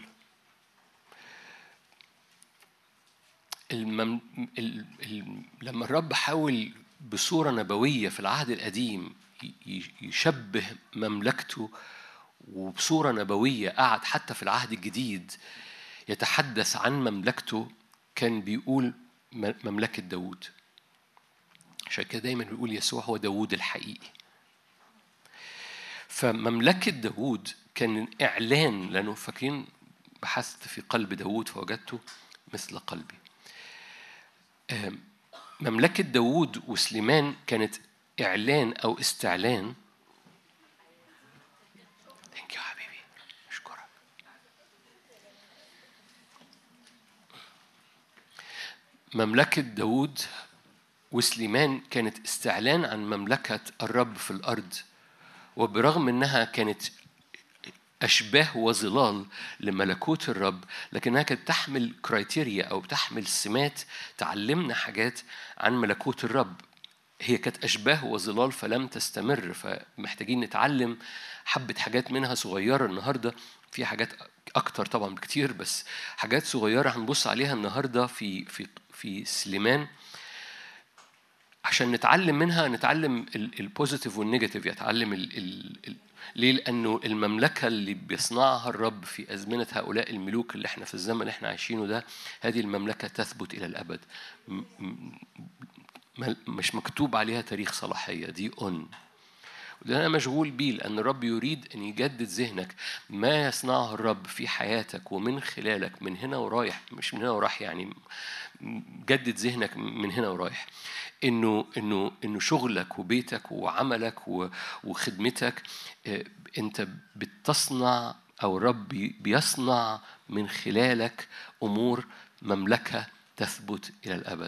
لما الرب حاول بصورة نبوية في العهد القديم يشبه مملكته، وبصورة نبوية قعد حتى في العهد الجديد يتحدث عن مملكته، كان بيقول مملكة داود. عشان كده دايما بيقول يسوع هو داود الحقيقي. فمملكة داود كان إعلان، لأنه فاكرين بحثت في قلب داود فوجدته مثل قلبي. مملكة داود وسليمان كانت إعلان أو استعلان. Thank you حبيبي، أشكرك. مملكة داود وسليمان كانت استعلان عن مملكة الرب في الأرض، وبرغم أنها كانت أشباه وظلال لملكوت الرب، لكنها كانت تحمل كرايتيريا أو تحمل سمات تعلمنا حاجات عن ملكوت الرب. هي كانت أشباه وظلال فلم تستمر، فمحتاجين نتعلم حبة حاجات منها صغيرة النهاردة. في حاجات أكتر طبعا بكتير، بس حاجات صغيرة هنبص عليها النهاردة في سليمان عشان نتعلم منها، نتعلم البوزيتيف والنيجاتيف، يتعلم ليه؟ لأنه المملكة اللي بيصنعها الرب في أزمنة هؤلاء الملوك اللي احنا في الزمن اللي احنا عايشينه ده، هذه المملكة تثبت إلى الأبد، مش مكتوب عليها تاريخ صلاحية، دي وده أنا مشغول بيه، لأن الرب يريد أن يجدد ذهنك. ما يصنعه الرب في حياتك ومن خلالك من هنا ورايح، مش من هنا ورايح يعني، جدد ذهنك من هنا ورايح. إنه شغلك وبيتك وعملك وخدمتك، أنت بتصنع أو الرب بيصنع من خلالك أمور مملكة تثبت إلى الأبد.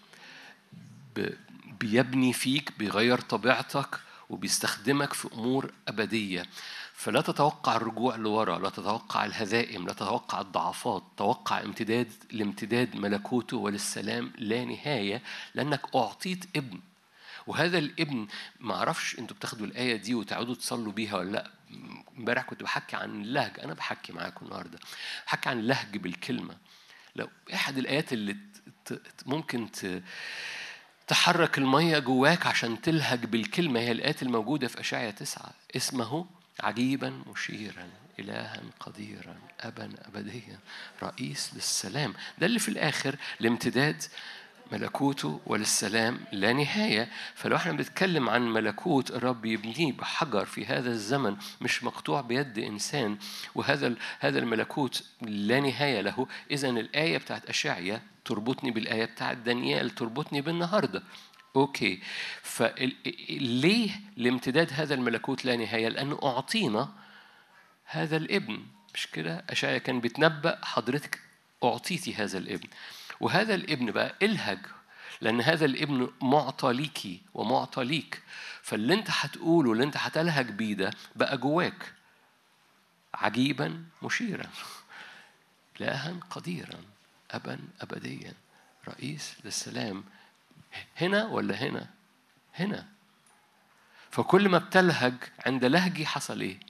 بيبني فيك، بيغير طبيعتك، وبيستخدمك في أمور أبدية. فلا تتوقع الرجوع لورا، لا تتوقع الهزائم، لا تتوقع الضعفات، توقع لامتداد ملكوته وللسلام لا نهاية، لأنك أعطيت ابن. وهذا الابن، ما أعرفش أنتوا بتاخدوا الآية دي وتعودوا تصلوا بيها ولا لا. امبارح كنت بحكي عن اللهج، أنا بحكي معاكم النهاردة بحكي عن اللهج بالكلمة. لو أحد الآيات اللي ممكن تحرك المية جواك عشان تلهج بالكلمة هي الآيات الموجودة في أشعياء 9: اسمه عجيبا مشيرا، إلها قديرا، أبا أبديا، رئيس للسلام. ده اللي في الآخر الامتداد ملكوته وللسلام لا نهاية. فلو احنا بنتكلم عن ملكوت الرب يبنيه بحجر في هذا الزمن مش مقطوع بيد إنسان، هذا الملكوت لا نهاية له. إذن الآية بتاعت أشعيا تربطني بالآية بتاعت دانيال، تربطني بالنهاردة. أوكي، فليه لامتداد هذا الملكوت لا نهاية؟ لأنه أعطينا هذا الابن. مش كده أشعيا كان بيتنبأ حضرتك أعطيتي هذا الابن، وهذا الابن بقى إلهج، لأن هذا الابن معطى ليكي ومعطى ليك. فاللي انت هتقوله واللي انت هتلهج بيه ده بقى جواك. عجيبا مشيرا، إلها قديرا، أبا أبديا، رئيس للسلام. هنا ولا هنا؟ هنا. فكل ما بتلهج عند لهجي حصل ايه؟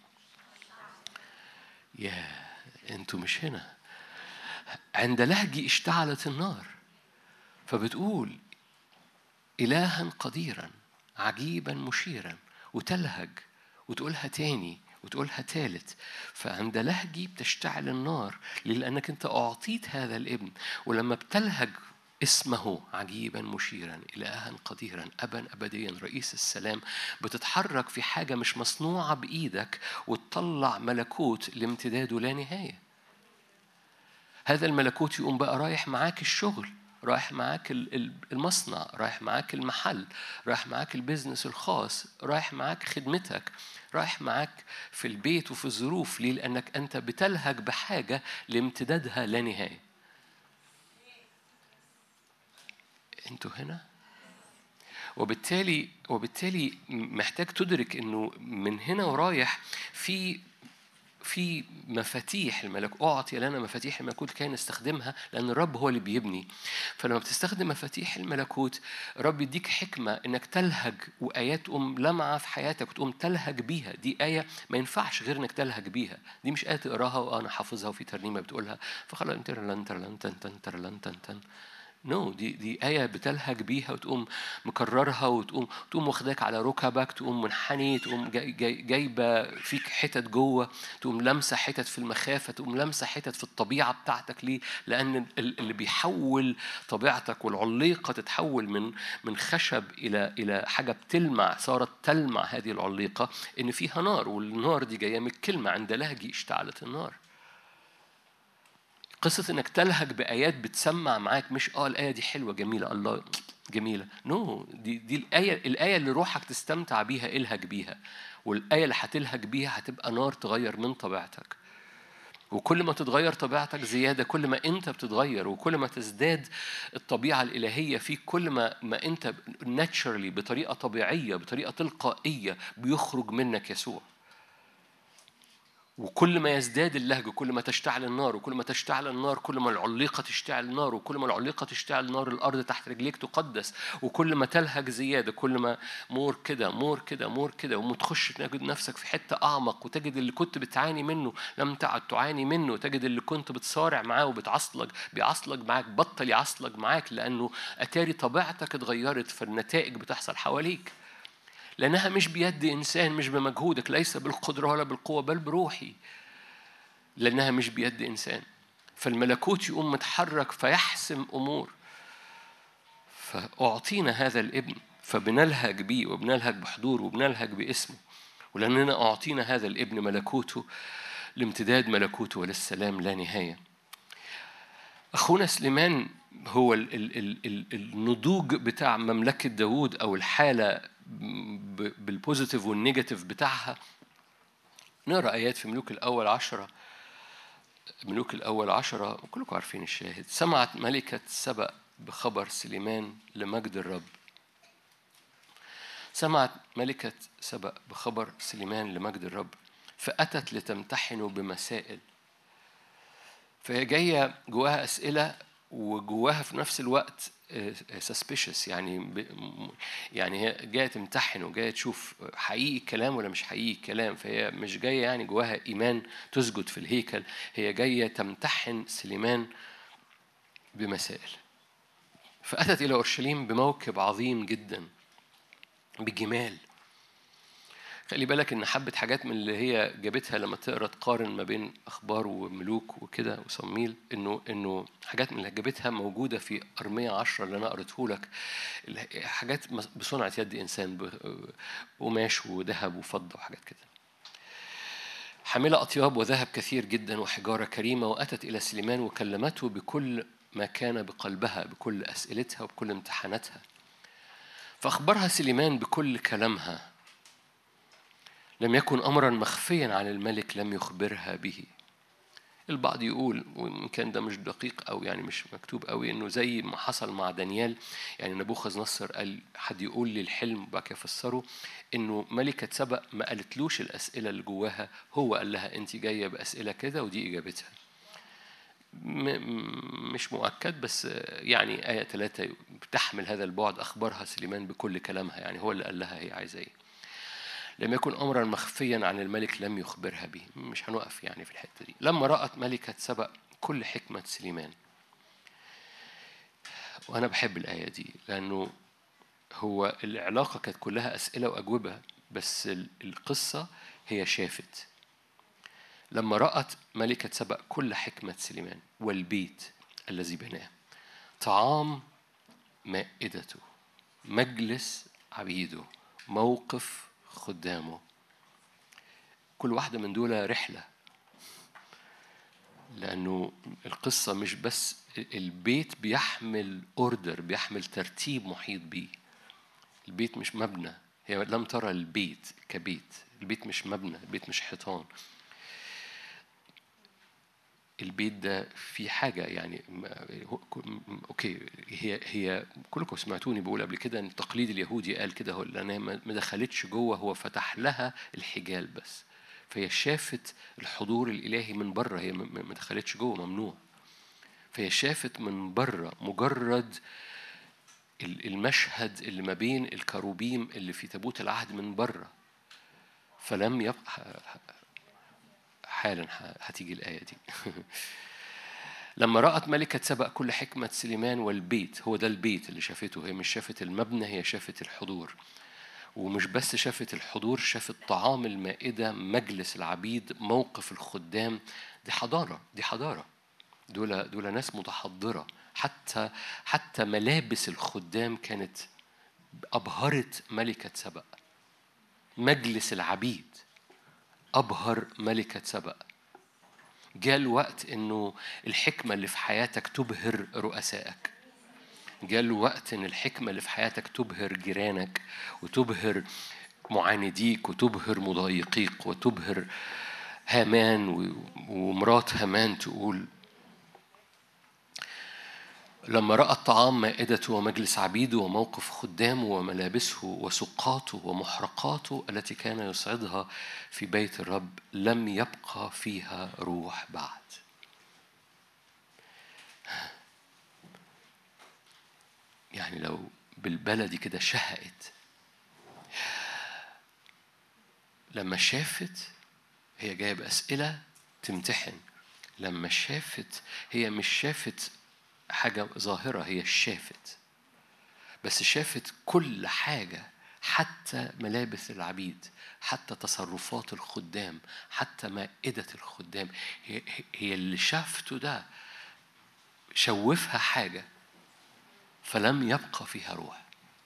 يا انتوا مش هنا. عند لهجي اشتعلت النار، فبتقول إلها قديرا عجيبا مشيرا، وتلهج وتقولها تاني وتقولها تالت. فعند لهجي بتشتعل النار. ليه؟ لأنك أنت أعطيت هذا الابن. ولما بتلهج اسمه عجيبا مشيرا، إلها قديرا، أبا أبديا، رئيس السلام، بتتحرك في حاجة مش مصنوعة بإيدك وتطلع ملكوت لامتداده لا نهاية. هذا الملكوت يقوم بقى رايح معاك الشغل، رايح معاك المصنع، رايح معاك المحل، رايح معاك البيزنس الخاص، رايح معاك خدمتك، رايح معاك في البيت وفي الظروف. ليه؟ لأنك أنت بتلهج بحاجة لامتدادها لا نهاية. أنتوا هنا؟ وبالتالي محتاج تدرك أنه من هنا ورايح في مفاتيح الملكوت. أعطي لنا مفاتيح الملكوت كي نستخدمها، لأن الرب هو اللي بيبني. فلما بتستخدم مفاتيح الملكوت الرب يديك حكمة إنك تلهج، وآيات تقوم لمعة في حياتك وتقوم تلهج بيها. دي آية ما ينفعش غير إنك تلهج بيها. دي مش آية تقراها وأنا حافظها وفي ترنيمة بتقولها فخلاص انتر. نو، دي آية بتلهج بيها وتقوم مكررها وتقوم واخداك على ركبك، تقوم منحني، تقوم جايبة فيك حتت جوه، تقوم لمسة حتت في المخافة، تقوم لمسة حتت في الطبيعة بتاعتك. ليه؟ لأن اللي بيحول طبيعتك والعليقة تتحول من خشب إلى حاجة بتلمع، صارت تلمع هذه العليقة إن فيها نار، والنار دي جاية من الكلمة عند لهجي اشتعلت النار. قصة إنك تلهج بآيات بتسمع معاك، مش الآية دي حلوة جميلة الله جميلة. نو، دي الآية اللي روحك تستمتع بيها الهج بيها، والآية اللي هتلهج بيها هتبقى نار تغير من طبيعتك. وكل ما تتغير طبيعتك زيادة كل ما أنت بتتغير، وكل ما تزداد الطبيعة الإلهية فيك كل ما أنت naturally بطريقة طبيعية بطريقة تلقائية بيخرج منك يسوع. وكل ما يزداد اللهج كل ما تشتعل النار، وكل ما تشتعل النار كل ما العليقة تشتعل النار، وكل ما العليقة تشتعل النار الأرض تحت رجليك تقدس. وكل ما تلهج زيادة كل ما مور كده وتخش تجد نفسك في حتة أعمق، وتجد اللي كنت بتعاني منه لم تعد تعاني منه، تجد اللي كنت بتصارع معاه بيعصلج معاك بطل يعصلج معاك، لأنه أتاري طبيعتك اتغيرت. فالنتائج بتحصل حواليك، لأنها مش بيد إنسان، مش بمجهودك، ليس بالقدرة ولا بالقوة بل بروحي، لأنها مش بيد إنسان. فالملكوت يقوم متحرك فيحسم أمور. فأعطينا هذا الابن فبنلهج بيه وبنلهج بحضوره وبنلهج باسمه، ولأننا أعطينا هذا الابن ملكوته لامتداد ملكوته وللسلام لا نهاية. أخونا سليمان هو النضوج بتاع مملكة داود، أو الحالة بالبوزيتيف والنيجاتيف بتاعها. نقرأ آيات في ملوك الأول 10. ملوك الأول 10 وكلكم عارفين الشاهد. سمعت ملكة سبأ بخبر سليمان لمجد الرب. سمعت ملكة سبأ بخبر سليمان لمجد الرب، فأتت لتمتحنه بمسائل. فهي جاية جواها أسئلة وجواها في نفس الوقت suspicious، يعني هي جاية تمتحن وجاية تشوف حقيقي الكلام ولا مش حقيقي الكلام. فهي مش جاية يعني جواها إيمان تسجد في الهيكل، هي جاية تمتحن سليمان بمسائل. فأتت إلى أورشليم بموكب عظيم جدا بجمال. خلي بالك إن حبة حاجات من اللي هي جابتها لما تقرا تقارن ما بين أخبار وملوك وكده وصمويل، إنه حاجات من اللي جابتها موجودة في أرمية 10 اللي أنا قريته لك. حاجات بصنعة يد إنسان، قماش وذهب وفضة وحاجات كده. حاملة أطياب وذهب كثير جدا وحجارة كريمة، وأتت إلى سليمان وكلمته بكل ما كان بقلبها، بكل أسئلتها وبكل امتحاناتها. فأخبرها سليمان بكل كلامها، لم يكن أمرا مخفيا عن الملك لم يخبرها به. البعض يقول، وإن كان ده مش دقيق أو يعني مش مكتوب قوي، إنه زي ما حصل مع دانيال. يعني نبوخذ نصر قال حد يقول لي الحلم وبعد كده يفسره، إنه ملكة سبأ ما قالتلوش الأسئلة اللي جواها، هو قال لها أنت جاية بأسئلة كده ودي إجابتها. مش مؤكد، بس يعني آية 3 بتحمل هذا البعد. أخبرها سليمان بكل كلامها، يعني هو اللي قال لها هي عايزة إيه. لم يكن أمرا مخفيا عن الملك لم يخبرها به. مش هنقف يعني في الحتة دي. لما رأت ملكة سبأ كل حكمة سليمان. وأنا بحب الآية دي لأنه هو العلاقة كانت كلها أسئلة وأجوبة، بس القصة هي شافت. لما رأت ملكة سبأ كل حكمة سليمان والبيت الذي بناه، طعام مائدته، مجلس عبيده، موقف خدامه. كل واحدة من دول رحلة، لأنه القصة مش بس البيت بيحمل أوردر، بيحمل ترتيب محيط بيه. البيت مش مبنى، هي لم ترى البيت كبيت. البيت مش مبنى، البيت مش حيطان. البيت ده في حاجة يعني أوكي. هي كلكم سمعتوني بقول قبل كده إن التقليد اليهودي قال كده، هو لأنها ما دخلتش جوه، هو فتح لها الحجال بس. فهي شافت الحضور الإلهي من بره، هي ما دخلتش جوه، ممنوع. فهي شافت من بره مجرد المشهد اللي ما بين الكروبيم اللي في تابوت العهد من بره. فلم يبقى حالا هتيجي الآية دي. لما رأت ملكة سبأ كل حكمة سليمان والبيت، هو ده البيت اللي شافته. هي مش شافت المبنى، هي شافت الحضور. ومش بس شافت الحضور، شافت طعام المائدة، مجلس العبيد، موقف الخدام. دي حضارة، دي حضارة. دول ناس متحضرة. حتى ملابس الخدام كانت أبهرت ملكة سبأ. مجلس العبيد أبهر ملكة سبأ. جاء الوقت إنه الحكمة اللي في حياتك تبهر رؤسائك. جاء الوقت إن الحكمة اللي في حياتك تبهر جيرانك، وتبهر معانديك، وتبهر مضايقيك، وتبهر هامان ومرات هامان تقول. لما رأى الطعام مائدته ومجلس عبيده وموقف خدامه وملابسه وسقاته ومحرقاته التي كان يصعدها في بيت الرب، لم يبقى فيها روح بعد. يعني لو بالبلدي كده شهقت. لما شافت هي جاية بأسئلة تمتحن. لما شافت هي مش شافت حاجة ظاهرة، هي شافت. بس شافت كل حاجة، حتى ملابس العبيد، حتى تصرفات الخدام، حتى مائدة الخدام. هي اللي شافته ده شوفها حاجة، فلم يبقى فيها روح.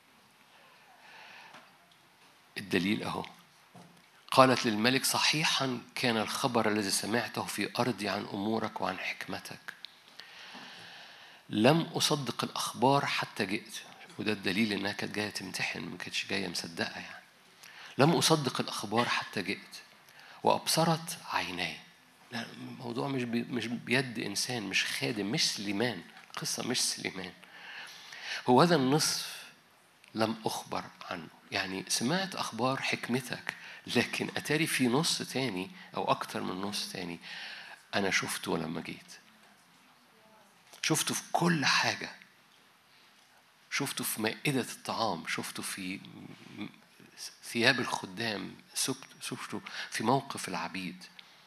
الدليل أهو. قالت للملك: صحيحا كان الخبر الذي سمعته في أرضي عن أمورك وعن حكمتك. لم أصدق الأخبار حتى جئت. وده الدليل إنها كانت جاية تمتحن، ما كانتش جاية مصدقة يعني. لم أصدق الأخبار حتى جئت وأبصرت عيناي. الموضوع مش بيد إنسان، مش خادم، مش سليمان. القصة مش سليمان. هو هذا النصف لم أخبر عنه. يعني سمعت أخبار حكمتك، لكن أتاري في نص تاني أو أكتر من نص تاني أنا شفته لما جيت. شفته في كل حاجة. شفته في مائدة الطعام، شفته في ثياب الخدام، شفته في موقف العبيد.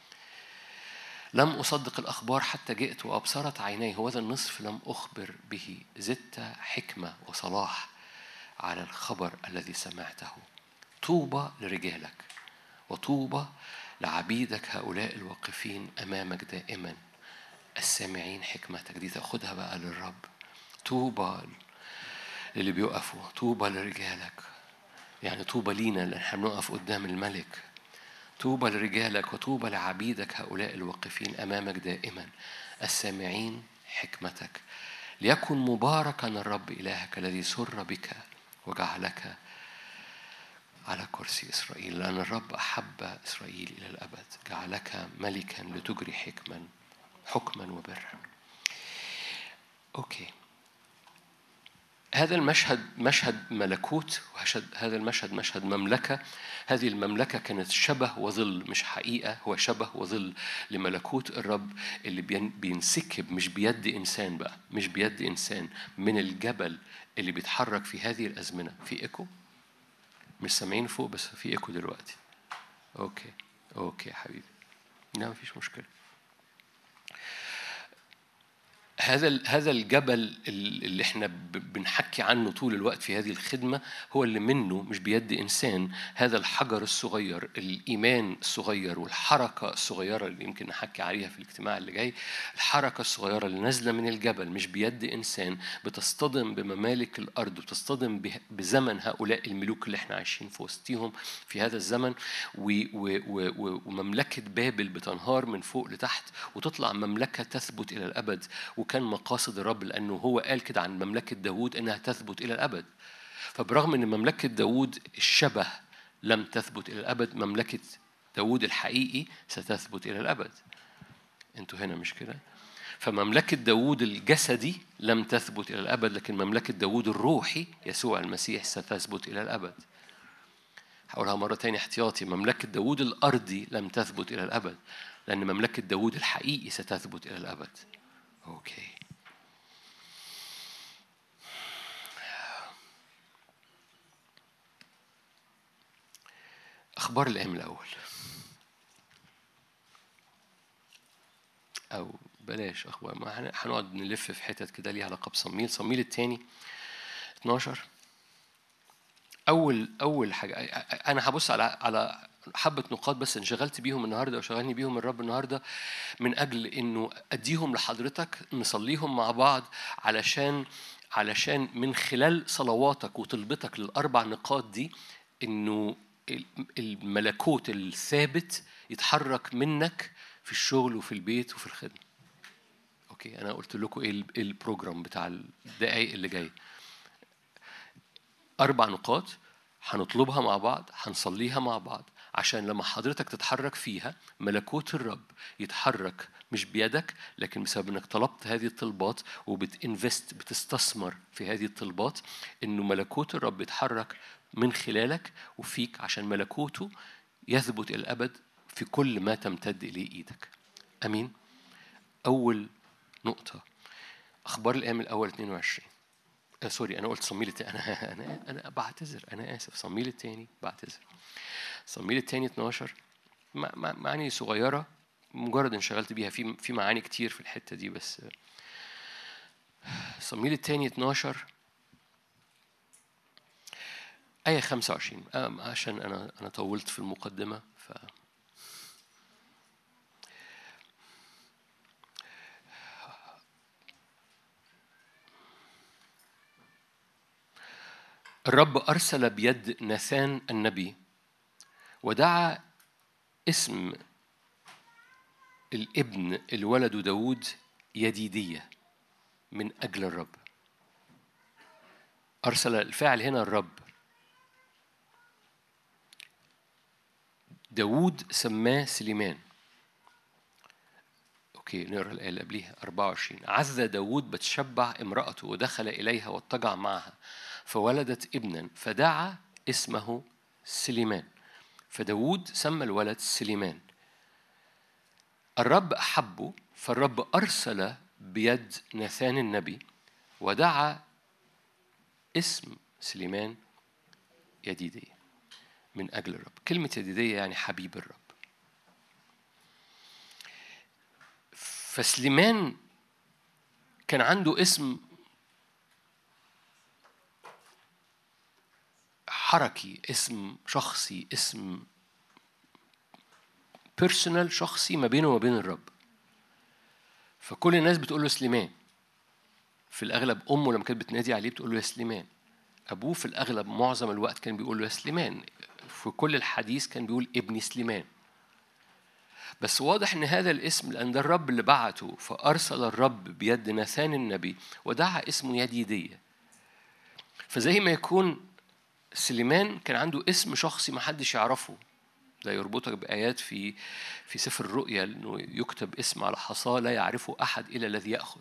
لم أصدق الأخبار حتى جئت وأبصرت عيني. هو هذا النصف لم أخبر به. زدت حكمة وصلاح على الخبر الذي سمعته. طوبى لرجالك وطوبى لعبيدك هؤلاء الواقفين أمامك دائما السامعين حكمتك. دي تأخدها بقى للرب. طوبى للي بيقفوا، طوبى لرجالك، يعني طوبى لينا اللي احنا بنقف قدام الملك. طوبى لرجالك وطوبى لعبيدك هؤلاء الواقفين أمامك دائما السامعين حكمتك. ليكن مباركا الرب إلهك الذي سر بك وجعلك على كرسي إسرائيل، لأن الرب أحب إسرائيل إلى الأبد، جعلك ملكا لتجري حكما وبرا. أوكي، هذا المشهد مشهد ملكوت، هذا المشهد مشهد مملكة. هذه المملكة كانت شبه وظل، مش حقيقة، هو شبه وظل لملكوت الرب اللي بينسكب مش بيد إنسان بقى، مش بيد إنسان، من الجبل اللي بيتحرك في هذه الأزمنة. في إيكو؟ مش سامعين فوق بس في إيكو دلوقتي. أوكي حبيبي، لا مفيش مشكلة. هذا الجبل اللي احنا بنحكي عنه طول الوقت في هذه الخدمة هو اللي منه مش بيد إنسان. هذا الحجر الصغير، الإيمان الصغير والحركة الصغيرة اللي يمكن نحكي عليها في الاجتماع اللي جاي، الحركة الصغيرة اللي نازلة من الجبل مش بيد إنسان، بتصطدم بممالك الأرض وتصطدم بزمن هؤلاء الملوك اللي احنا عايشين في وسطهم في هذا الزمن. ومملكة بابل بتنهار من فوق لتحت وتطلع مملكة تثبت إلى الأبد. وكان مقاصد الرب، لأنه هو قال كده عن مملكة داود إنها تثبت إلى الأبد. فبرغم أن مملكة داود الشبه لم تثبت إلى الأبد، مملكة داود الحقيقي ستثبت إلى الأبد. أنتوا هنا مش كده؟ فمملكة داود الجسدي لم تثبت إلى الأبد، لكن مملكة داود الروحي يسوع المسيح ستثبت إلى الأبد. هقولها مرة تانية احتياطي، مملكة داود الأرضي لم تثبت إلى الأبد، لأن مملكة داود الحقيقي ستثبت إلى الأبد. أوكي. أخبار الأيام الأول، أو بلاش أخبار، ما هنقعد نلف في حتت كده ليها علاقة بصمويل الثاني 12. أول حاجة أنا هبص على حبة نقاط بس انشغلت بيهم النهاردة وشغلني بيهم الرب النهاردة، من أجل إنه أديهم لحضرتك نصليهم مع بعض، علشان من خلال صلواتك وطلبتك للأربع نقاط دي إنه الملكوت الثابت يتحرك منك في الشغل وفي البيت وفي الخدمة. أوكي، أنا قلت لكم إيه البروجرام بتاع الدقايق اللي جاي. 4 نقاط هنطلبها مع بعض، هنصليها مع بعض، عشان لما حضرتك تتحرك فيها ملكوت الرب يتحرك مش بيدك، لكن بسبب انك طلبت هذه الطلبات بتستثمر في هذه الطلبات، انه ملكوت الرب يتحرك من خلالك وفيك، عشان ملكوته يثبت الى الابد في كل ما تمتد اليه ايدك. امين. اول نقطة، اخبار الايام الاول 22. سوري، أنا قلت صمويل التاني. أنا بعتذر، أنا آسف. صمويل التاني، بعتذر. صمويل التاني 12 معاني صغيرة مجرد انشغلت بيها، في معاني كتير في الحتة دي، بس صمويل التاني 12 آية 25. عشان أنا طولت في المقدمة. الرب أرسل بيد ناثان النبي ودعا اسم الابن الولد داود يديدية من أجل الرب. أرسل الفاعل هنا الرب. داود سماه سليمان. أوكي، نقرأ الآية اللي قبليها 24. عز داود بتشبع امرأته ودخل إليها واضطجع معها فولدت ابنا فدعا اسمه سليمان. فداود سمى الولد سليمان. الرب أحبه، فالرب أرسل بيد ناثان النبي ودعا اسم سليمان يديدية من أجل الرب. كلمة يديدية يعني حبيب الرب. فسليمان كان عنده اسم حركي، اسم شخصي، اسم بيرسونال شخصي ما بينه وما بين الرب. فكل الناس بتقول له سليمان. في الأغلب أمه لما كانت بتنادي عليه بتقول له يا سليمان. أبوه في الأغلب معظم الوقت كان بيقول له يا سليمان. في كل الحديث كان بيقول ابني سليمان. بس واضح ان هذا الاسم لان ده الرب اللي بعته، فارسل الرب بيد ناثان النبي ودعا اسمه يديدية. فزي ما يكون سليمان كان عنده اسم شخصي ما حدش يعرفه. ده يربطك بآيات في سفر الرؤيا انه يكتب اسم على حصاة لا يعرفه احد الا الذي يأخذ.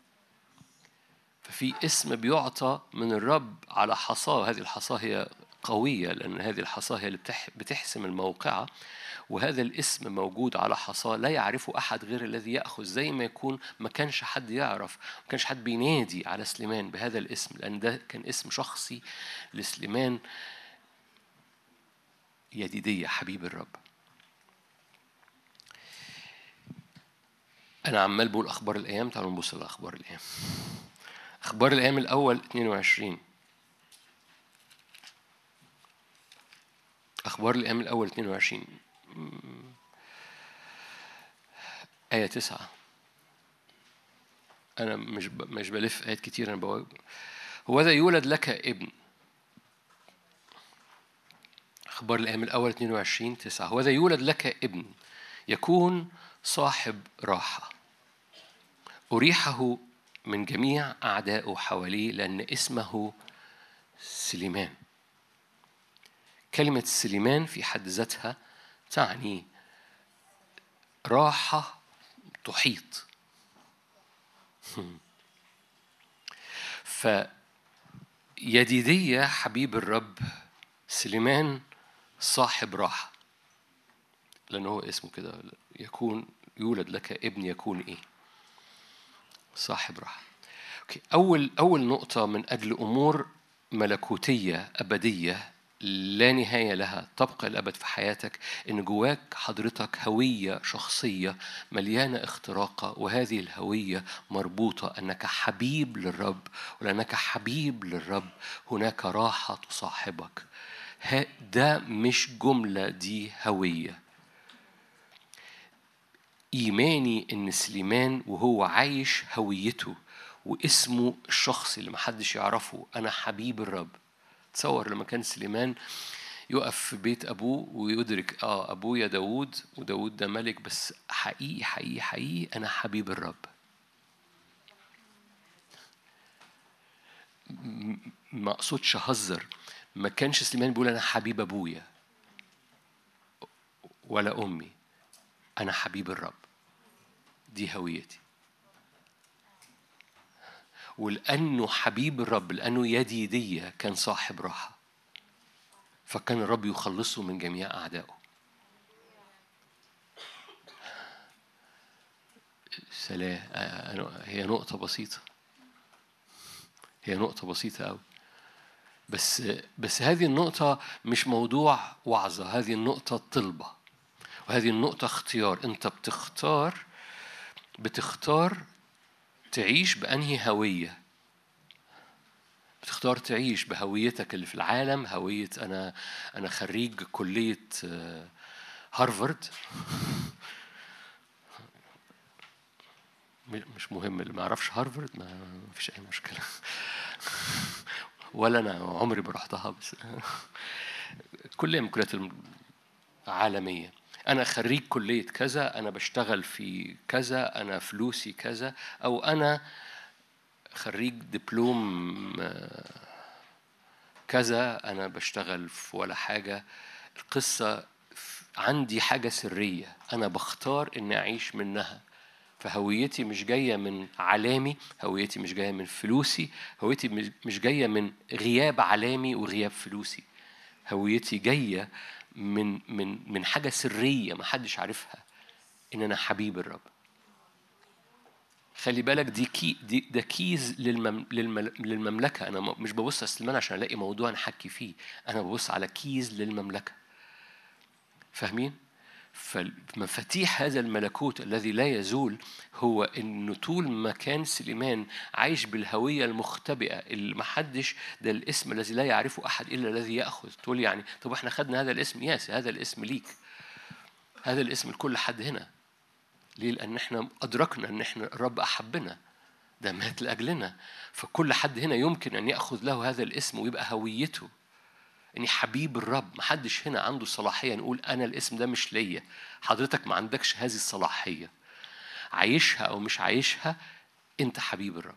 ففي اسم بيعطى من الرب على حصاة. هذه الحصاة هي قوية لأن هذه الحصاة هي اللي بتحسم الموقعة. وهذا الاسم موجود على حصاة لا يعرفه أحد غير الذي يأخذ. زي ما يكون ما كانش حد يعرف، ما كانش حد بينادي على سليمان بهذا الاسم لأن ده كان اسم شخصي لسليمان. يديدية حبيب الرب. أنا عمال بقول أخبار الأيام. تعالوا نبص لأخبار الأيام. أخبار الأيام الأول 22. أخبار الأيام الأول 22 آية 9. أنا مش بلف آيات كتير. أنا بقول هوذا يولد لك ابن. أخبار الأيام الأول 22 9. هوذا يولد لك ابن يكون صاحب راحة أريحه من جميع أعدائه حواليه لأن اسمه سليمان. كلمة سليمان في حد ذاتها تعني راحة تحيط. فيديدية حبيب الرب، سليمان صاحب راحة لأنه هو اسمه كده. يكون يولد لك ابن يكون إيه؟ صاحب راحة. أول نقطة من أجل أمور ملكوتية أبدية لا نهاية لها تبقى الأبد في حياتك، إن جواك حضرتك هوية شخصية مليانة اختراقة. وهذه الهوية مربوطة أنك حبيب للرب، ولأنك حبيب للرب هناك راحة تصاحبك. ده مش جملة، دي هوية. إيماني إن سليمان وهو عايش هويته واسمه الشخصي اللي محدش يعرفه أنا حبيب الرب. تصور لما كان سليمان يقف في بيت أبوه ويدرك أبويا داود، وداود ده ملك، بس حقيقي حقيقي حقيقي أنا حبيب الرب. ما أقصدش أهزر. ما كانش سليمان بيقول أنا حبيب أبويا ولا أمي، أنا حبيب الرب. دي هويتي. ولأنه حبيب الرب، لأنه يديدية، كان صاحب راحة، فكان الرب يخلصه من جميع أعدائه. سلام. هي نقطة بسيطة، هي نقطة بسيطة أوي. بس هذه النقطة مش موضوع وعظة. هذه النقطة طلبة، وهذه النقطة اختيار. أنت بتختار تعيش بأنهي هوية. بتختار تعيش بهويتك اللي في العالم، هوية أنا خريج كلية هارفارد. مش مهم اللي ما يعرفش هارفارد، ما فيش أي مشكلة. ولا أنا عمري برحتها، بس كلية من كليات عالمية. أنا خريج كلية كذا، أنا بشتغل في كذا، أنا فلوسي كذا، أو أنا خريج دبلوم كذا، أنا بشتغل في ولا حاجة. القصة عندي حاجة سرية أنا بختار إني أعيش منها. فهويتي مش جاية من علامي، هويتي مش جاية من فلوسي، هويتي مش جاية من غياب علامي وغياب فلوسي. هويتي جاية من حاجة سرية ما حدش عارفها، إن أنا حبيب الرب. خلي بالك ده كيز للمملكة. أنا مش ببص على سليمان عشان ألاقي موضوع نحكي فيه، أنا ببص على كيز للمملكة. فاهمين؟ فمفاتيح هذا الملكوت الذي لا يزول هو إنه طول ما كان سليمان عايش بالهوية المختبئة اللي محدش، ده الاسم الذي لا يعرفه أحد إلا الذي يأخذ. تقول يعني طب إحنا خدنا هذا الاسم، هذا الاسم ليك. هذا الاسم لكل حد هنا. ليه؟ لأن احنا أدركنا أن احنا الرب أحبنا، ده مات لأجلنا. فكل حد هنا يمكن أن يأخذ له هذا الاسم ويبقى هويته إني حبيب الرب. محدش هنا عنده صلاحية نقول أنا الاسم ده مش ليا. حضرتك ما عندكش هذه الصلاحية، عايشها أو مش عايشها، أنت حبيب الرب.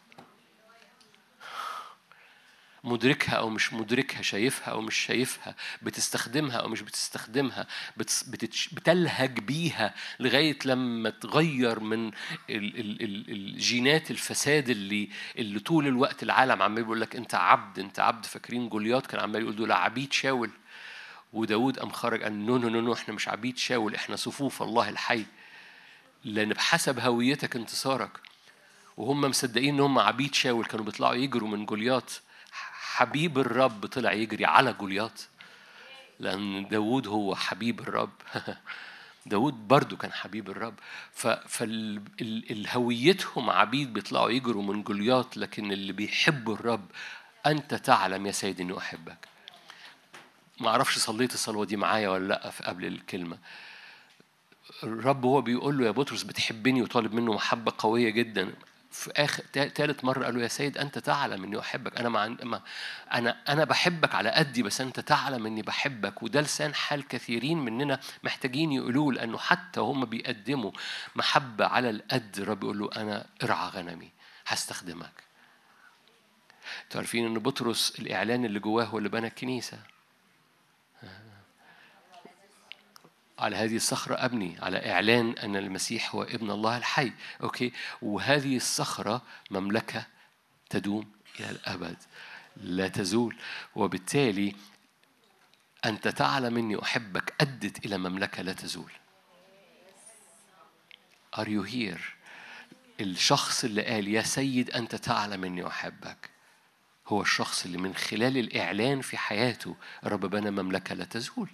مدركها أو مش مدركها، شايفها أو مش شايفها، بتستخدمها أو مش بتستخدمها، بتلهج بيها لغاية لما تغير من الجينات الفساد اللي طول الوقت العالم عمال بيقول لك أنت عبد أنت عبد. فاكرين جوليات كان عمال يقول دول عبيد شاول، وداود قام خرج قال نو نو نو نو، احنا مش عبيد شاول، احنا صفوف الله الحي. لأن بحسب هويتك انتصارك. وهم مصدقين ان هم عبيد شاول كانوا بيطلعوا يجروا من جوليات. حبيب الرب طلع يجري على جوليات، لأن داود هو حبيب الرب. داود برضو كان حبيب الرب. فالهويتهم عبيد بيطلعوا يجروا من جوليات، لكن اللي بيحبوا الرب أنت تعلم يا سيدي إني أحبك. ما أعرفش صليت الصلوة دي معايا ولا لأ في قبل الكلمة. الرب هو بيقول له يا بطرس بتحبني، وطالب منه محبة قوية جدا. في آخر ثالث مرة قال له يا سيد أنت تعلم إني أحبك. أنا بحبك على قدي، بس أنت تعلم إني بحبك. وده لسان حال كثيرين مننا محتاجين يقولوه، لأنه حتى هم بيقدموا محبة على القد. الرب يقول له أنا ارعى غنمي، هستخدمك. تعرفين إن بطرس الإعلان اللي جواه هو اللي بنى الكنيسة. على هذه الصخرة أبني، على إعلان أن المسيح هو ابن الله الحي. أوكي، وهذه الصخرة مملكة تدوم إلى الأبد لا تزول. وبالتالي أنت تعلم أني أحبك أدت إلى مملكة لا تزول. Are you here؟ الشخص اللي قال يا سيد أنت تعلم أني أحبك هو الشخص اللي من خلال الإعلان في حياته الرب بنى مملكة لا تزول.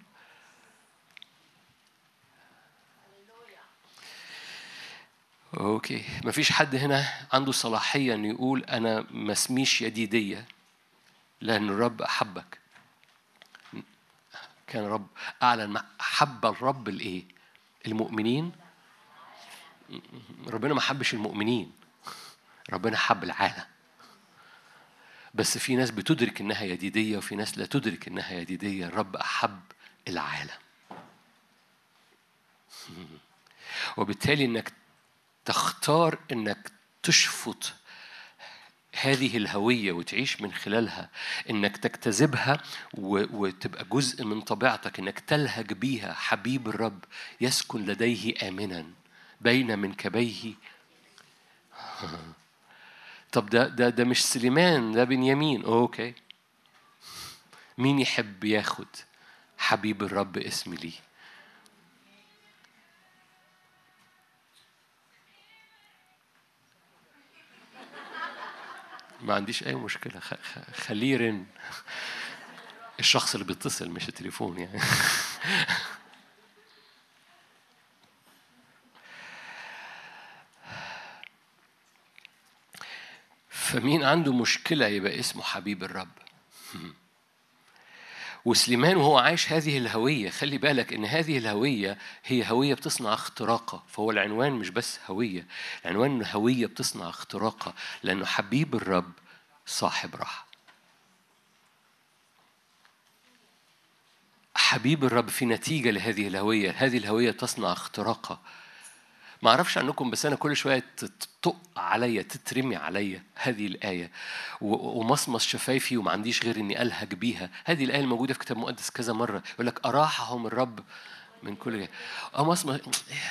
أوكي، مفيش حد هنا عنده صلاحية أن يقول أنا ما اسميش يديدية، لأن الرب أحبك. كان الرب أعلن حب الرب الإيه؟ المؤمنين. ربنا ما حبش المؤمنين، ربنا حب العالم. بس في ناس بتدرك إنها يديدية وفي ناس لا تدرك إنها يديدية. الرب أحب العالم. وبالتالي إنك تختار إنك تشفط هذه الهوية وتعيش من خلالها، إنك تجتذبها وتبقى جزء من طبيعتك، إنك تلهج بيها. حبيب الرب يسكن لديه آمنا بين منكبيه. طب ده مش سليمان، ده بنيامين. أوكي، مين يحب ياخد حبيب الرب اسم لي؟ ما عنديش أي مشكلة، خليه يرن. الشخص اللي بيتصل مش التليفون يعني. فمين عنده مشكلة يبقى اسمه حبيب الرب؟ وسليمان وهو عايش هذه الهوية، خلي بالك إن هذه الهوية هي هوية بتصنع اختراقة. فهو العنوان مش بس هوية، العنوان هوية بتصنع اختراقة، لأنه حبيب الرب صاحب راحة. حبيب الرب في نتيجة لهذه الهوية. هذه الهوية تصنع اختراقة. ما أعرفش عنكم، بس أنا كل شوية تطق عليا، تترمي عليا هذه الآية ومصمص شفايفي وما عنديش غير إني ألهج بيها. هذه الآية الموجودة في كتاب مقدس كذا مرة، يقول لك أراحهم الرب من كل جهة. مصمص.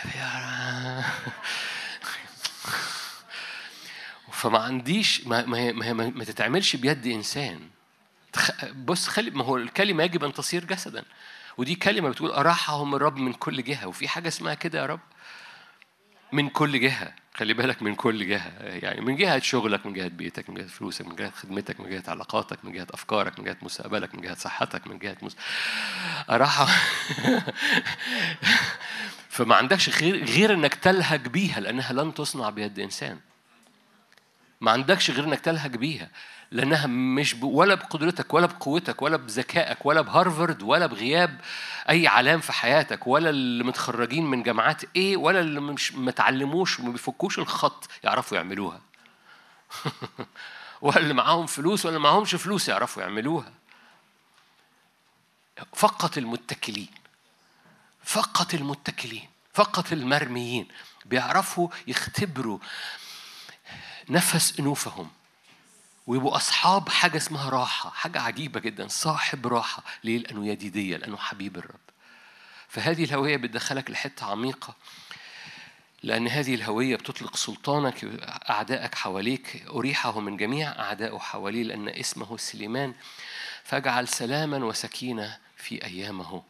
فما عنديش ما تتعملش بيد إنسان. بص، خلي، ما هو الكلمة يجب أن تصير جسدا، ودي كلمة بتقول أراحهم الرب من كل جهة. وفي حاجة اسمها كده يا رب، من كل جهة. خلي بالك، من كل جهة، يعني من جهة شغلك، من جهة بيتك، من جهة فلوسك، من جهة خدمتك، من جهة علاقاتك، من جهة أفكارك، من جهة مستقبلك، من جهة صحتك، من جهة أراحة. فما عندكش غير إنك تلهج بيها، لأنها لن تصنع بيد إنسان. ما عندكش غير إنك تلهج بيها، لأنها مش ولا بقدرتك ولا بقوتك ولا بذكائك ولا بهارفارد ولا بغياب أي علام في حياتك ولا اللي متخرجين من جامعات إيه ولا اللي مش متعلموش وما بيفكوش الخط يعرفوا يعملوها. ولا اللي معاهم فلوس ولا اللي معاهمش فلوس يعرفوا يعملوها. فقط المتكلين، فقط المتكلين، فقط المرميين بيعرفوا يختبروا نفس أنوفهم ويبقوا أصحاب حاجة اسمها راحة، حاجة عجيبة جدا، صاحب راحة. ليه؟ لأنه يديدية، لأنه حبيب الرب. فهذه الهوية بتدخلك لحتة عميقة، لأن هذه الهوية بتطلق سلطانك. أعدائك حواليك أريحه من جميع أعدائه حواليه، لأن اسمه سليمان، فاجعل سلاما وسكينة في أيامه.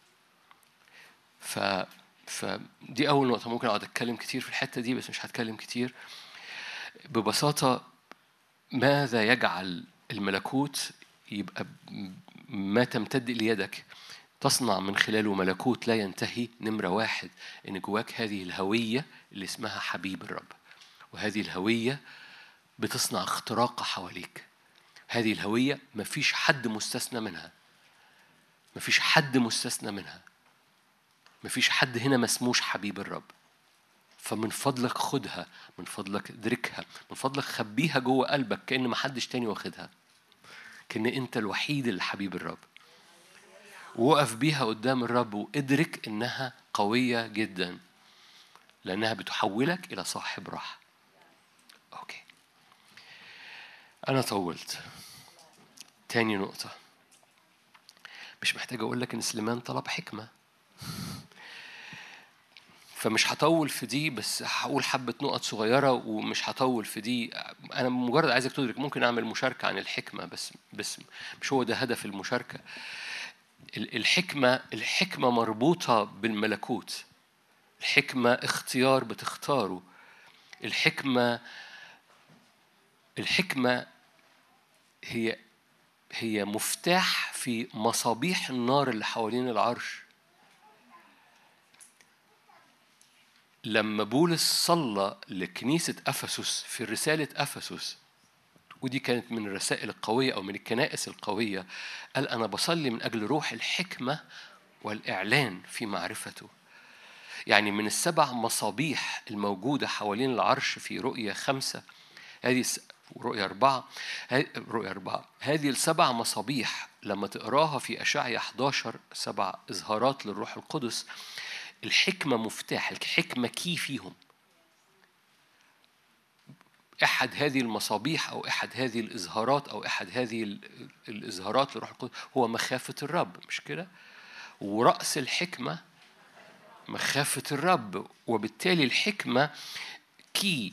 فدي أول نقطة. ممكن أقعد أتكلم كتير في الحتة دي بس مش هتكلم كتير. ببساطة، ماذا يجعل الملكوت يبقى ما تمتد ليدك تصنع من خلاله ملكوت لا ينتهي؟ نمرة واحد، إن جواك هذه الهوية اللي اسمها حبيب الرب، وهذه الهوية بتصنع اختراق حواليك. هذه الهوية مفيش حد مستثنى منها، مفيش حد مستثنى منها، مفيش حد هنا مسموش حبيب الرب. فمن فضلك خدها، من فضلك ادركها، من فضلك خبيها جوه قلبك كأن محدش تاني واخدها، كأن انت الوحيد اللي حبيب الرب. وقف بيها قدام الرب وادرك انها قوية جدا، لانها بتحولك الى صاحب راحة. اوكي، انا طولت. تاني نقطة، مش محتاج اقول لك ان سليمان طلب حكمة، فمش هطول في دي، بس هقول حبة نقط صغيرة ومش هطول في دي. أنا مجرد عايزك تدرك. ممكن أعمل مشاركة عن الحكمة بس مش هو ده هدف المشاركة. الحكمة مربوطة بالملكوت. الحكمة اختيار بتختاره. الحكمة هي مفتاح في مصابيح النار اللي حوالين العرش. لما بولس صلى لكنيسة أفسس في رسالة أفسس، ودي كانت من الرسائل القوية أو من الكنائس القوية، قال أنا بصلي من أجل روح الحكمة والإعلان في معرفته. يعني من 7 مصابيح الموجودة حوالين العرش في رؤية 5، هذه رؤية 4، هذه 7 مصابيح لما تقراها في أشعياء 11 7 إظهارات للروح القدس. الحكمة مفتاح، الحكمة كي فيهم. أحد هذه المصابيح أو أحد هذه الإظهارات أو أحد هذه الإظهارات للروح القدس هو مخافة الرب، مش كده؟ ورأس الحكمة مخافة الرب. وبالتالي الحكمة كي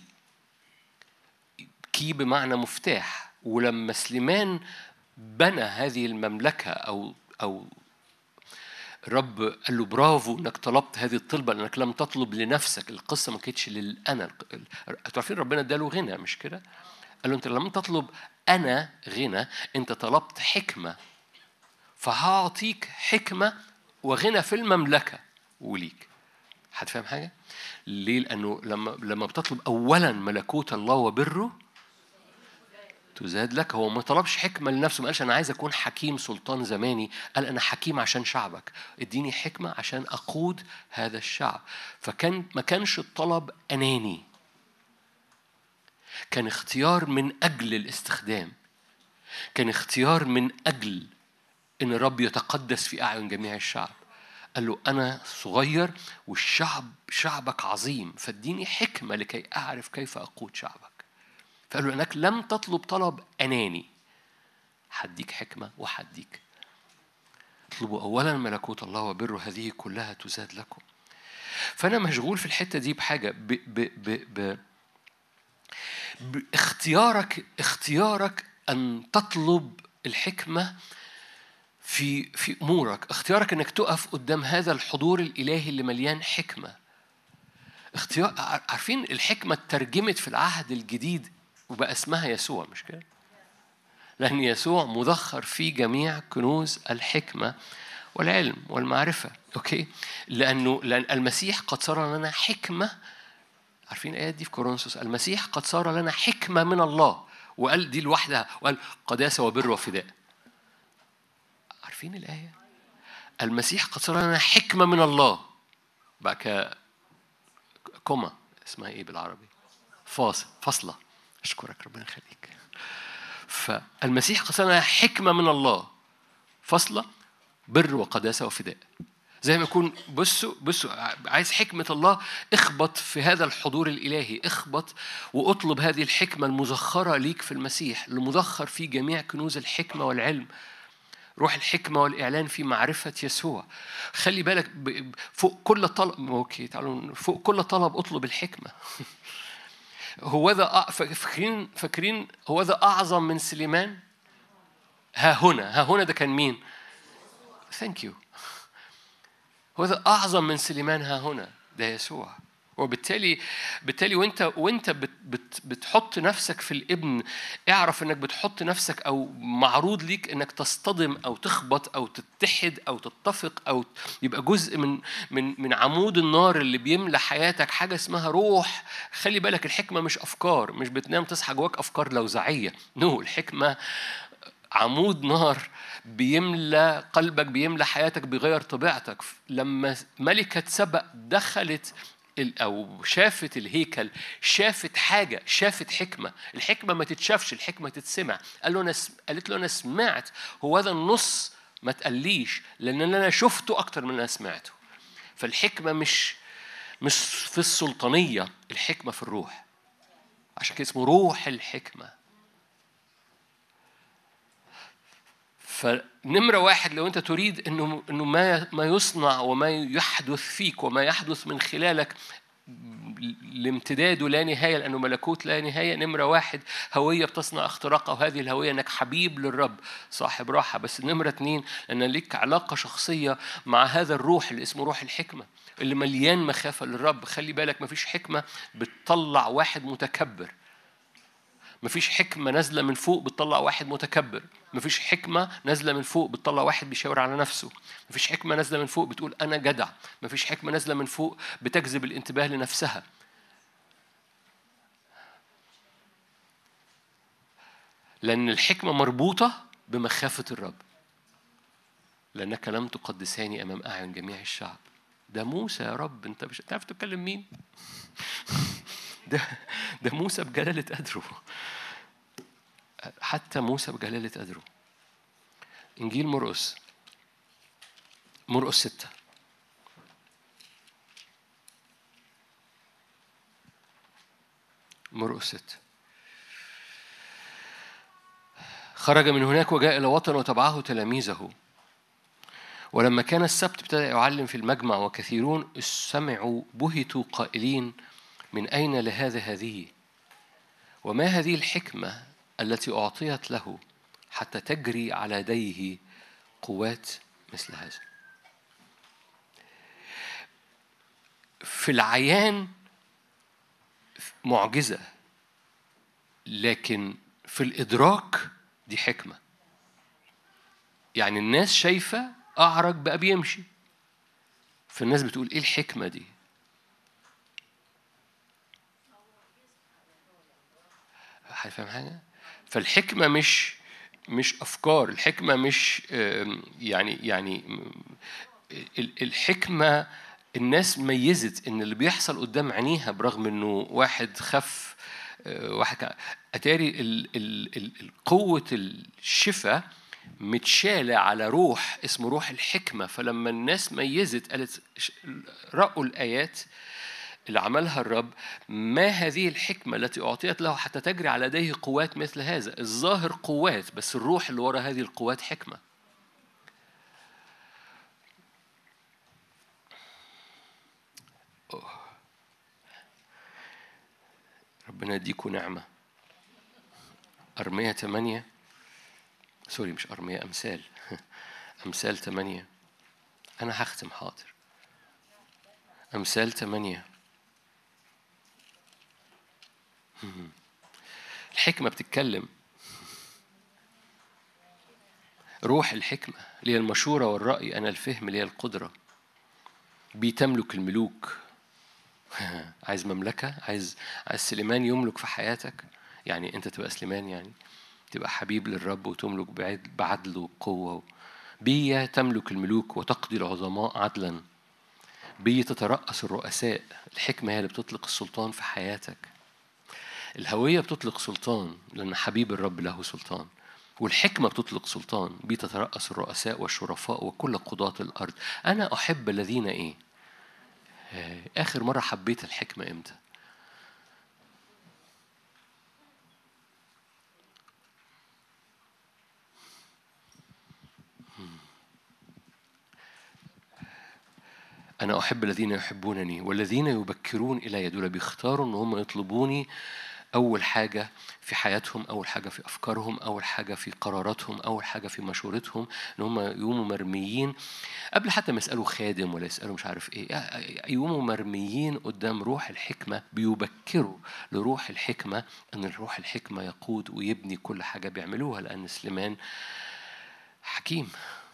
بمعنى مفتاح. ولما سليمان بنى هذه المملكة أو الرب قال له برافو انك طلبت هذه الطلبة، لانك لم تطلب لنفسك. القصة ما كانتش للأنا. تعرفين ربنا اداله غنى، مش كده؟ قال له انت لم تطلب أنا غنى، انت طلبت حكمة، فهعطيك حكمة وغنى في المملكة وليك. هتفهم حاجة؟ ليه؟ لأنه لما بتطلب أولا ملكوت الله وبره تزاد لك. هو ما طلبش حكمة لنفسه، ما قالش أنا عايز أكون حكيم سلطان زماني، قال أنا حكيم عشان شعبك، اديني حكمة عشان أقود هذا الشعب. ما كانش الطلب أناني، كان اختيار من أجل الاستخدام، كان اختيار من أجل إن الرب يتقدس في أعين جميع الشعب. قال له أنا صغير شعبك عظيم، فاديني حكمة لكي أعرف كيف أقود شعبك. فقال له أنك لم تطلب طلب أناني، حديك حكمة وحديك. اطلبوا أولا ملكوت الله وبره، هذه كلها تزاد لكم. فأنا مشغول في الحتة دي بحاجة اختيارك أن تطلب الحكمة في أمورك. اختيارك أنك تقف قدام هذا الحضور الإلهي اللي مليان حكمة. عارفين الحكمة ترجمت في العهد الجديد وبقى اسمها يسوع، مش كده؟ لأن يسوع مذخر في جميع كنوز الحكمة والعلم والمعرفة. أوكي؟ لأن المسيح قد صار لنا حكمة. عارفين الآيات دي في كورنثوس؟ المسيح قد صار لنا حكمة من الله وقال دي لوحدها، وقال قداسة وبر وفداء. عارفين الآية؟ المسيح قد صار لنا حكمة من الله. بقى كوما اسمها ايه بالعربي؟ فاصلة. اشكرك ربنا يخليك. فالمسيح قد صار لنا حكمة من الله، فاصلة، بر وقداسة وفداء. زي ما يكون بصوا عايز حكمة الله، اخبط في هذا الحضور الإلهي، اخبط واطلب هذه الحكمة المزخرة ليك في المسيح، المزخر في جميع كنوز الحكمة والعلم، روح الحكمة والإعلان في معرفة يسوع. خلي بالك فوق كل طلب، اوكي تعالوا، فوق كل طلب اطلب الحكمة. هو ذا فاكرين هو ذا أعظم من سليمان. ها هنا ده كان مين؟ ثانك يو. هو ذا أعظم من سليمان، ها هنا ده يسوع. وبالتالي وانت بتحط نفسك في الابن، اعرف انك بتحط نفسك او معروض ليك انك تصطدم او تخبط او تتحد او تتفق او يبقى جزء من عمود النار اللي بيملى حياتك، حاجه اسمها روح. خلي بالك الحكمه مش افكار، مش بتنام تصحى جواك افكار لوزعيه. الحكمه عمود نار بيملى قلبك، بيملى حياتك، بيغير طبيعتك. لما ملكة سبأ دخلت أو شافت الهيكل، شافت حاجة، شافت حكمة. الحكمة ما تتشافش، الحكمة تتسمع. قالت له أنا سمعت، هو هذا النص ما تقليش، لأن أنا شفته أكتر من أنا سمعته. فالحكمة مش في السلطانية، الحكمة في الروح. عشان كده اسمه روح الحكمة. فنمرة واحد، لو أنت تريد إنه ما يصنع وما يحدث فيك وما يحدث من خلالك لامتداده لا نهاية، لأنه ملكوت لا نهاية. نمرة واحد، هوية بتصنع اختراقها، وهذه الهوية إنك حبيب للرب، صاحب راحة. بس نمرة اتنين، أن لك علاقة شخصية مع هذا الروح اللي اسمه روح الحكمة، اللي مليان مخافة للرب. خلي بالك مفيش حكمة بتطلع واحد متكبر، مفيش حكمة نازلة من فوق بتطلع واحد متكبر، مفيش حكمة نازلة من فوق بتطلع واحد بيشاور على نفسه، مفيش حكمة نازلة من فوق بتقول أنا جدع، مفيش حكمة نازلة من فوق بتجذب الانتباه لنفسها. لأن الحكمة مربوطة بمخافة الرب. لأنك لم تقدساني أمام أعين جميع الشعب. ده موسى يا رب، أنت مش تعرف تتكلم مين؟ ده موسى بجلالة قدره، حتى موسى بجلالة قدره. إنجيل مرقس 6. مرقس 6. خرج من هناك وجاء إلى وطن وتبعه تلاميذه. ولما كان السبت ابتدأ يعلم في المجمع، وكثيرون سمعوا بهتوا قائلين من أين هذه؟ وما هذه الحكمة التي أعطيت له حتى تجري على يديه قوات مثل هذا؟ في العيان معجزة، لكن في الإدراك دي حكمة. يعني الناس شايفة أعرج بقى بيمشي، فالناس بتقول إيه الحكمة دي؟ فاهم حاجة؟ فالحكمة مش أفكار، الحكمة مش يعني الحكمة الناس ميزت إن اللي بيحصل قدام عينيها، برغم إنه واحد خف، واحد أتاري قوة الشفاء متشالة على روح اسمه روح الحكمة. فلما الناس ميزت قالت رأوا الآيات اللي عملها الرب، ما هذه الحكمة التي أعطيت له حتى تجري على يديه قوات مثل هذا؟ الظاهر قوات، بس الروح اللي وراء هذه القوات حكمة. ربنا يديكوا نعمة. أرمية 8، سوري مش أرمية، أمثال 8. أنا هختم حاضر. أمثال 8. الحكمة بتتكلم. روح الحكمة لي المشورة والرأي، أنا الفهم لي القدرة. بيتملك الملوك. عايز مملكة؟ عايز سليمان يملك في حياتك؟ يعني أنت تبقى سليمان، يعني تبقى حبيب للرب وتملك بعدل وقوة. بي تملك الملوك وتقضي العظماء عدلا. بي تترأس الرؤساء. الحكمة هي اللي بتطلق السلطان في حياتك. الهوية بتطلق سلطان لأن حبيب الرب له سلطان، والحكمة بتطلق سلطان. بي تترأس الرؤساء والشرفاء وكل قضاة الأرض. أنا أحب الذين إيه؟ آخر مرة حبيت الحكمة إمتى؟ أنا أحب الذين يحبونني والذين يبكرون إلي. دول بيختاروا إن هم يطلبوني أول حاجة في حياتهم، أول حاجة في أفكارهم، أول حاجة في قراراتهم، أول حاجة في مشورتهم، إن هم يقوموا مرميين قبل حتى ما يسألوا خادم ولا يسألوا مش عارف إيه. يقوموا مرميين قدام روح الحكمة، بيبكروا لروح الحكمة إن روح الحكمة يقود ويبني كل حاجة بيعملوها، لأن سليمان حكيم.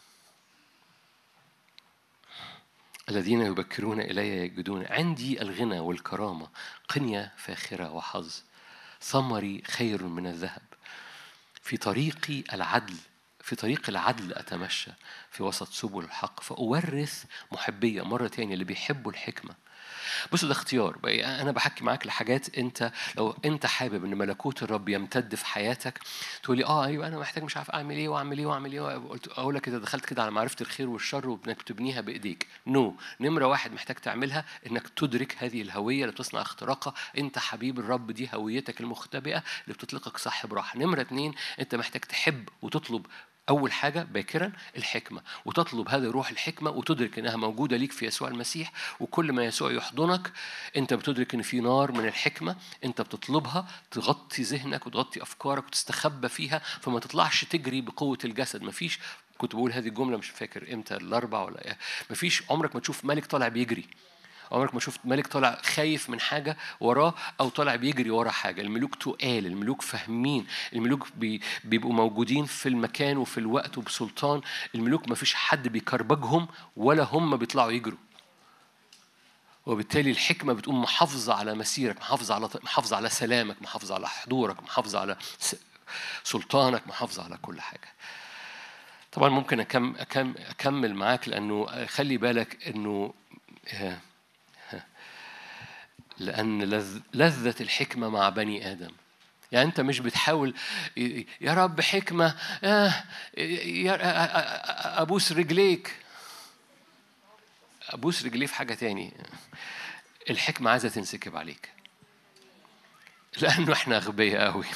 الذين يبكرون إلي يجدون عندي الغنى والكرامة، قنية فاخرة وحظ. ثمري خير من الذهب، في طريقي العدل، في طريق العدل أتمشى، في وسط سبل الحق فأورث محبية. مرة تانية اللي بيحبوا الحكمة. بصوا ده اختيار. أنا بحكي معاك لحاجات أنت لو أنت حابب إن ملكوت الرب يمتد في حياتك تقولي أيوة أنا محتاج مش عارف أعمل إيه وأعمل إيه وأعمل إيه. قلت أقول لك إذا دخلت كده على معرفة الخير والشر وإنك تبنيها بإيديك. نمرة واحد محتاج تعملها إنك تدرك هذه الهوية اللي بتصنع اختراقها. أنت حبيب الرب، دي هويتك المختبئة اللي بتطلقك صاحب راحة. نمرة اتنين أنت محتاج تحب وتطلب أول حاجة باكرا الحكمة، وتطلب هذه روح الحكمة وتدرك إنها موجودة ليك في يسوع المسيح. وكل ما يسوع يحضنك أنت بتدرك إن في نار من الحكمة أنت بتطلبها تغطي ذهنك وتغطي أفكارك وتستخبى فيها، فما تطلعش تجري بقوة الجسد. مفيش، كنت بقول هذه الجملة مش فاكر إمتى، الأربع ولا إيه، مفيش عمرك ما تشوف ملك طالع بيجري، عمرك ما شفت ملك طالع خايف من حاجة وراه أو طالع بيجري ورا حاجة. الملوك تقال، الملوك فاهمين، الملوك بيبقوا موجودين في المكان وفي الوقت وبسلطان. الملوك ما فيش حد بيكربجهم ولا هم بيطلعوا يجروا. وبالتالي الحكمة بتقوم محافظة على مسيرك، محافظة على سلامك، محافظة على حضورك، محافظة على سلطانك، محافظة على كل حاجة. طبعا ممكن أكمل معاك، لأنه خلي بالك أنه لأن لذة الحكمة مع بني آدم. يعني أنت مش بتحاول يا رب حكمة أبوس رجليك، أبوس رجليه في حاجة تاني. الحكمة عايزة تنسكب عليك لأنه إحنا أغبياء قوي.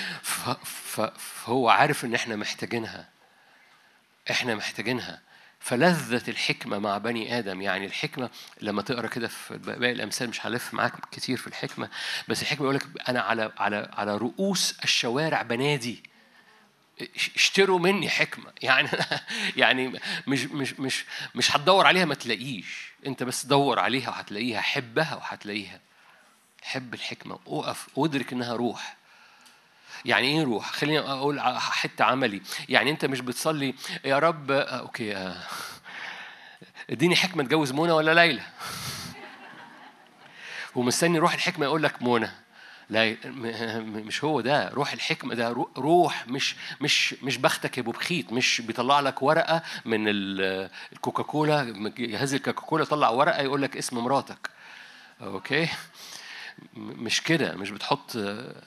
فهو عارف إن إحنا محتاجينها. فلذة الحكمة مع بني آدم، يعني الحكمة لما تقرأ كده في باقي الأمثال، مش هلف معاك كتير في الحكمة، بس الحكمة يقول لك أنا على رؤوس الشوارع بنادي اشتروا مني حكمة. يعني مش هتدور عليها ما تلاقيش، أنت بس دور عليها وهتلاقيها، حبها وهتلاقيها. حب الحكمة، وقف وادرك إنها روح. يعني ايه روح؟ خليني اقول حته عملي. يعني انت مش بتصلي يا رب اوكي اديني حكمه اتجوز منى ولا ليلى ومستني روح الحكمه يقول لك منى. لا، مش هو ده روح الحكمه. ده روح مش بختك يا ابو بخيت، مش بيطلع لك ورقه من الكوكاكولا، جهاز الكوكاكولا يطلع ورقه يقول لك اسم مراتك. اوكي، مش كده، مش بتحط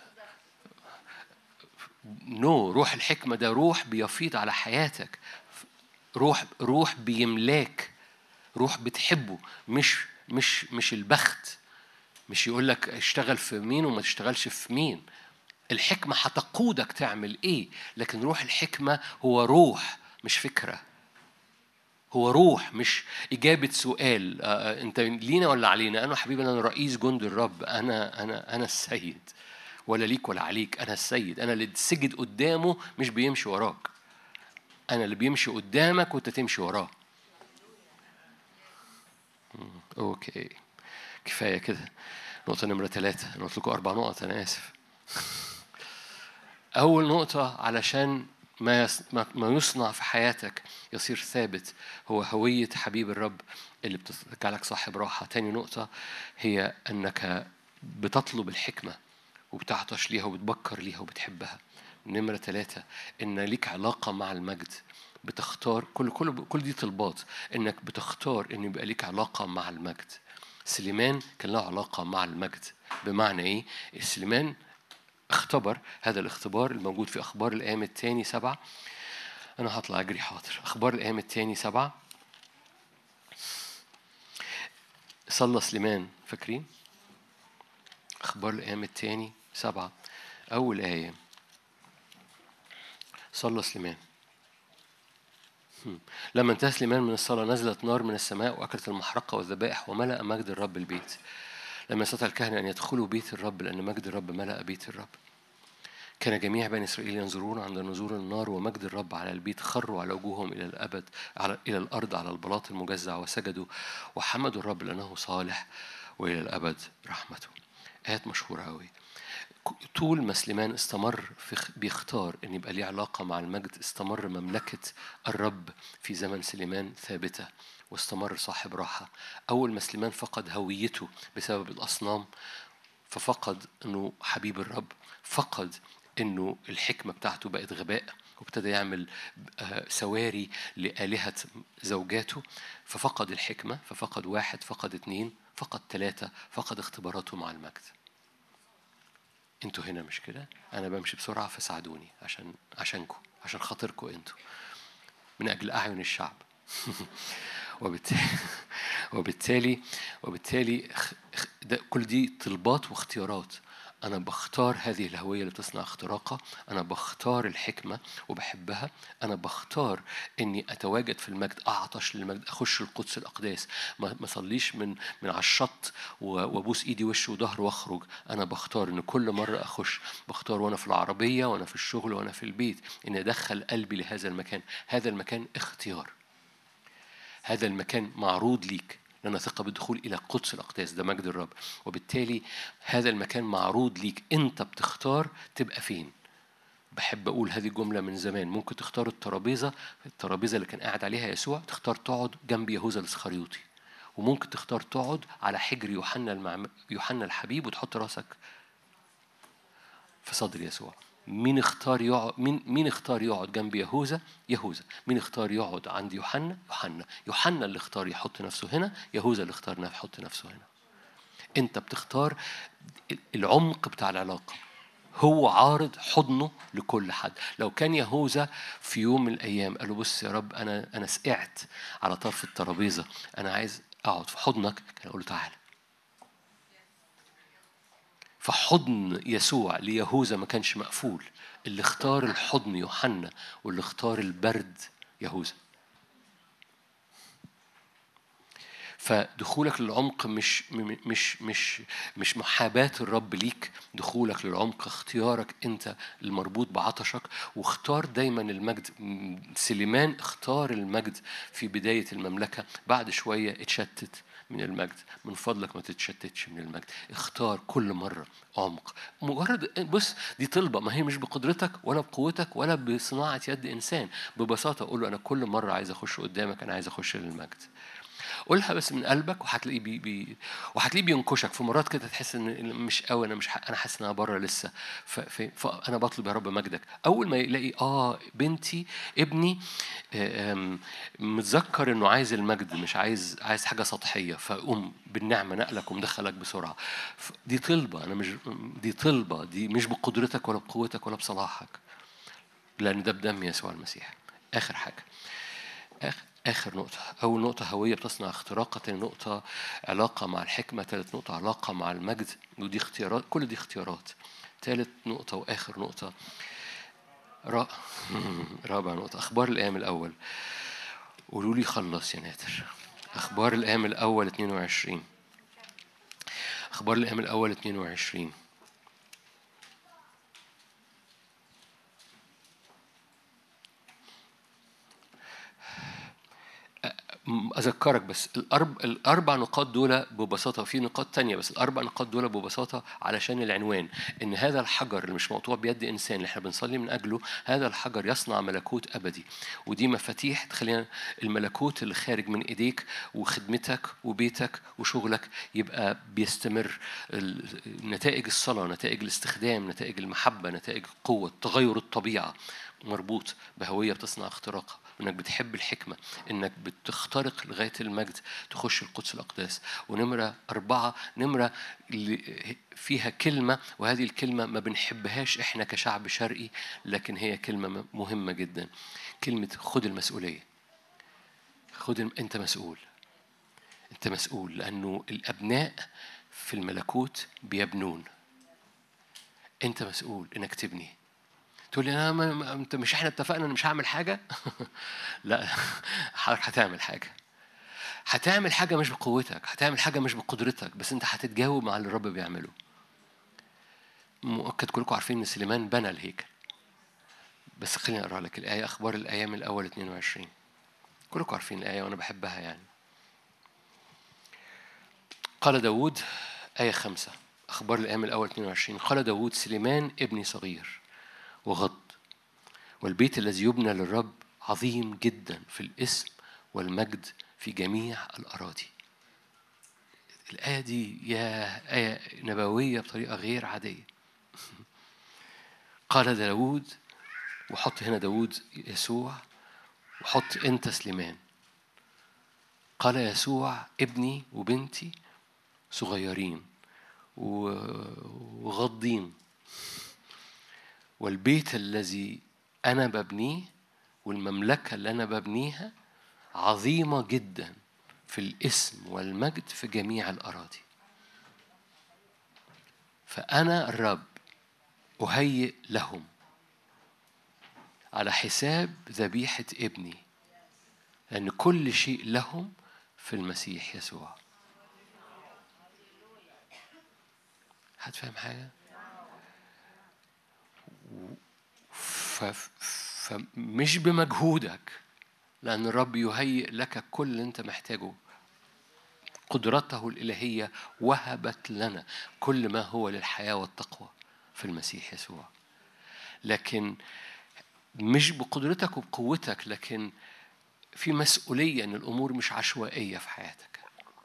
روح الحكمة ده روح بيفيض على حياتك، روح بيملاك، روح بتحبه، مش البخت، مش يقول لك اشتغل في مين وما تشتغلش في مين. الحكمة هتقودك تعمل ايه، لكن روح الحكمة هو روح مش فكرة، هو روح مش إجابة سؤال أنت لينا ولا علينا. أنا حبيبي أنا رئيس جند الرب، أنا السيد، ولا ليك ولا عليك. أنا السيد، أنا اللي تسجد قدامه مش بيمشي وراك، أنا اللي بيمشي قدامك وأنت تمشي وراه. أوكي كفاية كده. نقطة نمرة 3. أنا قلت لكم 4 نقط، أنا آسف. أول نقطة علشان ما يصنع في حياتك يصير ثابت هو هوية حبيب الرب اللي بتجعلك صاحب راحة. تاني نقطة هي أنك بتطلب الحكمة وبتعطش ليها وبتبكر ليها وبتحبها. نمرة 3 إن ليك علاقة مع المجد. بتختار كل دي طلبات، إنك بتختار إن يبقى ليك علاقة مع المجد. سليمان كان له علاقة مع المجد. بمعنى إيه؟ سليمان اختبر هذا الاختبار الموجود في أخبار الأيام الثاني 7. أنا هطلع أجري حاضر. أخبار الأيام الثاني 7. صلى سليمان، فاكرين؟ أخبار الأيام الثاني 7 أول آية. صلى سليمان. لما انتهى سليمان من الصلاة نزلت نار من السماء وأكلت المحرقة والذبائح وملأ مجد الرب البيت. لما استطاع الكهنة أن يدخلوا بيت الرب لأن مجد الرب ملأ بيت الرب. كان جميع بني إسرائيل ينظرون عند نزول النار ومجد الرب على البيت، خروا على وجوههم إلى الأبد إلى الأرض على البلاط المجزع وسجدوا وحمدوا الرب لأنه صالح وإلى الأبد رحمته. آيات مشهورة أوي. طول ما سليمان استمر بيختار أن يبقى ليه علاقة مع المجد، استمر مملكة الرب في زمن سليمان ثابتة واستمر صاحب راحة. أول ما سليمان فقد هويته بسبب الأصنام، ففقد أنه حبيب الرب، فقد أنه الحكمة بتاعته بقت غباء، وابتدى يعمل سواري لآلهة زوجاته، ففقد الحكمة، ففقد 1، فقد 2، فقد 3، فقد اختباراته مع المجد. انتوا هنا مش كده؟ أنا بمشي بسرعة فساعدوني عشانكم، عشان خاطركم انتوا، من أجل أعين الشعب. وبالتالي كل دي طلبات واختيارات. أنا بختار هذه الهوية اللي تصنع اختراقة. أنا بختار الحكمة وبحبها. أنا بختار إني أتواجد في المجد، أعطش للمجد، أخش القدس الأقداس، ما صليش من على الشط وأبوس إيدي وش وظهر وأخرج. أنا بختار إن كل مرة أخش، بختار وأنا في العربية وأنا في الشغل وأنا في البيت، إني أدخل قلبي لهذا المكان. هذا المكان اختيار. هذا المكان معروض ليك، لأن ثقة بالدخول إلى قدس الأقداس، ده مجد الرب. وبالتالي هذا المكان معروض ليك، أنت بتختار تبقى فين. بحب أقول هذه الجملة من زمان. ممكن تختار الترابيزة اللي كان قاعد عليها يسوع، تختار تقعد جنب يهوذا الإسخريوطي، وممكن تختار تقعد على حجر يوحنا الحبيب وتحط راسك في صدر يسوع. مين اختار يقعد جنب يهوذا؟ مين اختار يقعد عند يوحنا اللي اختار يحط نفسه هنا، يهوذا اللي اختار يحط نفسه هنا. انت بتختار العمق بتاع العلاقة. هو عارض حضنه لكل حد. لو كان يهوذا في يوم من الأيام قال له بص يا رب، أنا سقعت على طرف الترابيزة، أنا عايز أقعد في حضنك، كان أقول له تعالى. فحضن يسوع ليهوذا ما كانش مقفول. اللي اختار الحضن يوحنا، واللي اختار البرد يهوذا. فدخولك للعمق مش محاباة الرب ليك. دخولك للعمق اختيارك انت المربوط بعطشك. واختار دايما المجد. سليمان اختار المجد في بداية المملكة، بعد شوية اتشتت من المجد. من فضلك ما تتشتتش من المجد. اختار كل مرة عمق. مجرد بص، دي طلبة، ما هي مش بقدرتك ولا بقوتك ولا بصناعة يد إنسان. ببساطة أقول له أنا كل مرة عايز أخش قدامك، أنا عايز أخش للمجد. قولها بس من قلبك، وهتلاقيه وهتلاقيه بينكشك. في مرات كده تحس ان مش قوي، انا حاسس انها بره لسه. فانا بطلب يا رب مجدك. اول ما يلاقي بنتي ابني متذكر انه عايز المجد، مش عايز حاجه سطحيه، فقوم بالنعمه نقلك ومدخلك بسرعه. دي طلبه، دي مش بقدرتك ولا بقوتك ولا بصلاحك، لان ده بدم يسوع المسيح. اخر حاجه، آخر نقطة. أول نقطة هوية بتصنع اختراقة. تاني نقطة علاقة مع الحكمة. ثالث نقطة علاقة مع المجد. ودي اختيارات، كل دي اختيارات. ثالث نقطة وآخر نقطة رابع نقطة أخبار الأيام الأول. قولوا لي خلص يا ناتر. أخبار الأيام الأول 22. أخبار الأيام الأول 22. أذكرك بس الأربع نقاط دول ببساطة، في نقاط تانية بس الأربع نقاط دول ببساطة علشان العنوان إن هذا الحجر اللي مش مقطوع بيد إنسان اللي إحنا بنصلي من أجله، هذا الحجر يصنع ملكوت أبدي. ودي مفاتيح تخلينا الملكوت اللي خارج من إيديك وخدمتك وبيتك وشغلك يبقى بيستمر. نتائج الصلاة، نتائج الاستخدام، نتائج المحبة، نتائج القوة، تغير الطبيعة مربوط بهوية بتصنع اختراقها، انك بتحب الحكمة، انك بتخترق لغاية المجد تخش القدس الأقداس. ونمرة 4، نمرة اللي فيها كلمة، وهذه الكلمة ما بنحبهاش احنا كشعب شرقي، لكن هي كلمة مهمة جدا، كلمة خد المسؤولية. انت مسؤول، انت مسؤول، لأنه الأبناء في الملكوت بيبنون. انت مسؤول انك تبني. تقول لي انا انت مش احنا اتفقنا ان مش هعمل حاجه؟ لا، حضرتك هتعمل حاجه، هتعمل حاجه مش بقوتك، هتعمل حاجه مش بقدرتك، بس انت هتتجاوب مع اللي الرب بيعمله. مؤكد كلكم عارفين ان سليمان بنى الهيكل، بس خليني اقرا لك الايه، اخبار الايام الاول 22. كلكم عارفين الايه وانا بحبها يعني. قال داود، آية 5، أخبار الأيام الأول 22. قال داود: سليمان ابني صغير وغض، والبيت الذي يبنى للرب عظيم جدا في الاسم والمجد في جميع الأراضي. الآية دي يا آية نبوية بطريقة غير عادية. قال داود، وحط هنا داود يسوع، وحط أنت سليمان. قال يسوع: ابني وبنتي صغيرين وغضين، والبيت الذي أنا ببنيه والمملكة اللي أنا ببنيها عظيمة جدا في الاسم والمجد في جميع الأراضي. فأنا الرب أهيئ لهم على حساب ذبيحة ابني، لأن كل شيء لهم في المسيح يسوع. هتفهم حاجة؟ فمش بمجهودك، لأن الرب يهيئ لك كل اللي أنت محتاجه. قدرته الإلهية وهبت لنا كل ما هو للحياة والتقوى في المسيح يسوع. لكن مش بقدرتك وبقوتك، لكن في مسؤولية أن الأمور مش عشوائية في حياتك.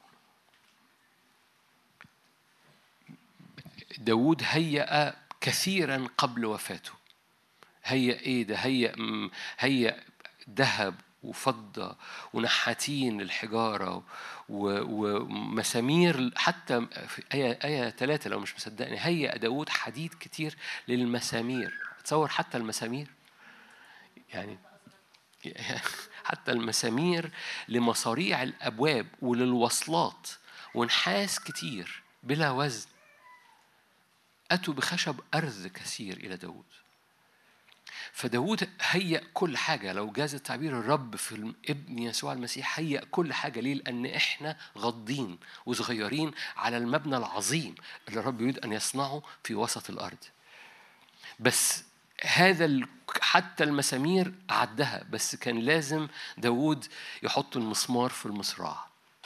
داود هيأ كثيرا قبل وفاته. هيأ إيه ده؟ هيأ ذهب وفضة ونحاتين للحجارة ومسامير. حتى في آية 3 لو مش مصدقني، هيأ داود حديد كتير للمسامير. تصور حتى المسامير، يعني حتى المسامير لمصاريع الأبواب وللوصلات، ونحاس كتير بلا وزن. أتوا بخشب أرز كثير إلى داود. فداود هيأ كل حاجة، لو جاز التعبير الرب في الابن يسوع المسيح هيأ كل حاجة. ليه؟ لأن إحنا غضين وصغيرين على المبنى العظيم اللي الرب يريد أن يصنعه في وسط الأرض. بس هذا حتى المسامير عدها، بس كان لازم داود يحط المسمار في المصراع.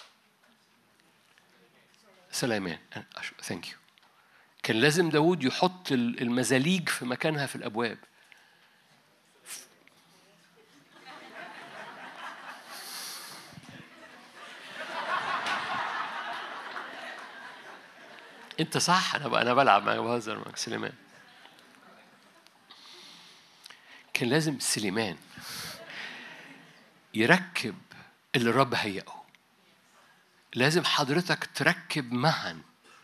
سليمان، ثانك يو. كان لازم داود يحط المزاليج في مكانها في الأبواب. انت صح، انا بلعب معاك، بهزر معاك. سليمان كان لازم سليمان يركب اللي الرب هيئه. لازم حضرتك تركب معا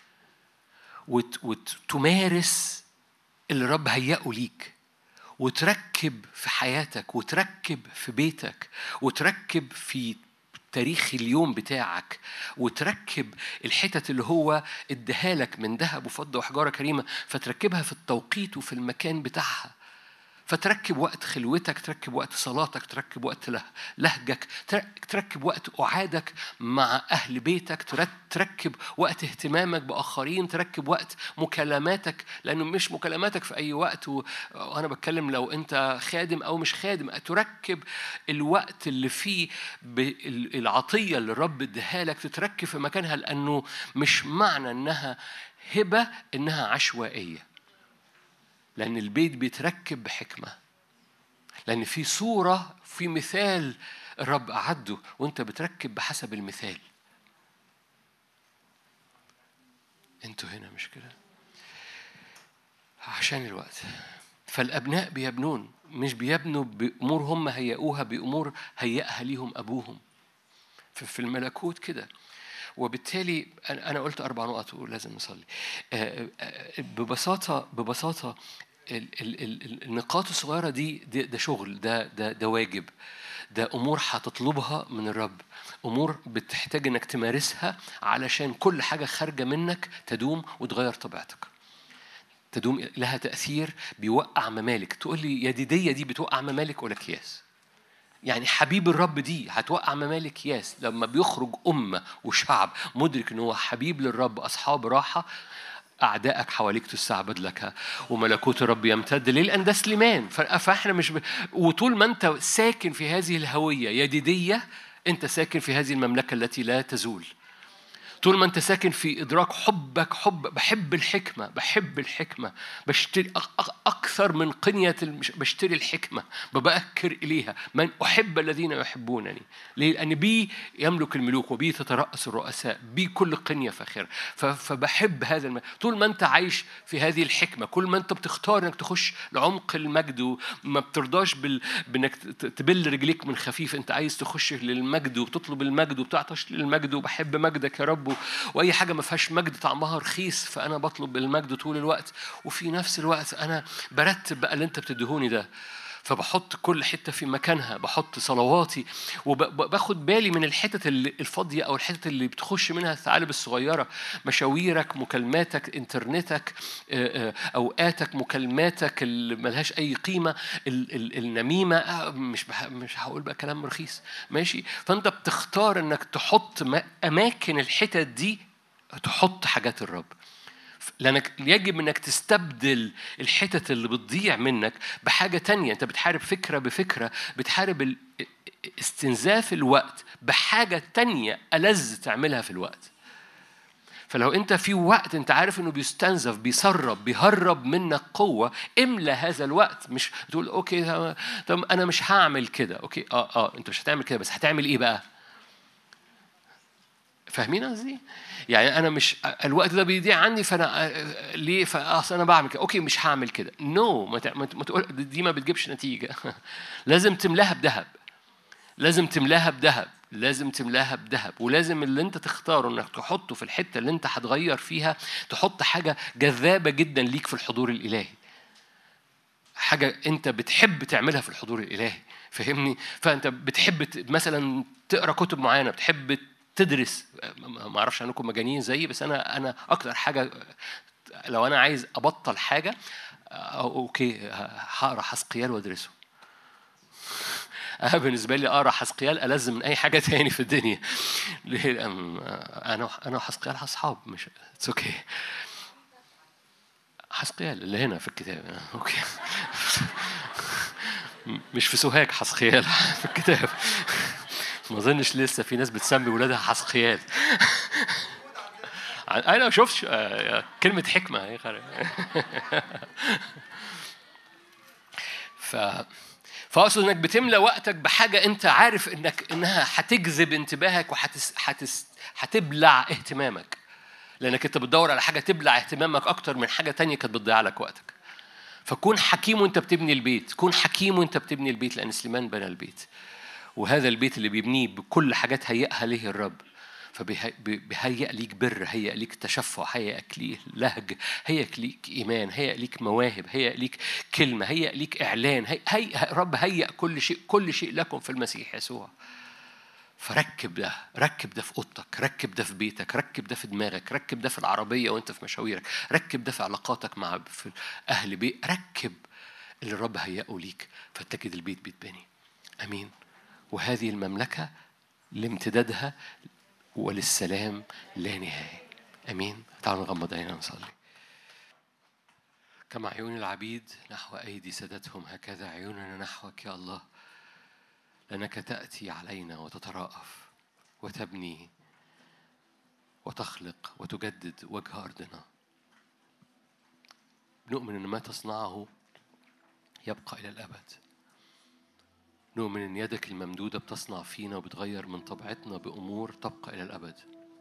وتمارس اللي الرب هيئه ليك، وتركب في حياتك، وتركب في بيتك، وتركب في تاريخ اليوم بتاعك، وتركب الحتت اللي هو ادهالك من ذهب وفضة وحجارة كريمة، فتركبها في التوقيت وفي المكان بتاعها. فتركب وقت خلوتك، تركب وقت صلاتك، تركب وقت لهجك، تركب وقت قعادك مع أهل بيتك، تركب وقت اهتمامك بآخرين، تركب وقت مكالماتك، لأنه مش مكالماتك في أي وقت وأنا بتكلم لو أنت خادم أو مش خادم، تركب الوقت اللي فيه العطية اللي الرب اداها لك تتركب في مكانها، لأنه مش معنى إنها هبة إنها عشوائية، لأن البيت بيتركب بحكمة، لأن في صورة، في مثال الرب أعده وأنت بتركب بحسب المثال. أنتوا هنا مش كده؟ عشان الوقت. فالأبناء بيبنون، مش بيبنوا بأمور هم هيئوها، بأمور هيئها ليهم أبوهم في الملكوت كده. وبالتالي أنا قلت 4 نقط ولازم نصلي. ببساطة النقاط الصغيرة دي ده شغل، ده واجب، ده أمور هتطلبها من الرب، أمور بتحتاج إنك تمارسها علشان كل حاجة خارجة منك تدوم وتغير طبيعتك، تدوم لها تأثير بيوقع ممالك. تقول لي يا دي بتوقع ممالك؟ أقول لك ياس. يعني حبيب الرب دي هتوقع ممالك، ياس. لما بيخرج أمة وشعب مدرك إنه هو حبيب للرب، أصحاب راحة، أعدائك حواليك تستعبد لك وملكوت الرب يمتد. ليه؟ لأن ده سليمان. فإحنا مش وطول ما أنت ساكن في هذه الهوية يديدية، أنت ساكن في هذه المملكة التي لا تزول. طول ما أنت ساكن في إدراك حب بحب الحكمة، بشتري أكثر من قنية بشتري الحكمة، ببأكر إليها. من أحب الذين يحبونني. ليه؟ لأن بي يملك الملوك وبي تترأس الرؤساء، بي كل قنية فاخرة. فبحب هذا طول ما أنت عايش في هذه الحكمة، كل ما أنت بتختار أنك تخش لعمق المجد وما بترضاش بأنك تبل رجليك من خفيف، أنت عايز تخش للمجد وبتطلب المجد وبتعطش للمجد وبحب مجدك يا رب، وأي حاجة ما فيهاش مجد طعمها رخيص، فأنا بطلب المجد طول الوقت. وفي نفس الوقت أنا برتب بقى اللي أنت بتدهوني ده، فبحط كل حتة في مكانها، بحط صلواتي وباخد بالي من الحتة الفاضية أو الحتة اللي بتخش منها الثعالب الصغيرة، مشاويرك، مكالماتك، إنترنتك، أوقاتك، مكالماتك اللي ملهاش أي قيمة، النميمة، مش هقول بقى كلام رخيص، ماشي؟ فأنت بتختار إنك تحط أماكن الحتة دي، تحط حاجات الرب، لأنك يجب أنك تستبدل الحتت اللي بتضيع منك بحاجة تانية. أنت بتحارب فكرة بفكرة، بتحارب استنزاف الوقت بحاجة تانية ألذ تعملها في الوقت. فلو أنت في وقت أنت عارف أنه بيستنزف، بيهرب منك قوة، املى هذا الوقت. مش تقول أوكي طب أنا مش هعمل كده. أوكي أنت مش هتعمل كده، بس هتعمل إيه بقى؟ فاهمين قصدي؟ يعني أنا مش الوقت ده بيضيع عني، فأنا ليه؟ فأصل أنا بعمل كده. أوكي مش هعمل كده. ما تقول دي ما بتجيبش نتيجة. لازم تملاها بذهب، لازم تملاها بذهب، ولازم اللي أنت تختاره إنك تحطه في الحتة اللي أنت هتغير فيها، تحط حاجة جذابة جدا ليك في الحضور الإلهي، حاجة أنت بتحب تعملها في الحضور الإلهي. فهمني؟ فأنت بتحب مثلا تقرأ كتب معينة، بتحب تدرس. ما أعرفش عنكم مجانين زيي، بس أنا أكتر حاجة لو أنا عايز أبطل حاجة، أوكي هقرأ حسقيال وأدرسه. بالنسبة لي أقرأ حسقيال ألذ من أي حاجة تاني في الدنيا. ليه؟ أنا وحسقيال أصحاب، مش أوكي. حسقيال اللي هنا في الكتاب، أوكي. مش في سوهاج حسقيال في الكتاب. ما أظنش لسه في ناس بتسمي ولادها حسقيال. أنا شوفش كلمة حكمة. فأقصد إنك بتملى وقتك بحاجة أنت عارف إنها هتجذب انتباهك هتبلع اهتمامك، لأنك أنت بتدور على حاجة تبلع اهتمامك أكتر من حاجة تانية كانت بتضيع لك وقتك. فكون حكيم وأنت بتبني البيت، كون حكيم وأنت بتبني البيت، لأن سليمان بنى البيت، وهذا البيت اللي بيبنيه بكل حاجات هيئها ليه الرب. فبيهيئ ليك بر، هيئ ليك تشفع، هيئ ليك لهج، هيئ ليك إيمان، هيئ ليك مواهب، هيئ ليك كلمة، هيئ ليك إعلان. رب هيئ كل شيء لكم في المسيح يسوع. فركب ده، ركب ده في أوضتك، ركب ده في بيتك، ركب ده في دماغك، ركب ده في العربية وأنت في مشاويرك، ركب ده في علاقاتك مع في أهل بيت. ركب اللي الرب هيأه ليك، فتجد البيت بيتبني. أمين. وهذه المملكة لامتدادها وللسلام لا نهاية. أمين. تعالوا نغمض عينينا ونصلي. كما عيون العبيد نحو أيدي سادتهم، هكذا عيوننا نحوك يا الله، لأنك تأتي علينا وتترأف وتبني وتخلق وتجدد وجه أرضنا. نؤمن أن ما تصنعه يبقى إلى الأبد. نؤمن أن يدك الممدودة بتصنع فينا وبتغير من طبيعتنا بأمور تبقى إلى الأبد.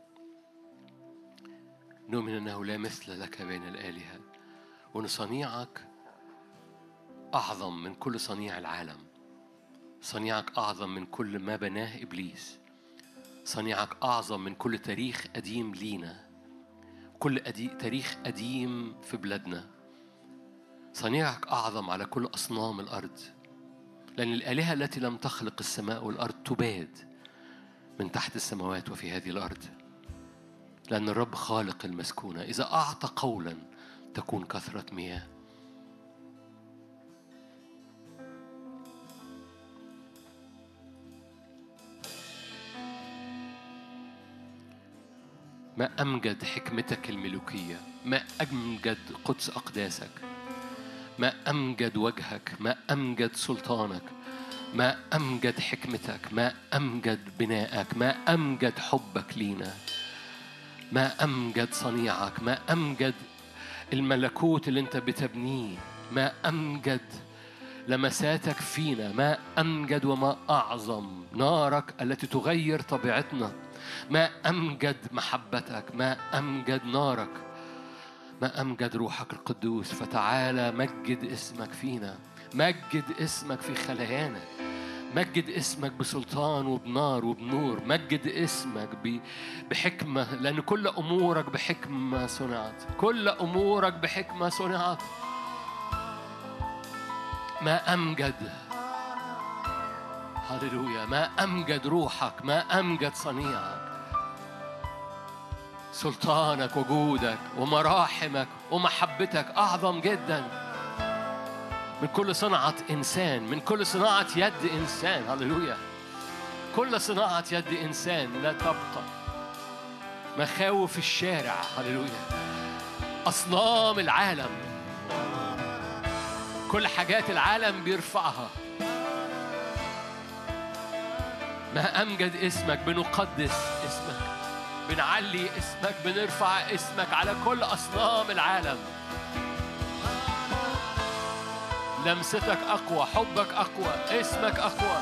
نؤمن أنه لا مثل لك بين الآلهة، وأن صنيعك أعظم من كل صنيع العالم. صنيعك أعظم من كل ما بناه إبليس. صنيعك أعظم من كل تاريخ قديم لينا، كل تاريخ قديم في بلادنا. صنيعك أعظم على كل أصنام الأرض، لأن الآلهة التي لم تخلق السماء والأرض تباد من تحت السماوات وفي هذه الأرض، لأن الرب خالق المسكونة. إذا أعطى قولا تكون كثرة مياه. ما أمجد حكمتك الملوكية، ما أمجد قدس أقداسك، ما أمجد وجهك، ما أمجد سلطانك، ما أمجد حكمتك، ما أمجد بنائك، ما أمجد حبك لينا، ما أمجد صنيعك، ما أمجد الملكوت اللي أنت بتبنيه، ما أمجد لمساتك فينا، ما أمجد وما أعظم نارك التي تغير طبيعتنا، ما أمجد محبتك، ما أمجد نارك، ما أمجد روحك القدوس. فتعالى مجد اسمك فينا، مجد اسمك في خلايانا، مجد اسمك بسلطان وبنار وبنور، مجد اسمك بحكمة، لأن كل أمورك بحكمة صنعت، كل أمورك بحكمة صنعت. ما أمجد، هللويا، ما أمجد روحك، ما أمجد صنيعك، سلطانك وجودك ومراحمك ومحبتك أعظم جدا من كل صنعة إنسان، من كل صناعة يد إنسان. هللويا. كل صناعة يد إنسان لا تبقى. مخاوف الشارع، هللويا، أصنام العالم، كل حاجات العالم بيرفعها. ما أمجد اسمك، بنقدس اسمك، بنعلي اسمك، بنرفع اسمك على كل أصنام العالم. لمستك أقوى، حبك أقوى، اسمك أقوى،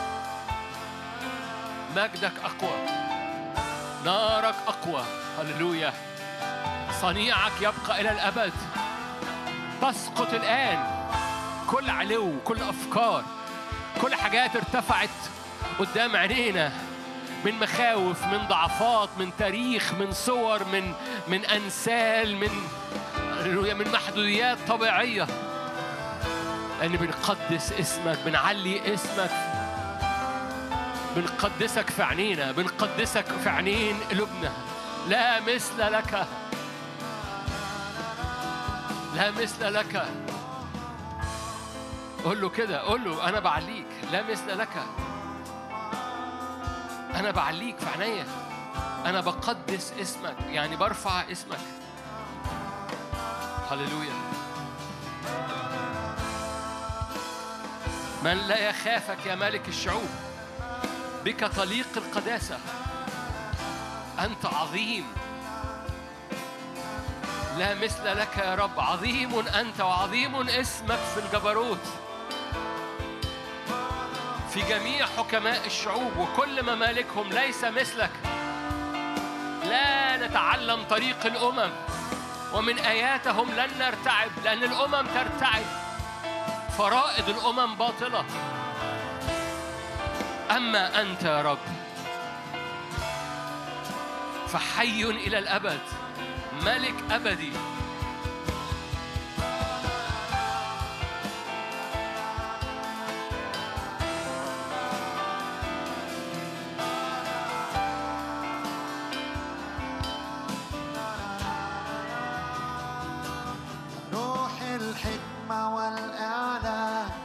مجدك أقوى، نارك أقوى. هللويا. صنيعك يبقى إلى الأبد. تسقط الآن كل علو، كل أفكار، كل حاجات ارتفعت قدام عينينا من مخاوف، من ضعفات، من تاريخ، من صور، من أنسال، من محدوديات طبيعية. لأن بنقدس اسمك، بنعلي اسمك، بنقدسك في عينينا، بنقدسك في عينين قلوبنا. لا مثل لك، لا مثل لك. قول له كده، قول له أنا بعليك، لا مثل لك. أنا بعليك في عينيا، أنا بقدس اسمك، يعني برفع اسمك. هللويا. من لا يخافك يا مالك الشعوب، بك طليق القداسة، أنت عظيم، لا مثل لك يا رب. عظيم أنت وعظيم اسمك في الجبروت، في جميع حكماء الشعوب وكل ممالكهم ليس مثلك. لا نتعلم طريق الأمم، ومن آياتهم لن نرتعب، لأن الأمم ترتعب، فرائض الأمم باطلة. أما أنت يا رب فحي إلى الأبد، ملك أبدي. روح الحكمة والإعلان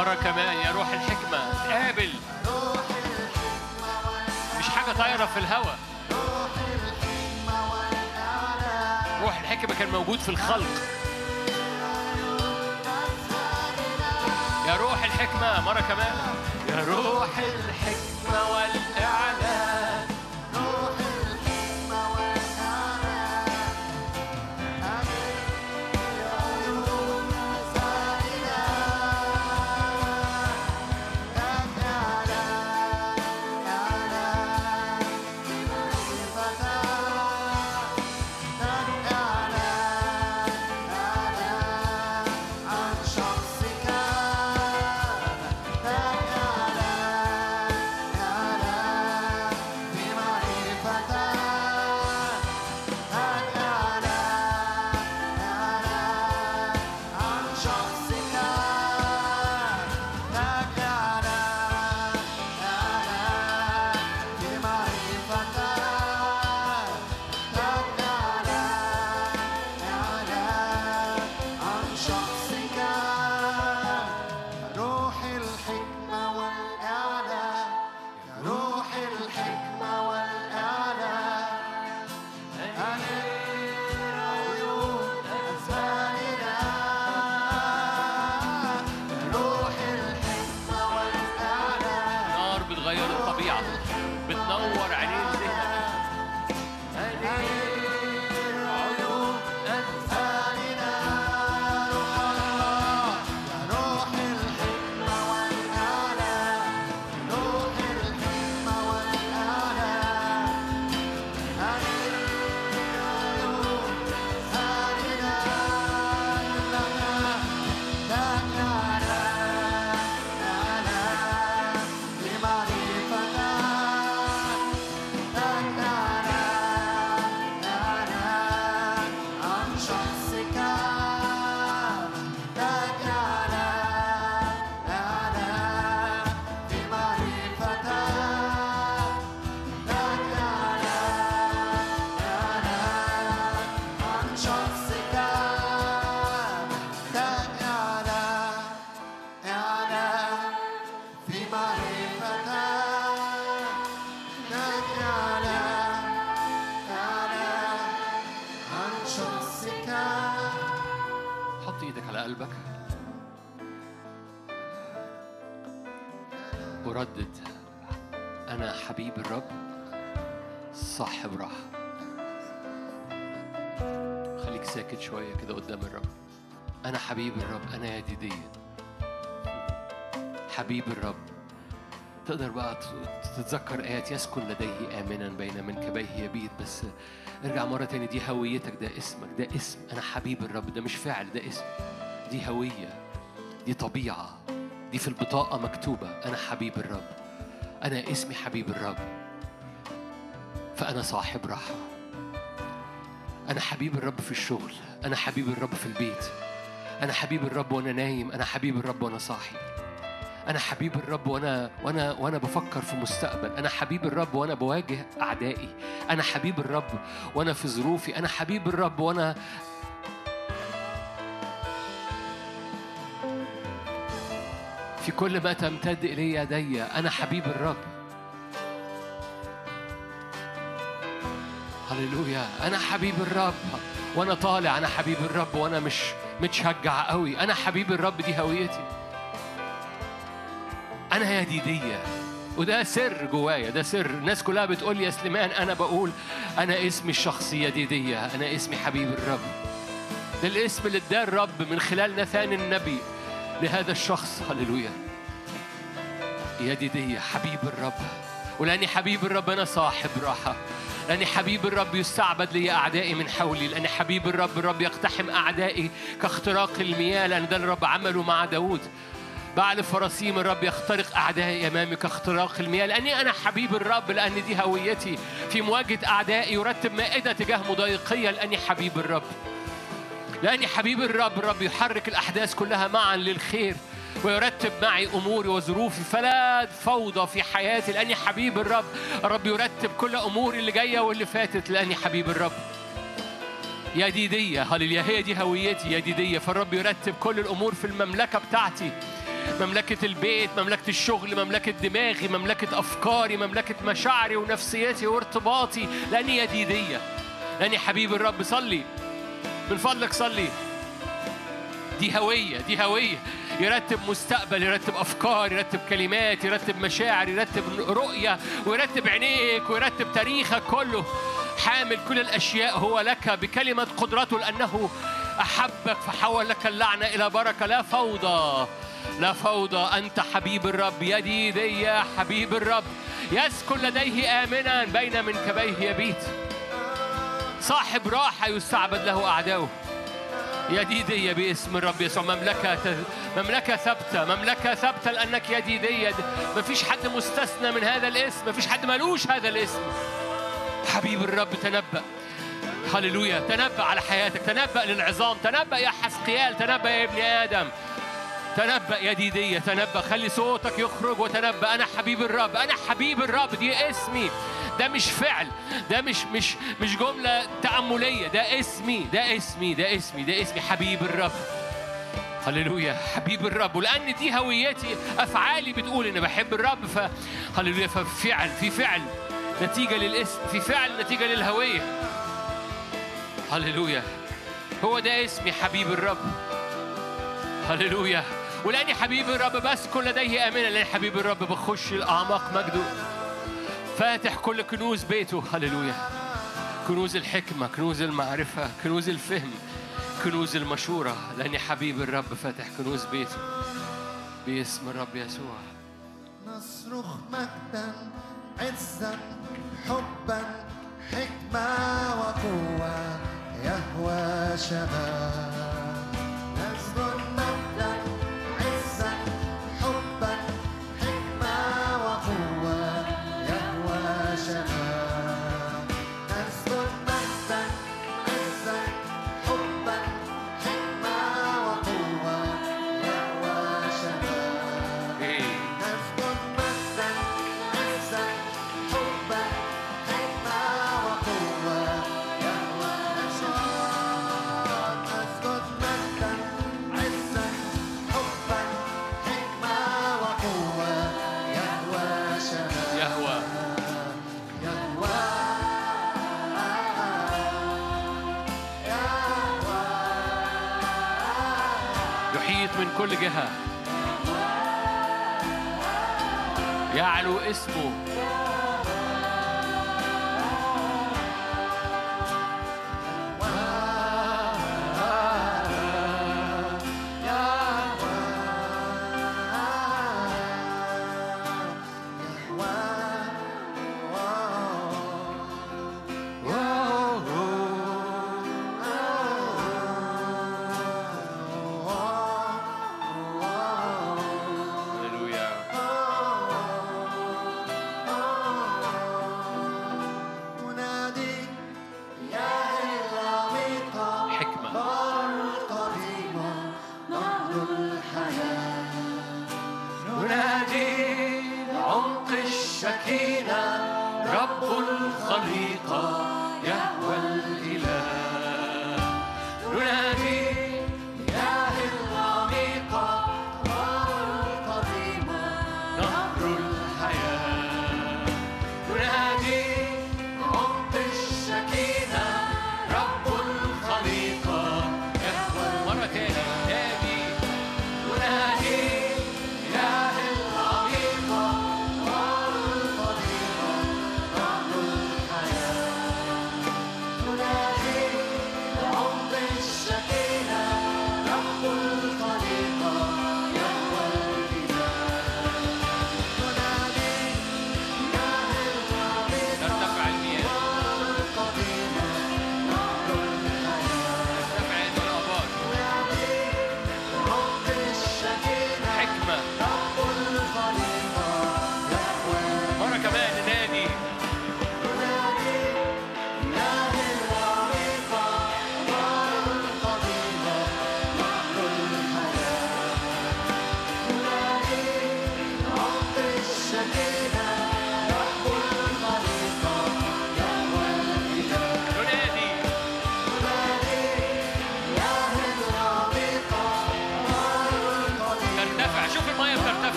مرة كمان يا روح الحكمة قابل، مش حاجة طايرة في الهواء. روح الحكمة كان موجود في الخلق. يا روح الحكمة مرة كمان، يا روح الحكمة والإعلان، روح الحكمة والإعلان، عيون سائلة عن شخصك قلبك وردد أنا حبيب الرب صاحب راحة. خليك ساكت شوية كده قدام الرب. أنا حبيب الرب، أنا يديدية حبيب الرب. تقدر بقى تتذكر آيات يسكن لديه آمنا بين منكبيه يبيت. بس ارجع مرة تاني، دي هويتك، ده اسمك، ده اسم. أنا حبيب الرب، ده مش فعل، ده اسم، دي هوية، دي طبيعة، دي في البطاقة مكتوبة. أنا حبيب الرب، أنا اسمي حبيب الرب، فأنا صاحب راحة. أنا حبيب الرب في الشغل، أنا حبيب الرب في البيت، أنا حبيب الرب وأنا نايم، أنا حبيب الرب وأنا صاحي، أنا حبيب الرب وأنا بفكر في مستقبل، أنا حبيب الرب وأنا بواجه أعدائي، أنا حبيب الرب وأنا في ظروفي، أنا حبيب الرب وأنا في كل ما تمتد إلي يدي. أنا حبيب الرب. هللويا. أنا حبيب الرب وأنا طالع، أنا حبيب الرب وأنا مش متشجع قوي. أنا حبيب الرب، دي هويتي. أنا يديدية، وده سر جوايا، ده سر. الناس كلها بتقول لي يا سليمان، أنا بقول أنا اسمي الشخصي يديدية، أنا اسمي حبيب الرب. ده الاسم اللي اداه الرب من خلال ناثان النبي لهذا الشخص. هللويا. يديدية حبيب الرب. ولأني حبيب الرب أنا صاحب راحة، لأني حبيب الرب يستعبد لي أعدائي من حولي، لأني حبيب الرب يقتحم أعدائي كاختراق المياه، لأن ده الرب عمله مع داود. بعد فراسيم الرب يخترق أعدائي أمامي كاختراق المياه، لأني أنا حبيب الرب، لأن دي هويتي. في مواجهة أعدائي يرتب مائدة تجاه مضايقية، لأني حبيب الرب. لأني حبيب الرب يحرك الأحداث كلها معا للخير ويرتب معي أموري وظروفي، فلا فوضى في حياتي، لأني حبيب الرب يرتب كل أموري اللي جاية واللي فاتت، لأني حبيب الرب. يديدية. هللويا. هي دي هويتي، يديدية. فالرب يرتب كل الأمور في المملكة بتاعتي، مملكة البيت، مملكة الشغل، مملكة دماغي، مملكة أفكاري، مملكة مشاعري ونفسيتي وارتباطي، لأني يديدية، لأني حبيب الرب. صلي من فضلك، صلي. دي هوية، دي هوية. يرتب مستقبل، يرتب أفكار، يرتب كلمات، يرتب مشاعر، يرتب رؤية، ويرتب عينيك، ويرتب تاريخك كله. حامل كل الأشياء هو لك بكلمة قدرته، لأنه أحبك فحول لك اللعنة إلى بركة. لا فوضى، لا فوضى. أنت حبيب الرب، يدي دي حبيب الرب، يسكن لديه آمنا بين منكبيه يبيت. صاحب راحة يستعبد له أعداؤه. يديدية باسم الرب يسوع. مملكة ثابتة، مملكة ثابتة، لأنك يديدية. مفيش حد مستثنى من هذا الاسم، مفيش حد ملوش هذا الاسم. حبيب الرب تنبأ. هللويا. تنبأ على حياتك، تنبأ للعظام، تنبأ يا حسقيال، تنبأ يا ابن آدم، تنبأ يديدية، تنبأ. خلي صوتك يخرج وتنبأ. أنا حبيب الرب، أنا حبيب الرب. دي اسمي، ده مش فعل، ده مش جملة تأملية، ده اسمي، ده اسمي، ده اسمي، ده اسمي حبيب الرب. هللويا. حبيب الرب. ولأن دي هويتي، أفعالي بتقول إن بحب الرب. هللويا. ففعل، في فعل نتيجة للاسم، في فعل نتيجة للهوية. هللويا. هو ده اسمي حبيب الرب. هللويا. ولأني حبيب الرب بسكن لديه آمنا، لأن حبيب الرب بخش الأعماق مجده، فاتح كل كنوز بيته. هللويا. كنوز الحكمة، كنوز المعرفة، كنوز الفهم، كنوز المشورة، لأني حبيب الرب فاتح كنوز بيته باسم الرب يسوع. نصرخ مجدا، عزا، حبا، حكمة وقوة، يهوى شباب. نصرخ مجدا، عزا، حبا، حكمة وقوة، يهوى شباب. نصرخ مجدا، عزا، حبا، حكمة وقوة، يهوى شباب. نصرخ مجدا، عزا، حبا، حكمة وقوة، يهوى شباب. نصرخ مجدا، عزا، حبا، حكمة وقوة، يهوى شباب. يهوى. يحيط من كل جهة، يعلو اسمه. هللويا.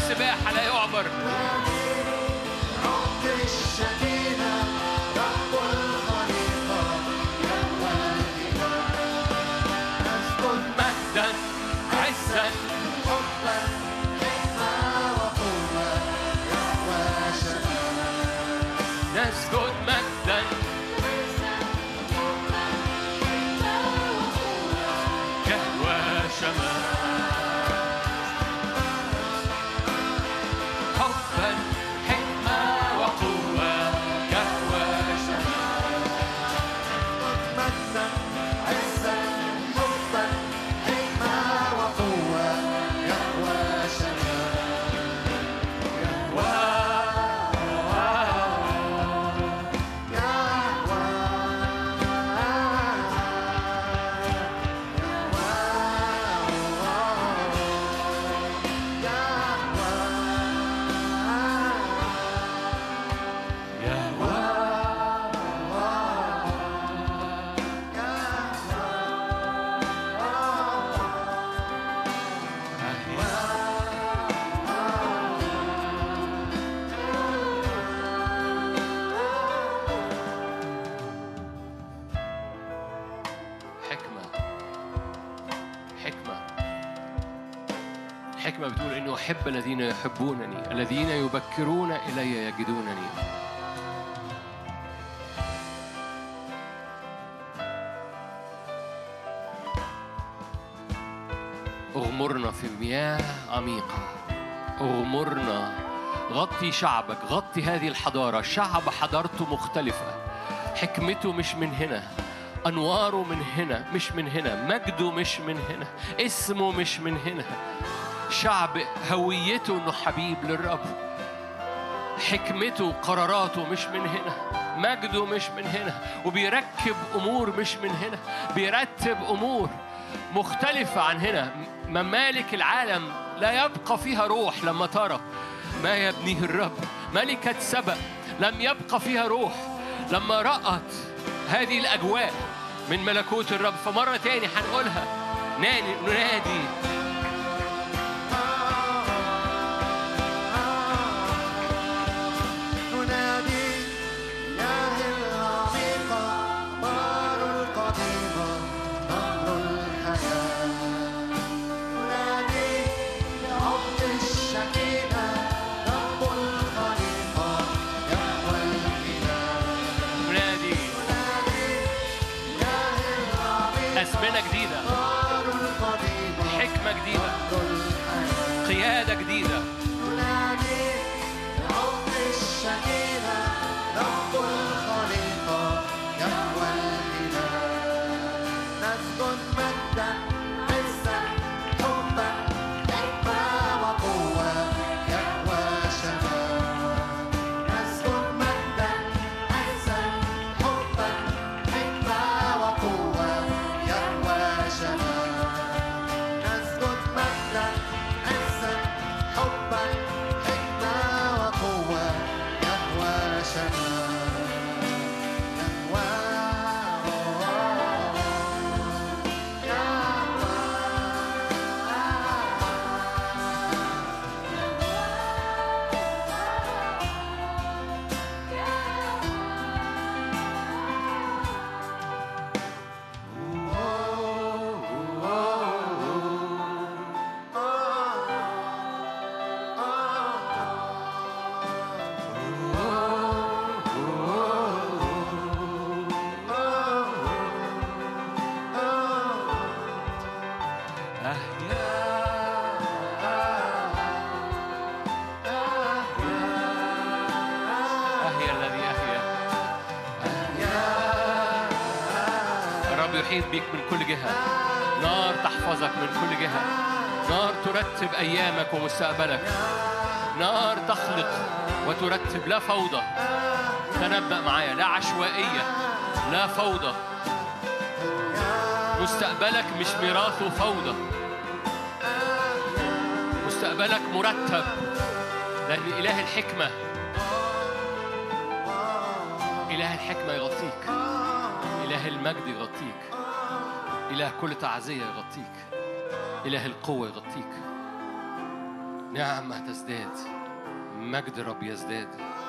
السباحة لا يعبر. رب الشكينة رب الخليقة يهوى الإله نسجد مجدا عزا حبا حكمة وقوة يهوى شمال نسجد مجدا يهوى شمال حبا حكمة وقوة يهوى شمال مجدا عزا حبا حكمة وقوة يهوى شمال حكمة بتقول إنه أحب الذين يحبونني، الذين يبكرون إلي يجدونني. اغمرنا في مياه عميقة، اغمرنا، غطي شعبك، غطي هذه الحضارة. شعب حضارته مختلفة، حكمته مش من هنا، أنواره من هنا مش من هنا، مجده مش من هنا، اسمه مش من هنا. شعب هويته إنه حبيب للرب، حكمته قراراته مش من هنا، مجده مش من هنا، وبيركب أمور مش من هنا، بيرتب أمور مختلفة عن هنا. ممالك العالم لا يبقى فيها روح. لما ترى ما يبنيه الرب، ملكة سبأ لم يبقى فيها روح. لما رأت هذه الأجواء من ملكوت الرب، فمرة تاني هنقولها، ننادي أزمنة جديدة، حكمة جديدة، قيادة جديدة. يحيط بك من كل جهة، نار تحفظك من كل جهة، نار ترتب أيامك ومستقبلك، نار تخلق وترتب. لا فوضى، تنبأ معايا، لا عشوائية، لا فوضى. مستقبلك مش ميراثه فوضى، مستقبلك مرتب، لأن إله الحكمة، إله الحكمة يغطيك، إله المجد يغطيك، إله كل تعزية يغطيك، إله القوة يغطيك. نعمة تزداد، مجد الرب يزداد.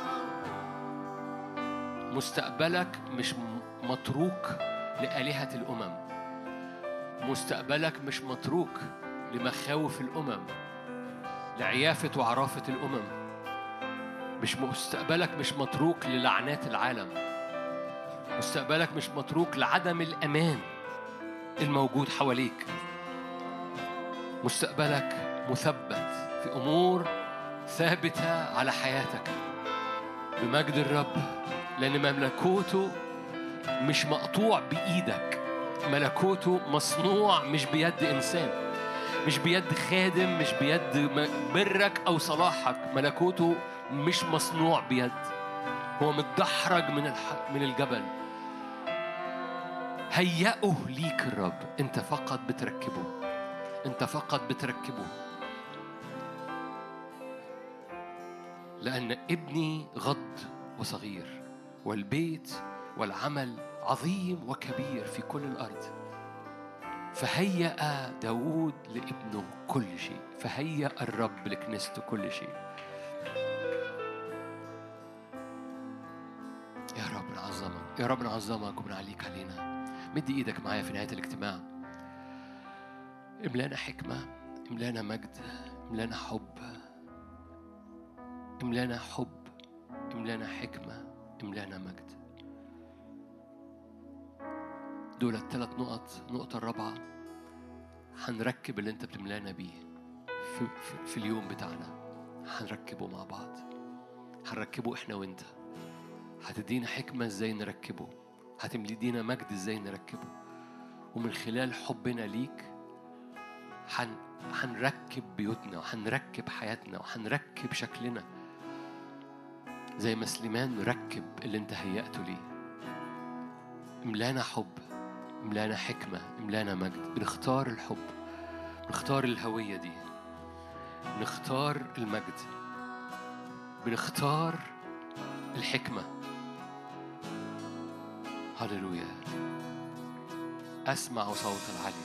مستقبلك مش متروك لآلهة الأمم، مستقبلك مش متروك لمخاوف الأمم، لعيافة وعرافة الأمم. مش مستقبلك مش متروك للعنات العالم، مستقبلك مش متروك لعدم الأمان الموجود حواليك. مستقبلك مثبت في أمور ثابتة على حياتك بمجد الرب، لأن ملكوته مش مقطوع بإيدك، ملكوته مصنوع مش بيد إنسان، مش بيد خادم، مش بيد برك أو صلاحك. ملكوته مش مصنوع بيد، هو متدحرج من الجبل. هيئه ليك الرب، أنت فقط بتركبه، أنت فقط بتركبه. لأن ابني غض وصغير، والبيت والعمل عظيم وكبير في كل الأرض. فهيأ داود لابنه كل شيء، فهيأ الرب لكنيسته كل شيء. يا رب نعظمك، يا رب نعظمك وبنعليك علينا. مد ايدك معايا في نهاية الاجتماع. املانا حكمة، املانا مجد، املانا حب، املانا حب، املانا حكمة، املانا مجد. دول الثلاث نقط. النقطة الرابعة، هنركب اللي انت بتملانا بيه في اليوم بتاعنا، هنركبه مع بعض، هنركبه احنا وانت. هتدينا حكمة ازاي نركبه، هتملينا مجد ازاي نركبه، ومن خلال حبنا ليك هنركب بيوتنا وهنركب حياتنا وهنركب شكلنا زي ما سليمان ركب اللي انت هيأته ليه. املانا حب، املانا حكمة، املانا مجد. بنختار الحب، بنختار الهوية دي، بنختار المجد، بنختار الحكمة. هللويا. أسمع صوت العلي.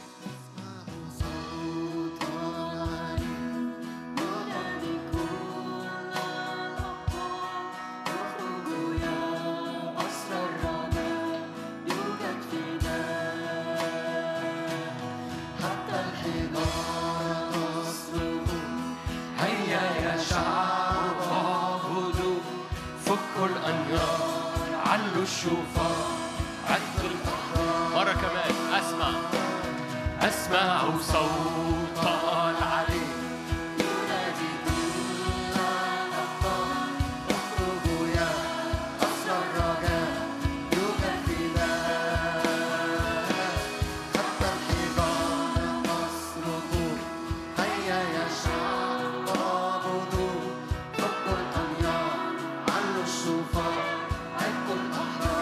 الشوفار عد الأحرار. مرة كمان أسمع صوت العلي ينادي كل الأبطال اخرجوا يا أسرى الرجاء يوجد فداء. حتى الحجارة تصرخ هيا يا شعب اعبدوا. فكوا الأنيار علوا الشوفار عدوا الأحرار.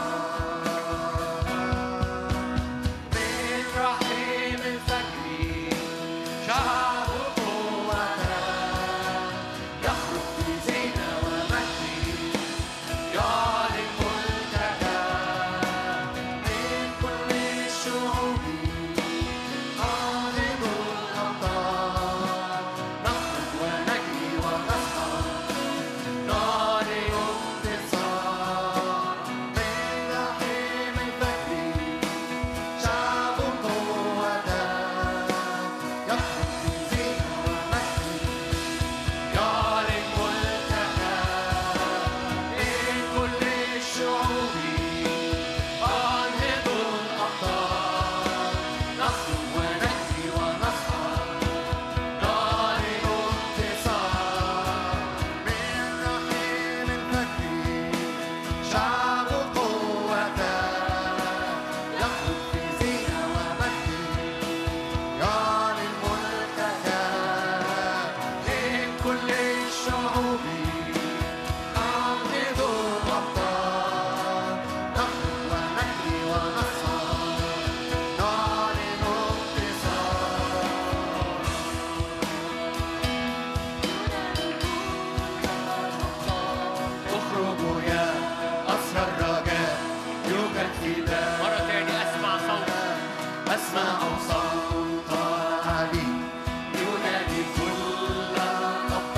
أسمع صوت العلي ينادي كل الأبطال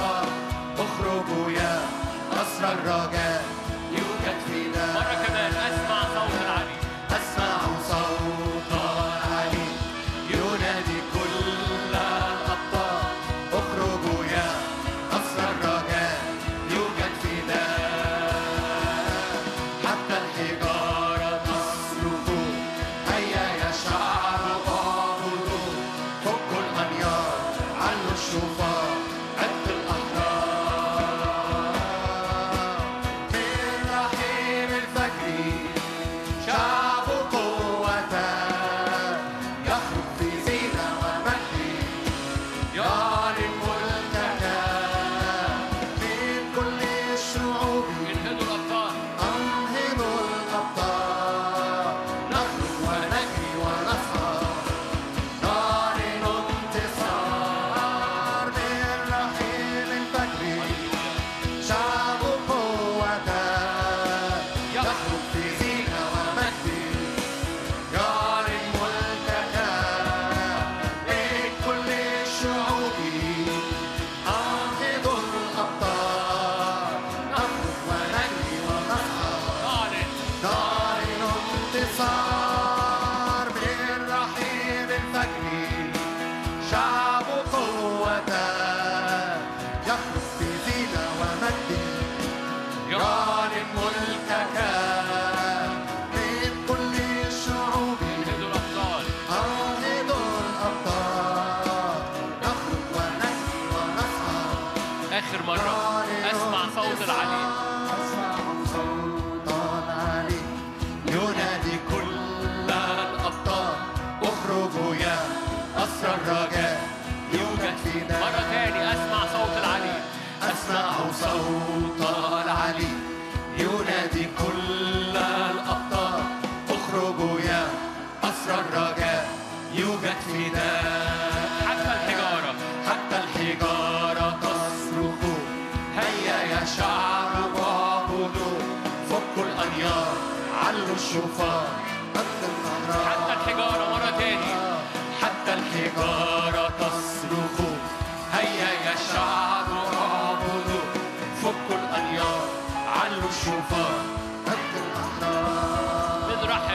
فداء. مرة تاني أسمع صوت العلي، أسمع صوت العلي ينادي كل الأبطال، اخرجوا يا أسرى الرجاء يوجد فداء. حتى الحجارة تصرخ، هيا يا شعب واعبدوا، فكوا الأنيار علوا الشوفار، حتى الحجارة مرة تاني، حتى الحجارة تصرخ، هيا يا شعب واعبدوا، فكوا الأنيار علوا الشوفار. قد الأحرار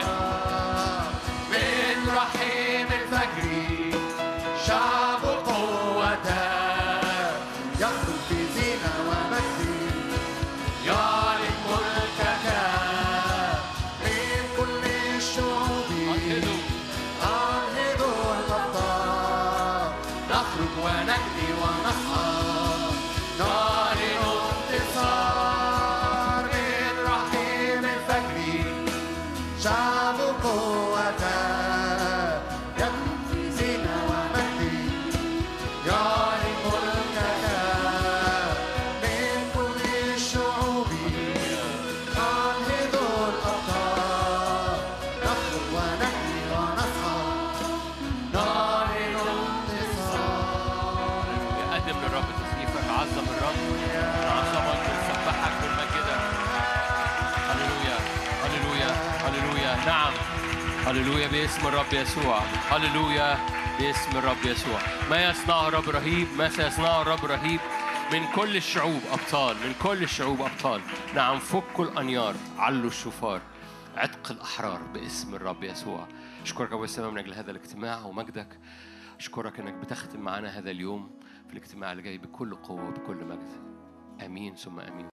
من رحيم الفجر شعب قوته، يخرج في زينة ومجد، يعلن ملكك من كل الشعوب. أنهضوا الأبطال، نخرج ونجري ونصعد، نعلن انتصار من رحيم الفجر شعب قوته، يخرج في زينة ومجد، يعلن ملكك من كل الشعوب. أنهضوا الأبطال، نخرج ونجري ونصعد، نعلن انتصار. قدم للرب تسقيفك، عظم الرب، نعظمك ونسبحك ونمجدك. هللويا هللويا هللويا. نعم هللويا باسم الرب يسوع. هللويا باسم الرب يسوع. ما يصنعه الرب رهيب، ما سيصنعه الرب رهيب. من كل الشعوب أبطال، من كل الشعوب أبطال. نعم فكوا الأنيار، علوا الشوفار، عتق الأحرار باسم الرب يسوع. أشكرك يا أبو السماء من أجل هذا الاجتماع ومجدك. أشكرك أنك بتختم معنا هذا اليوم في الاجتماع اللي جاي بكل قوة وبكل مجد. آمين ثم آمين.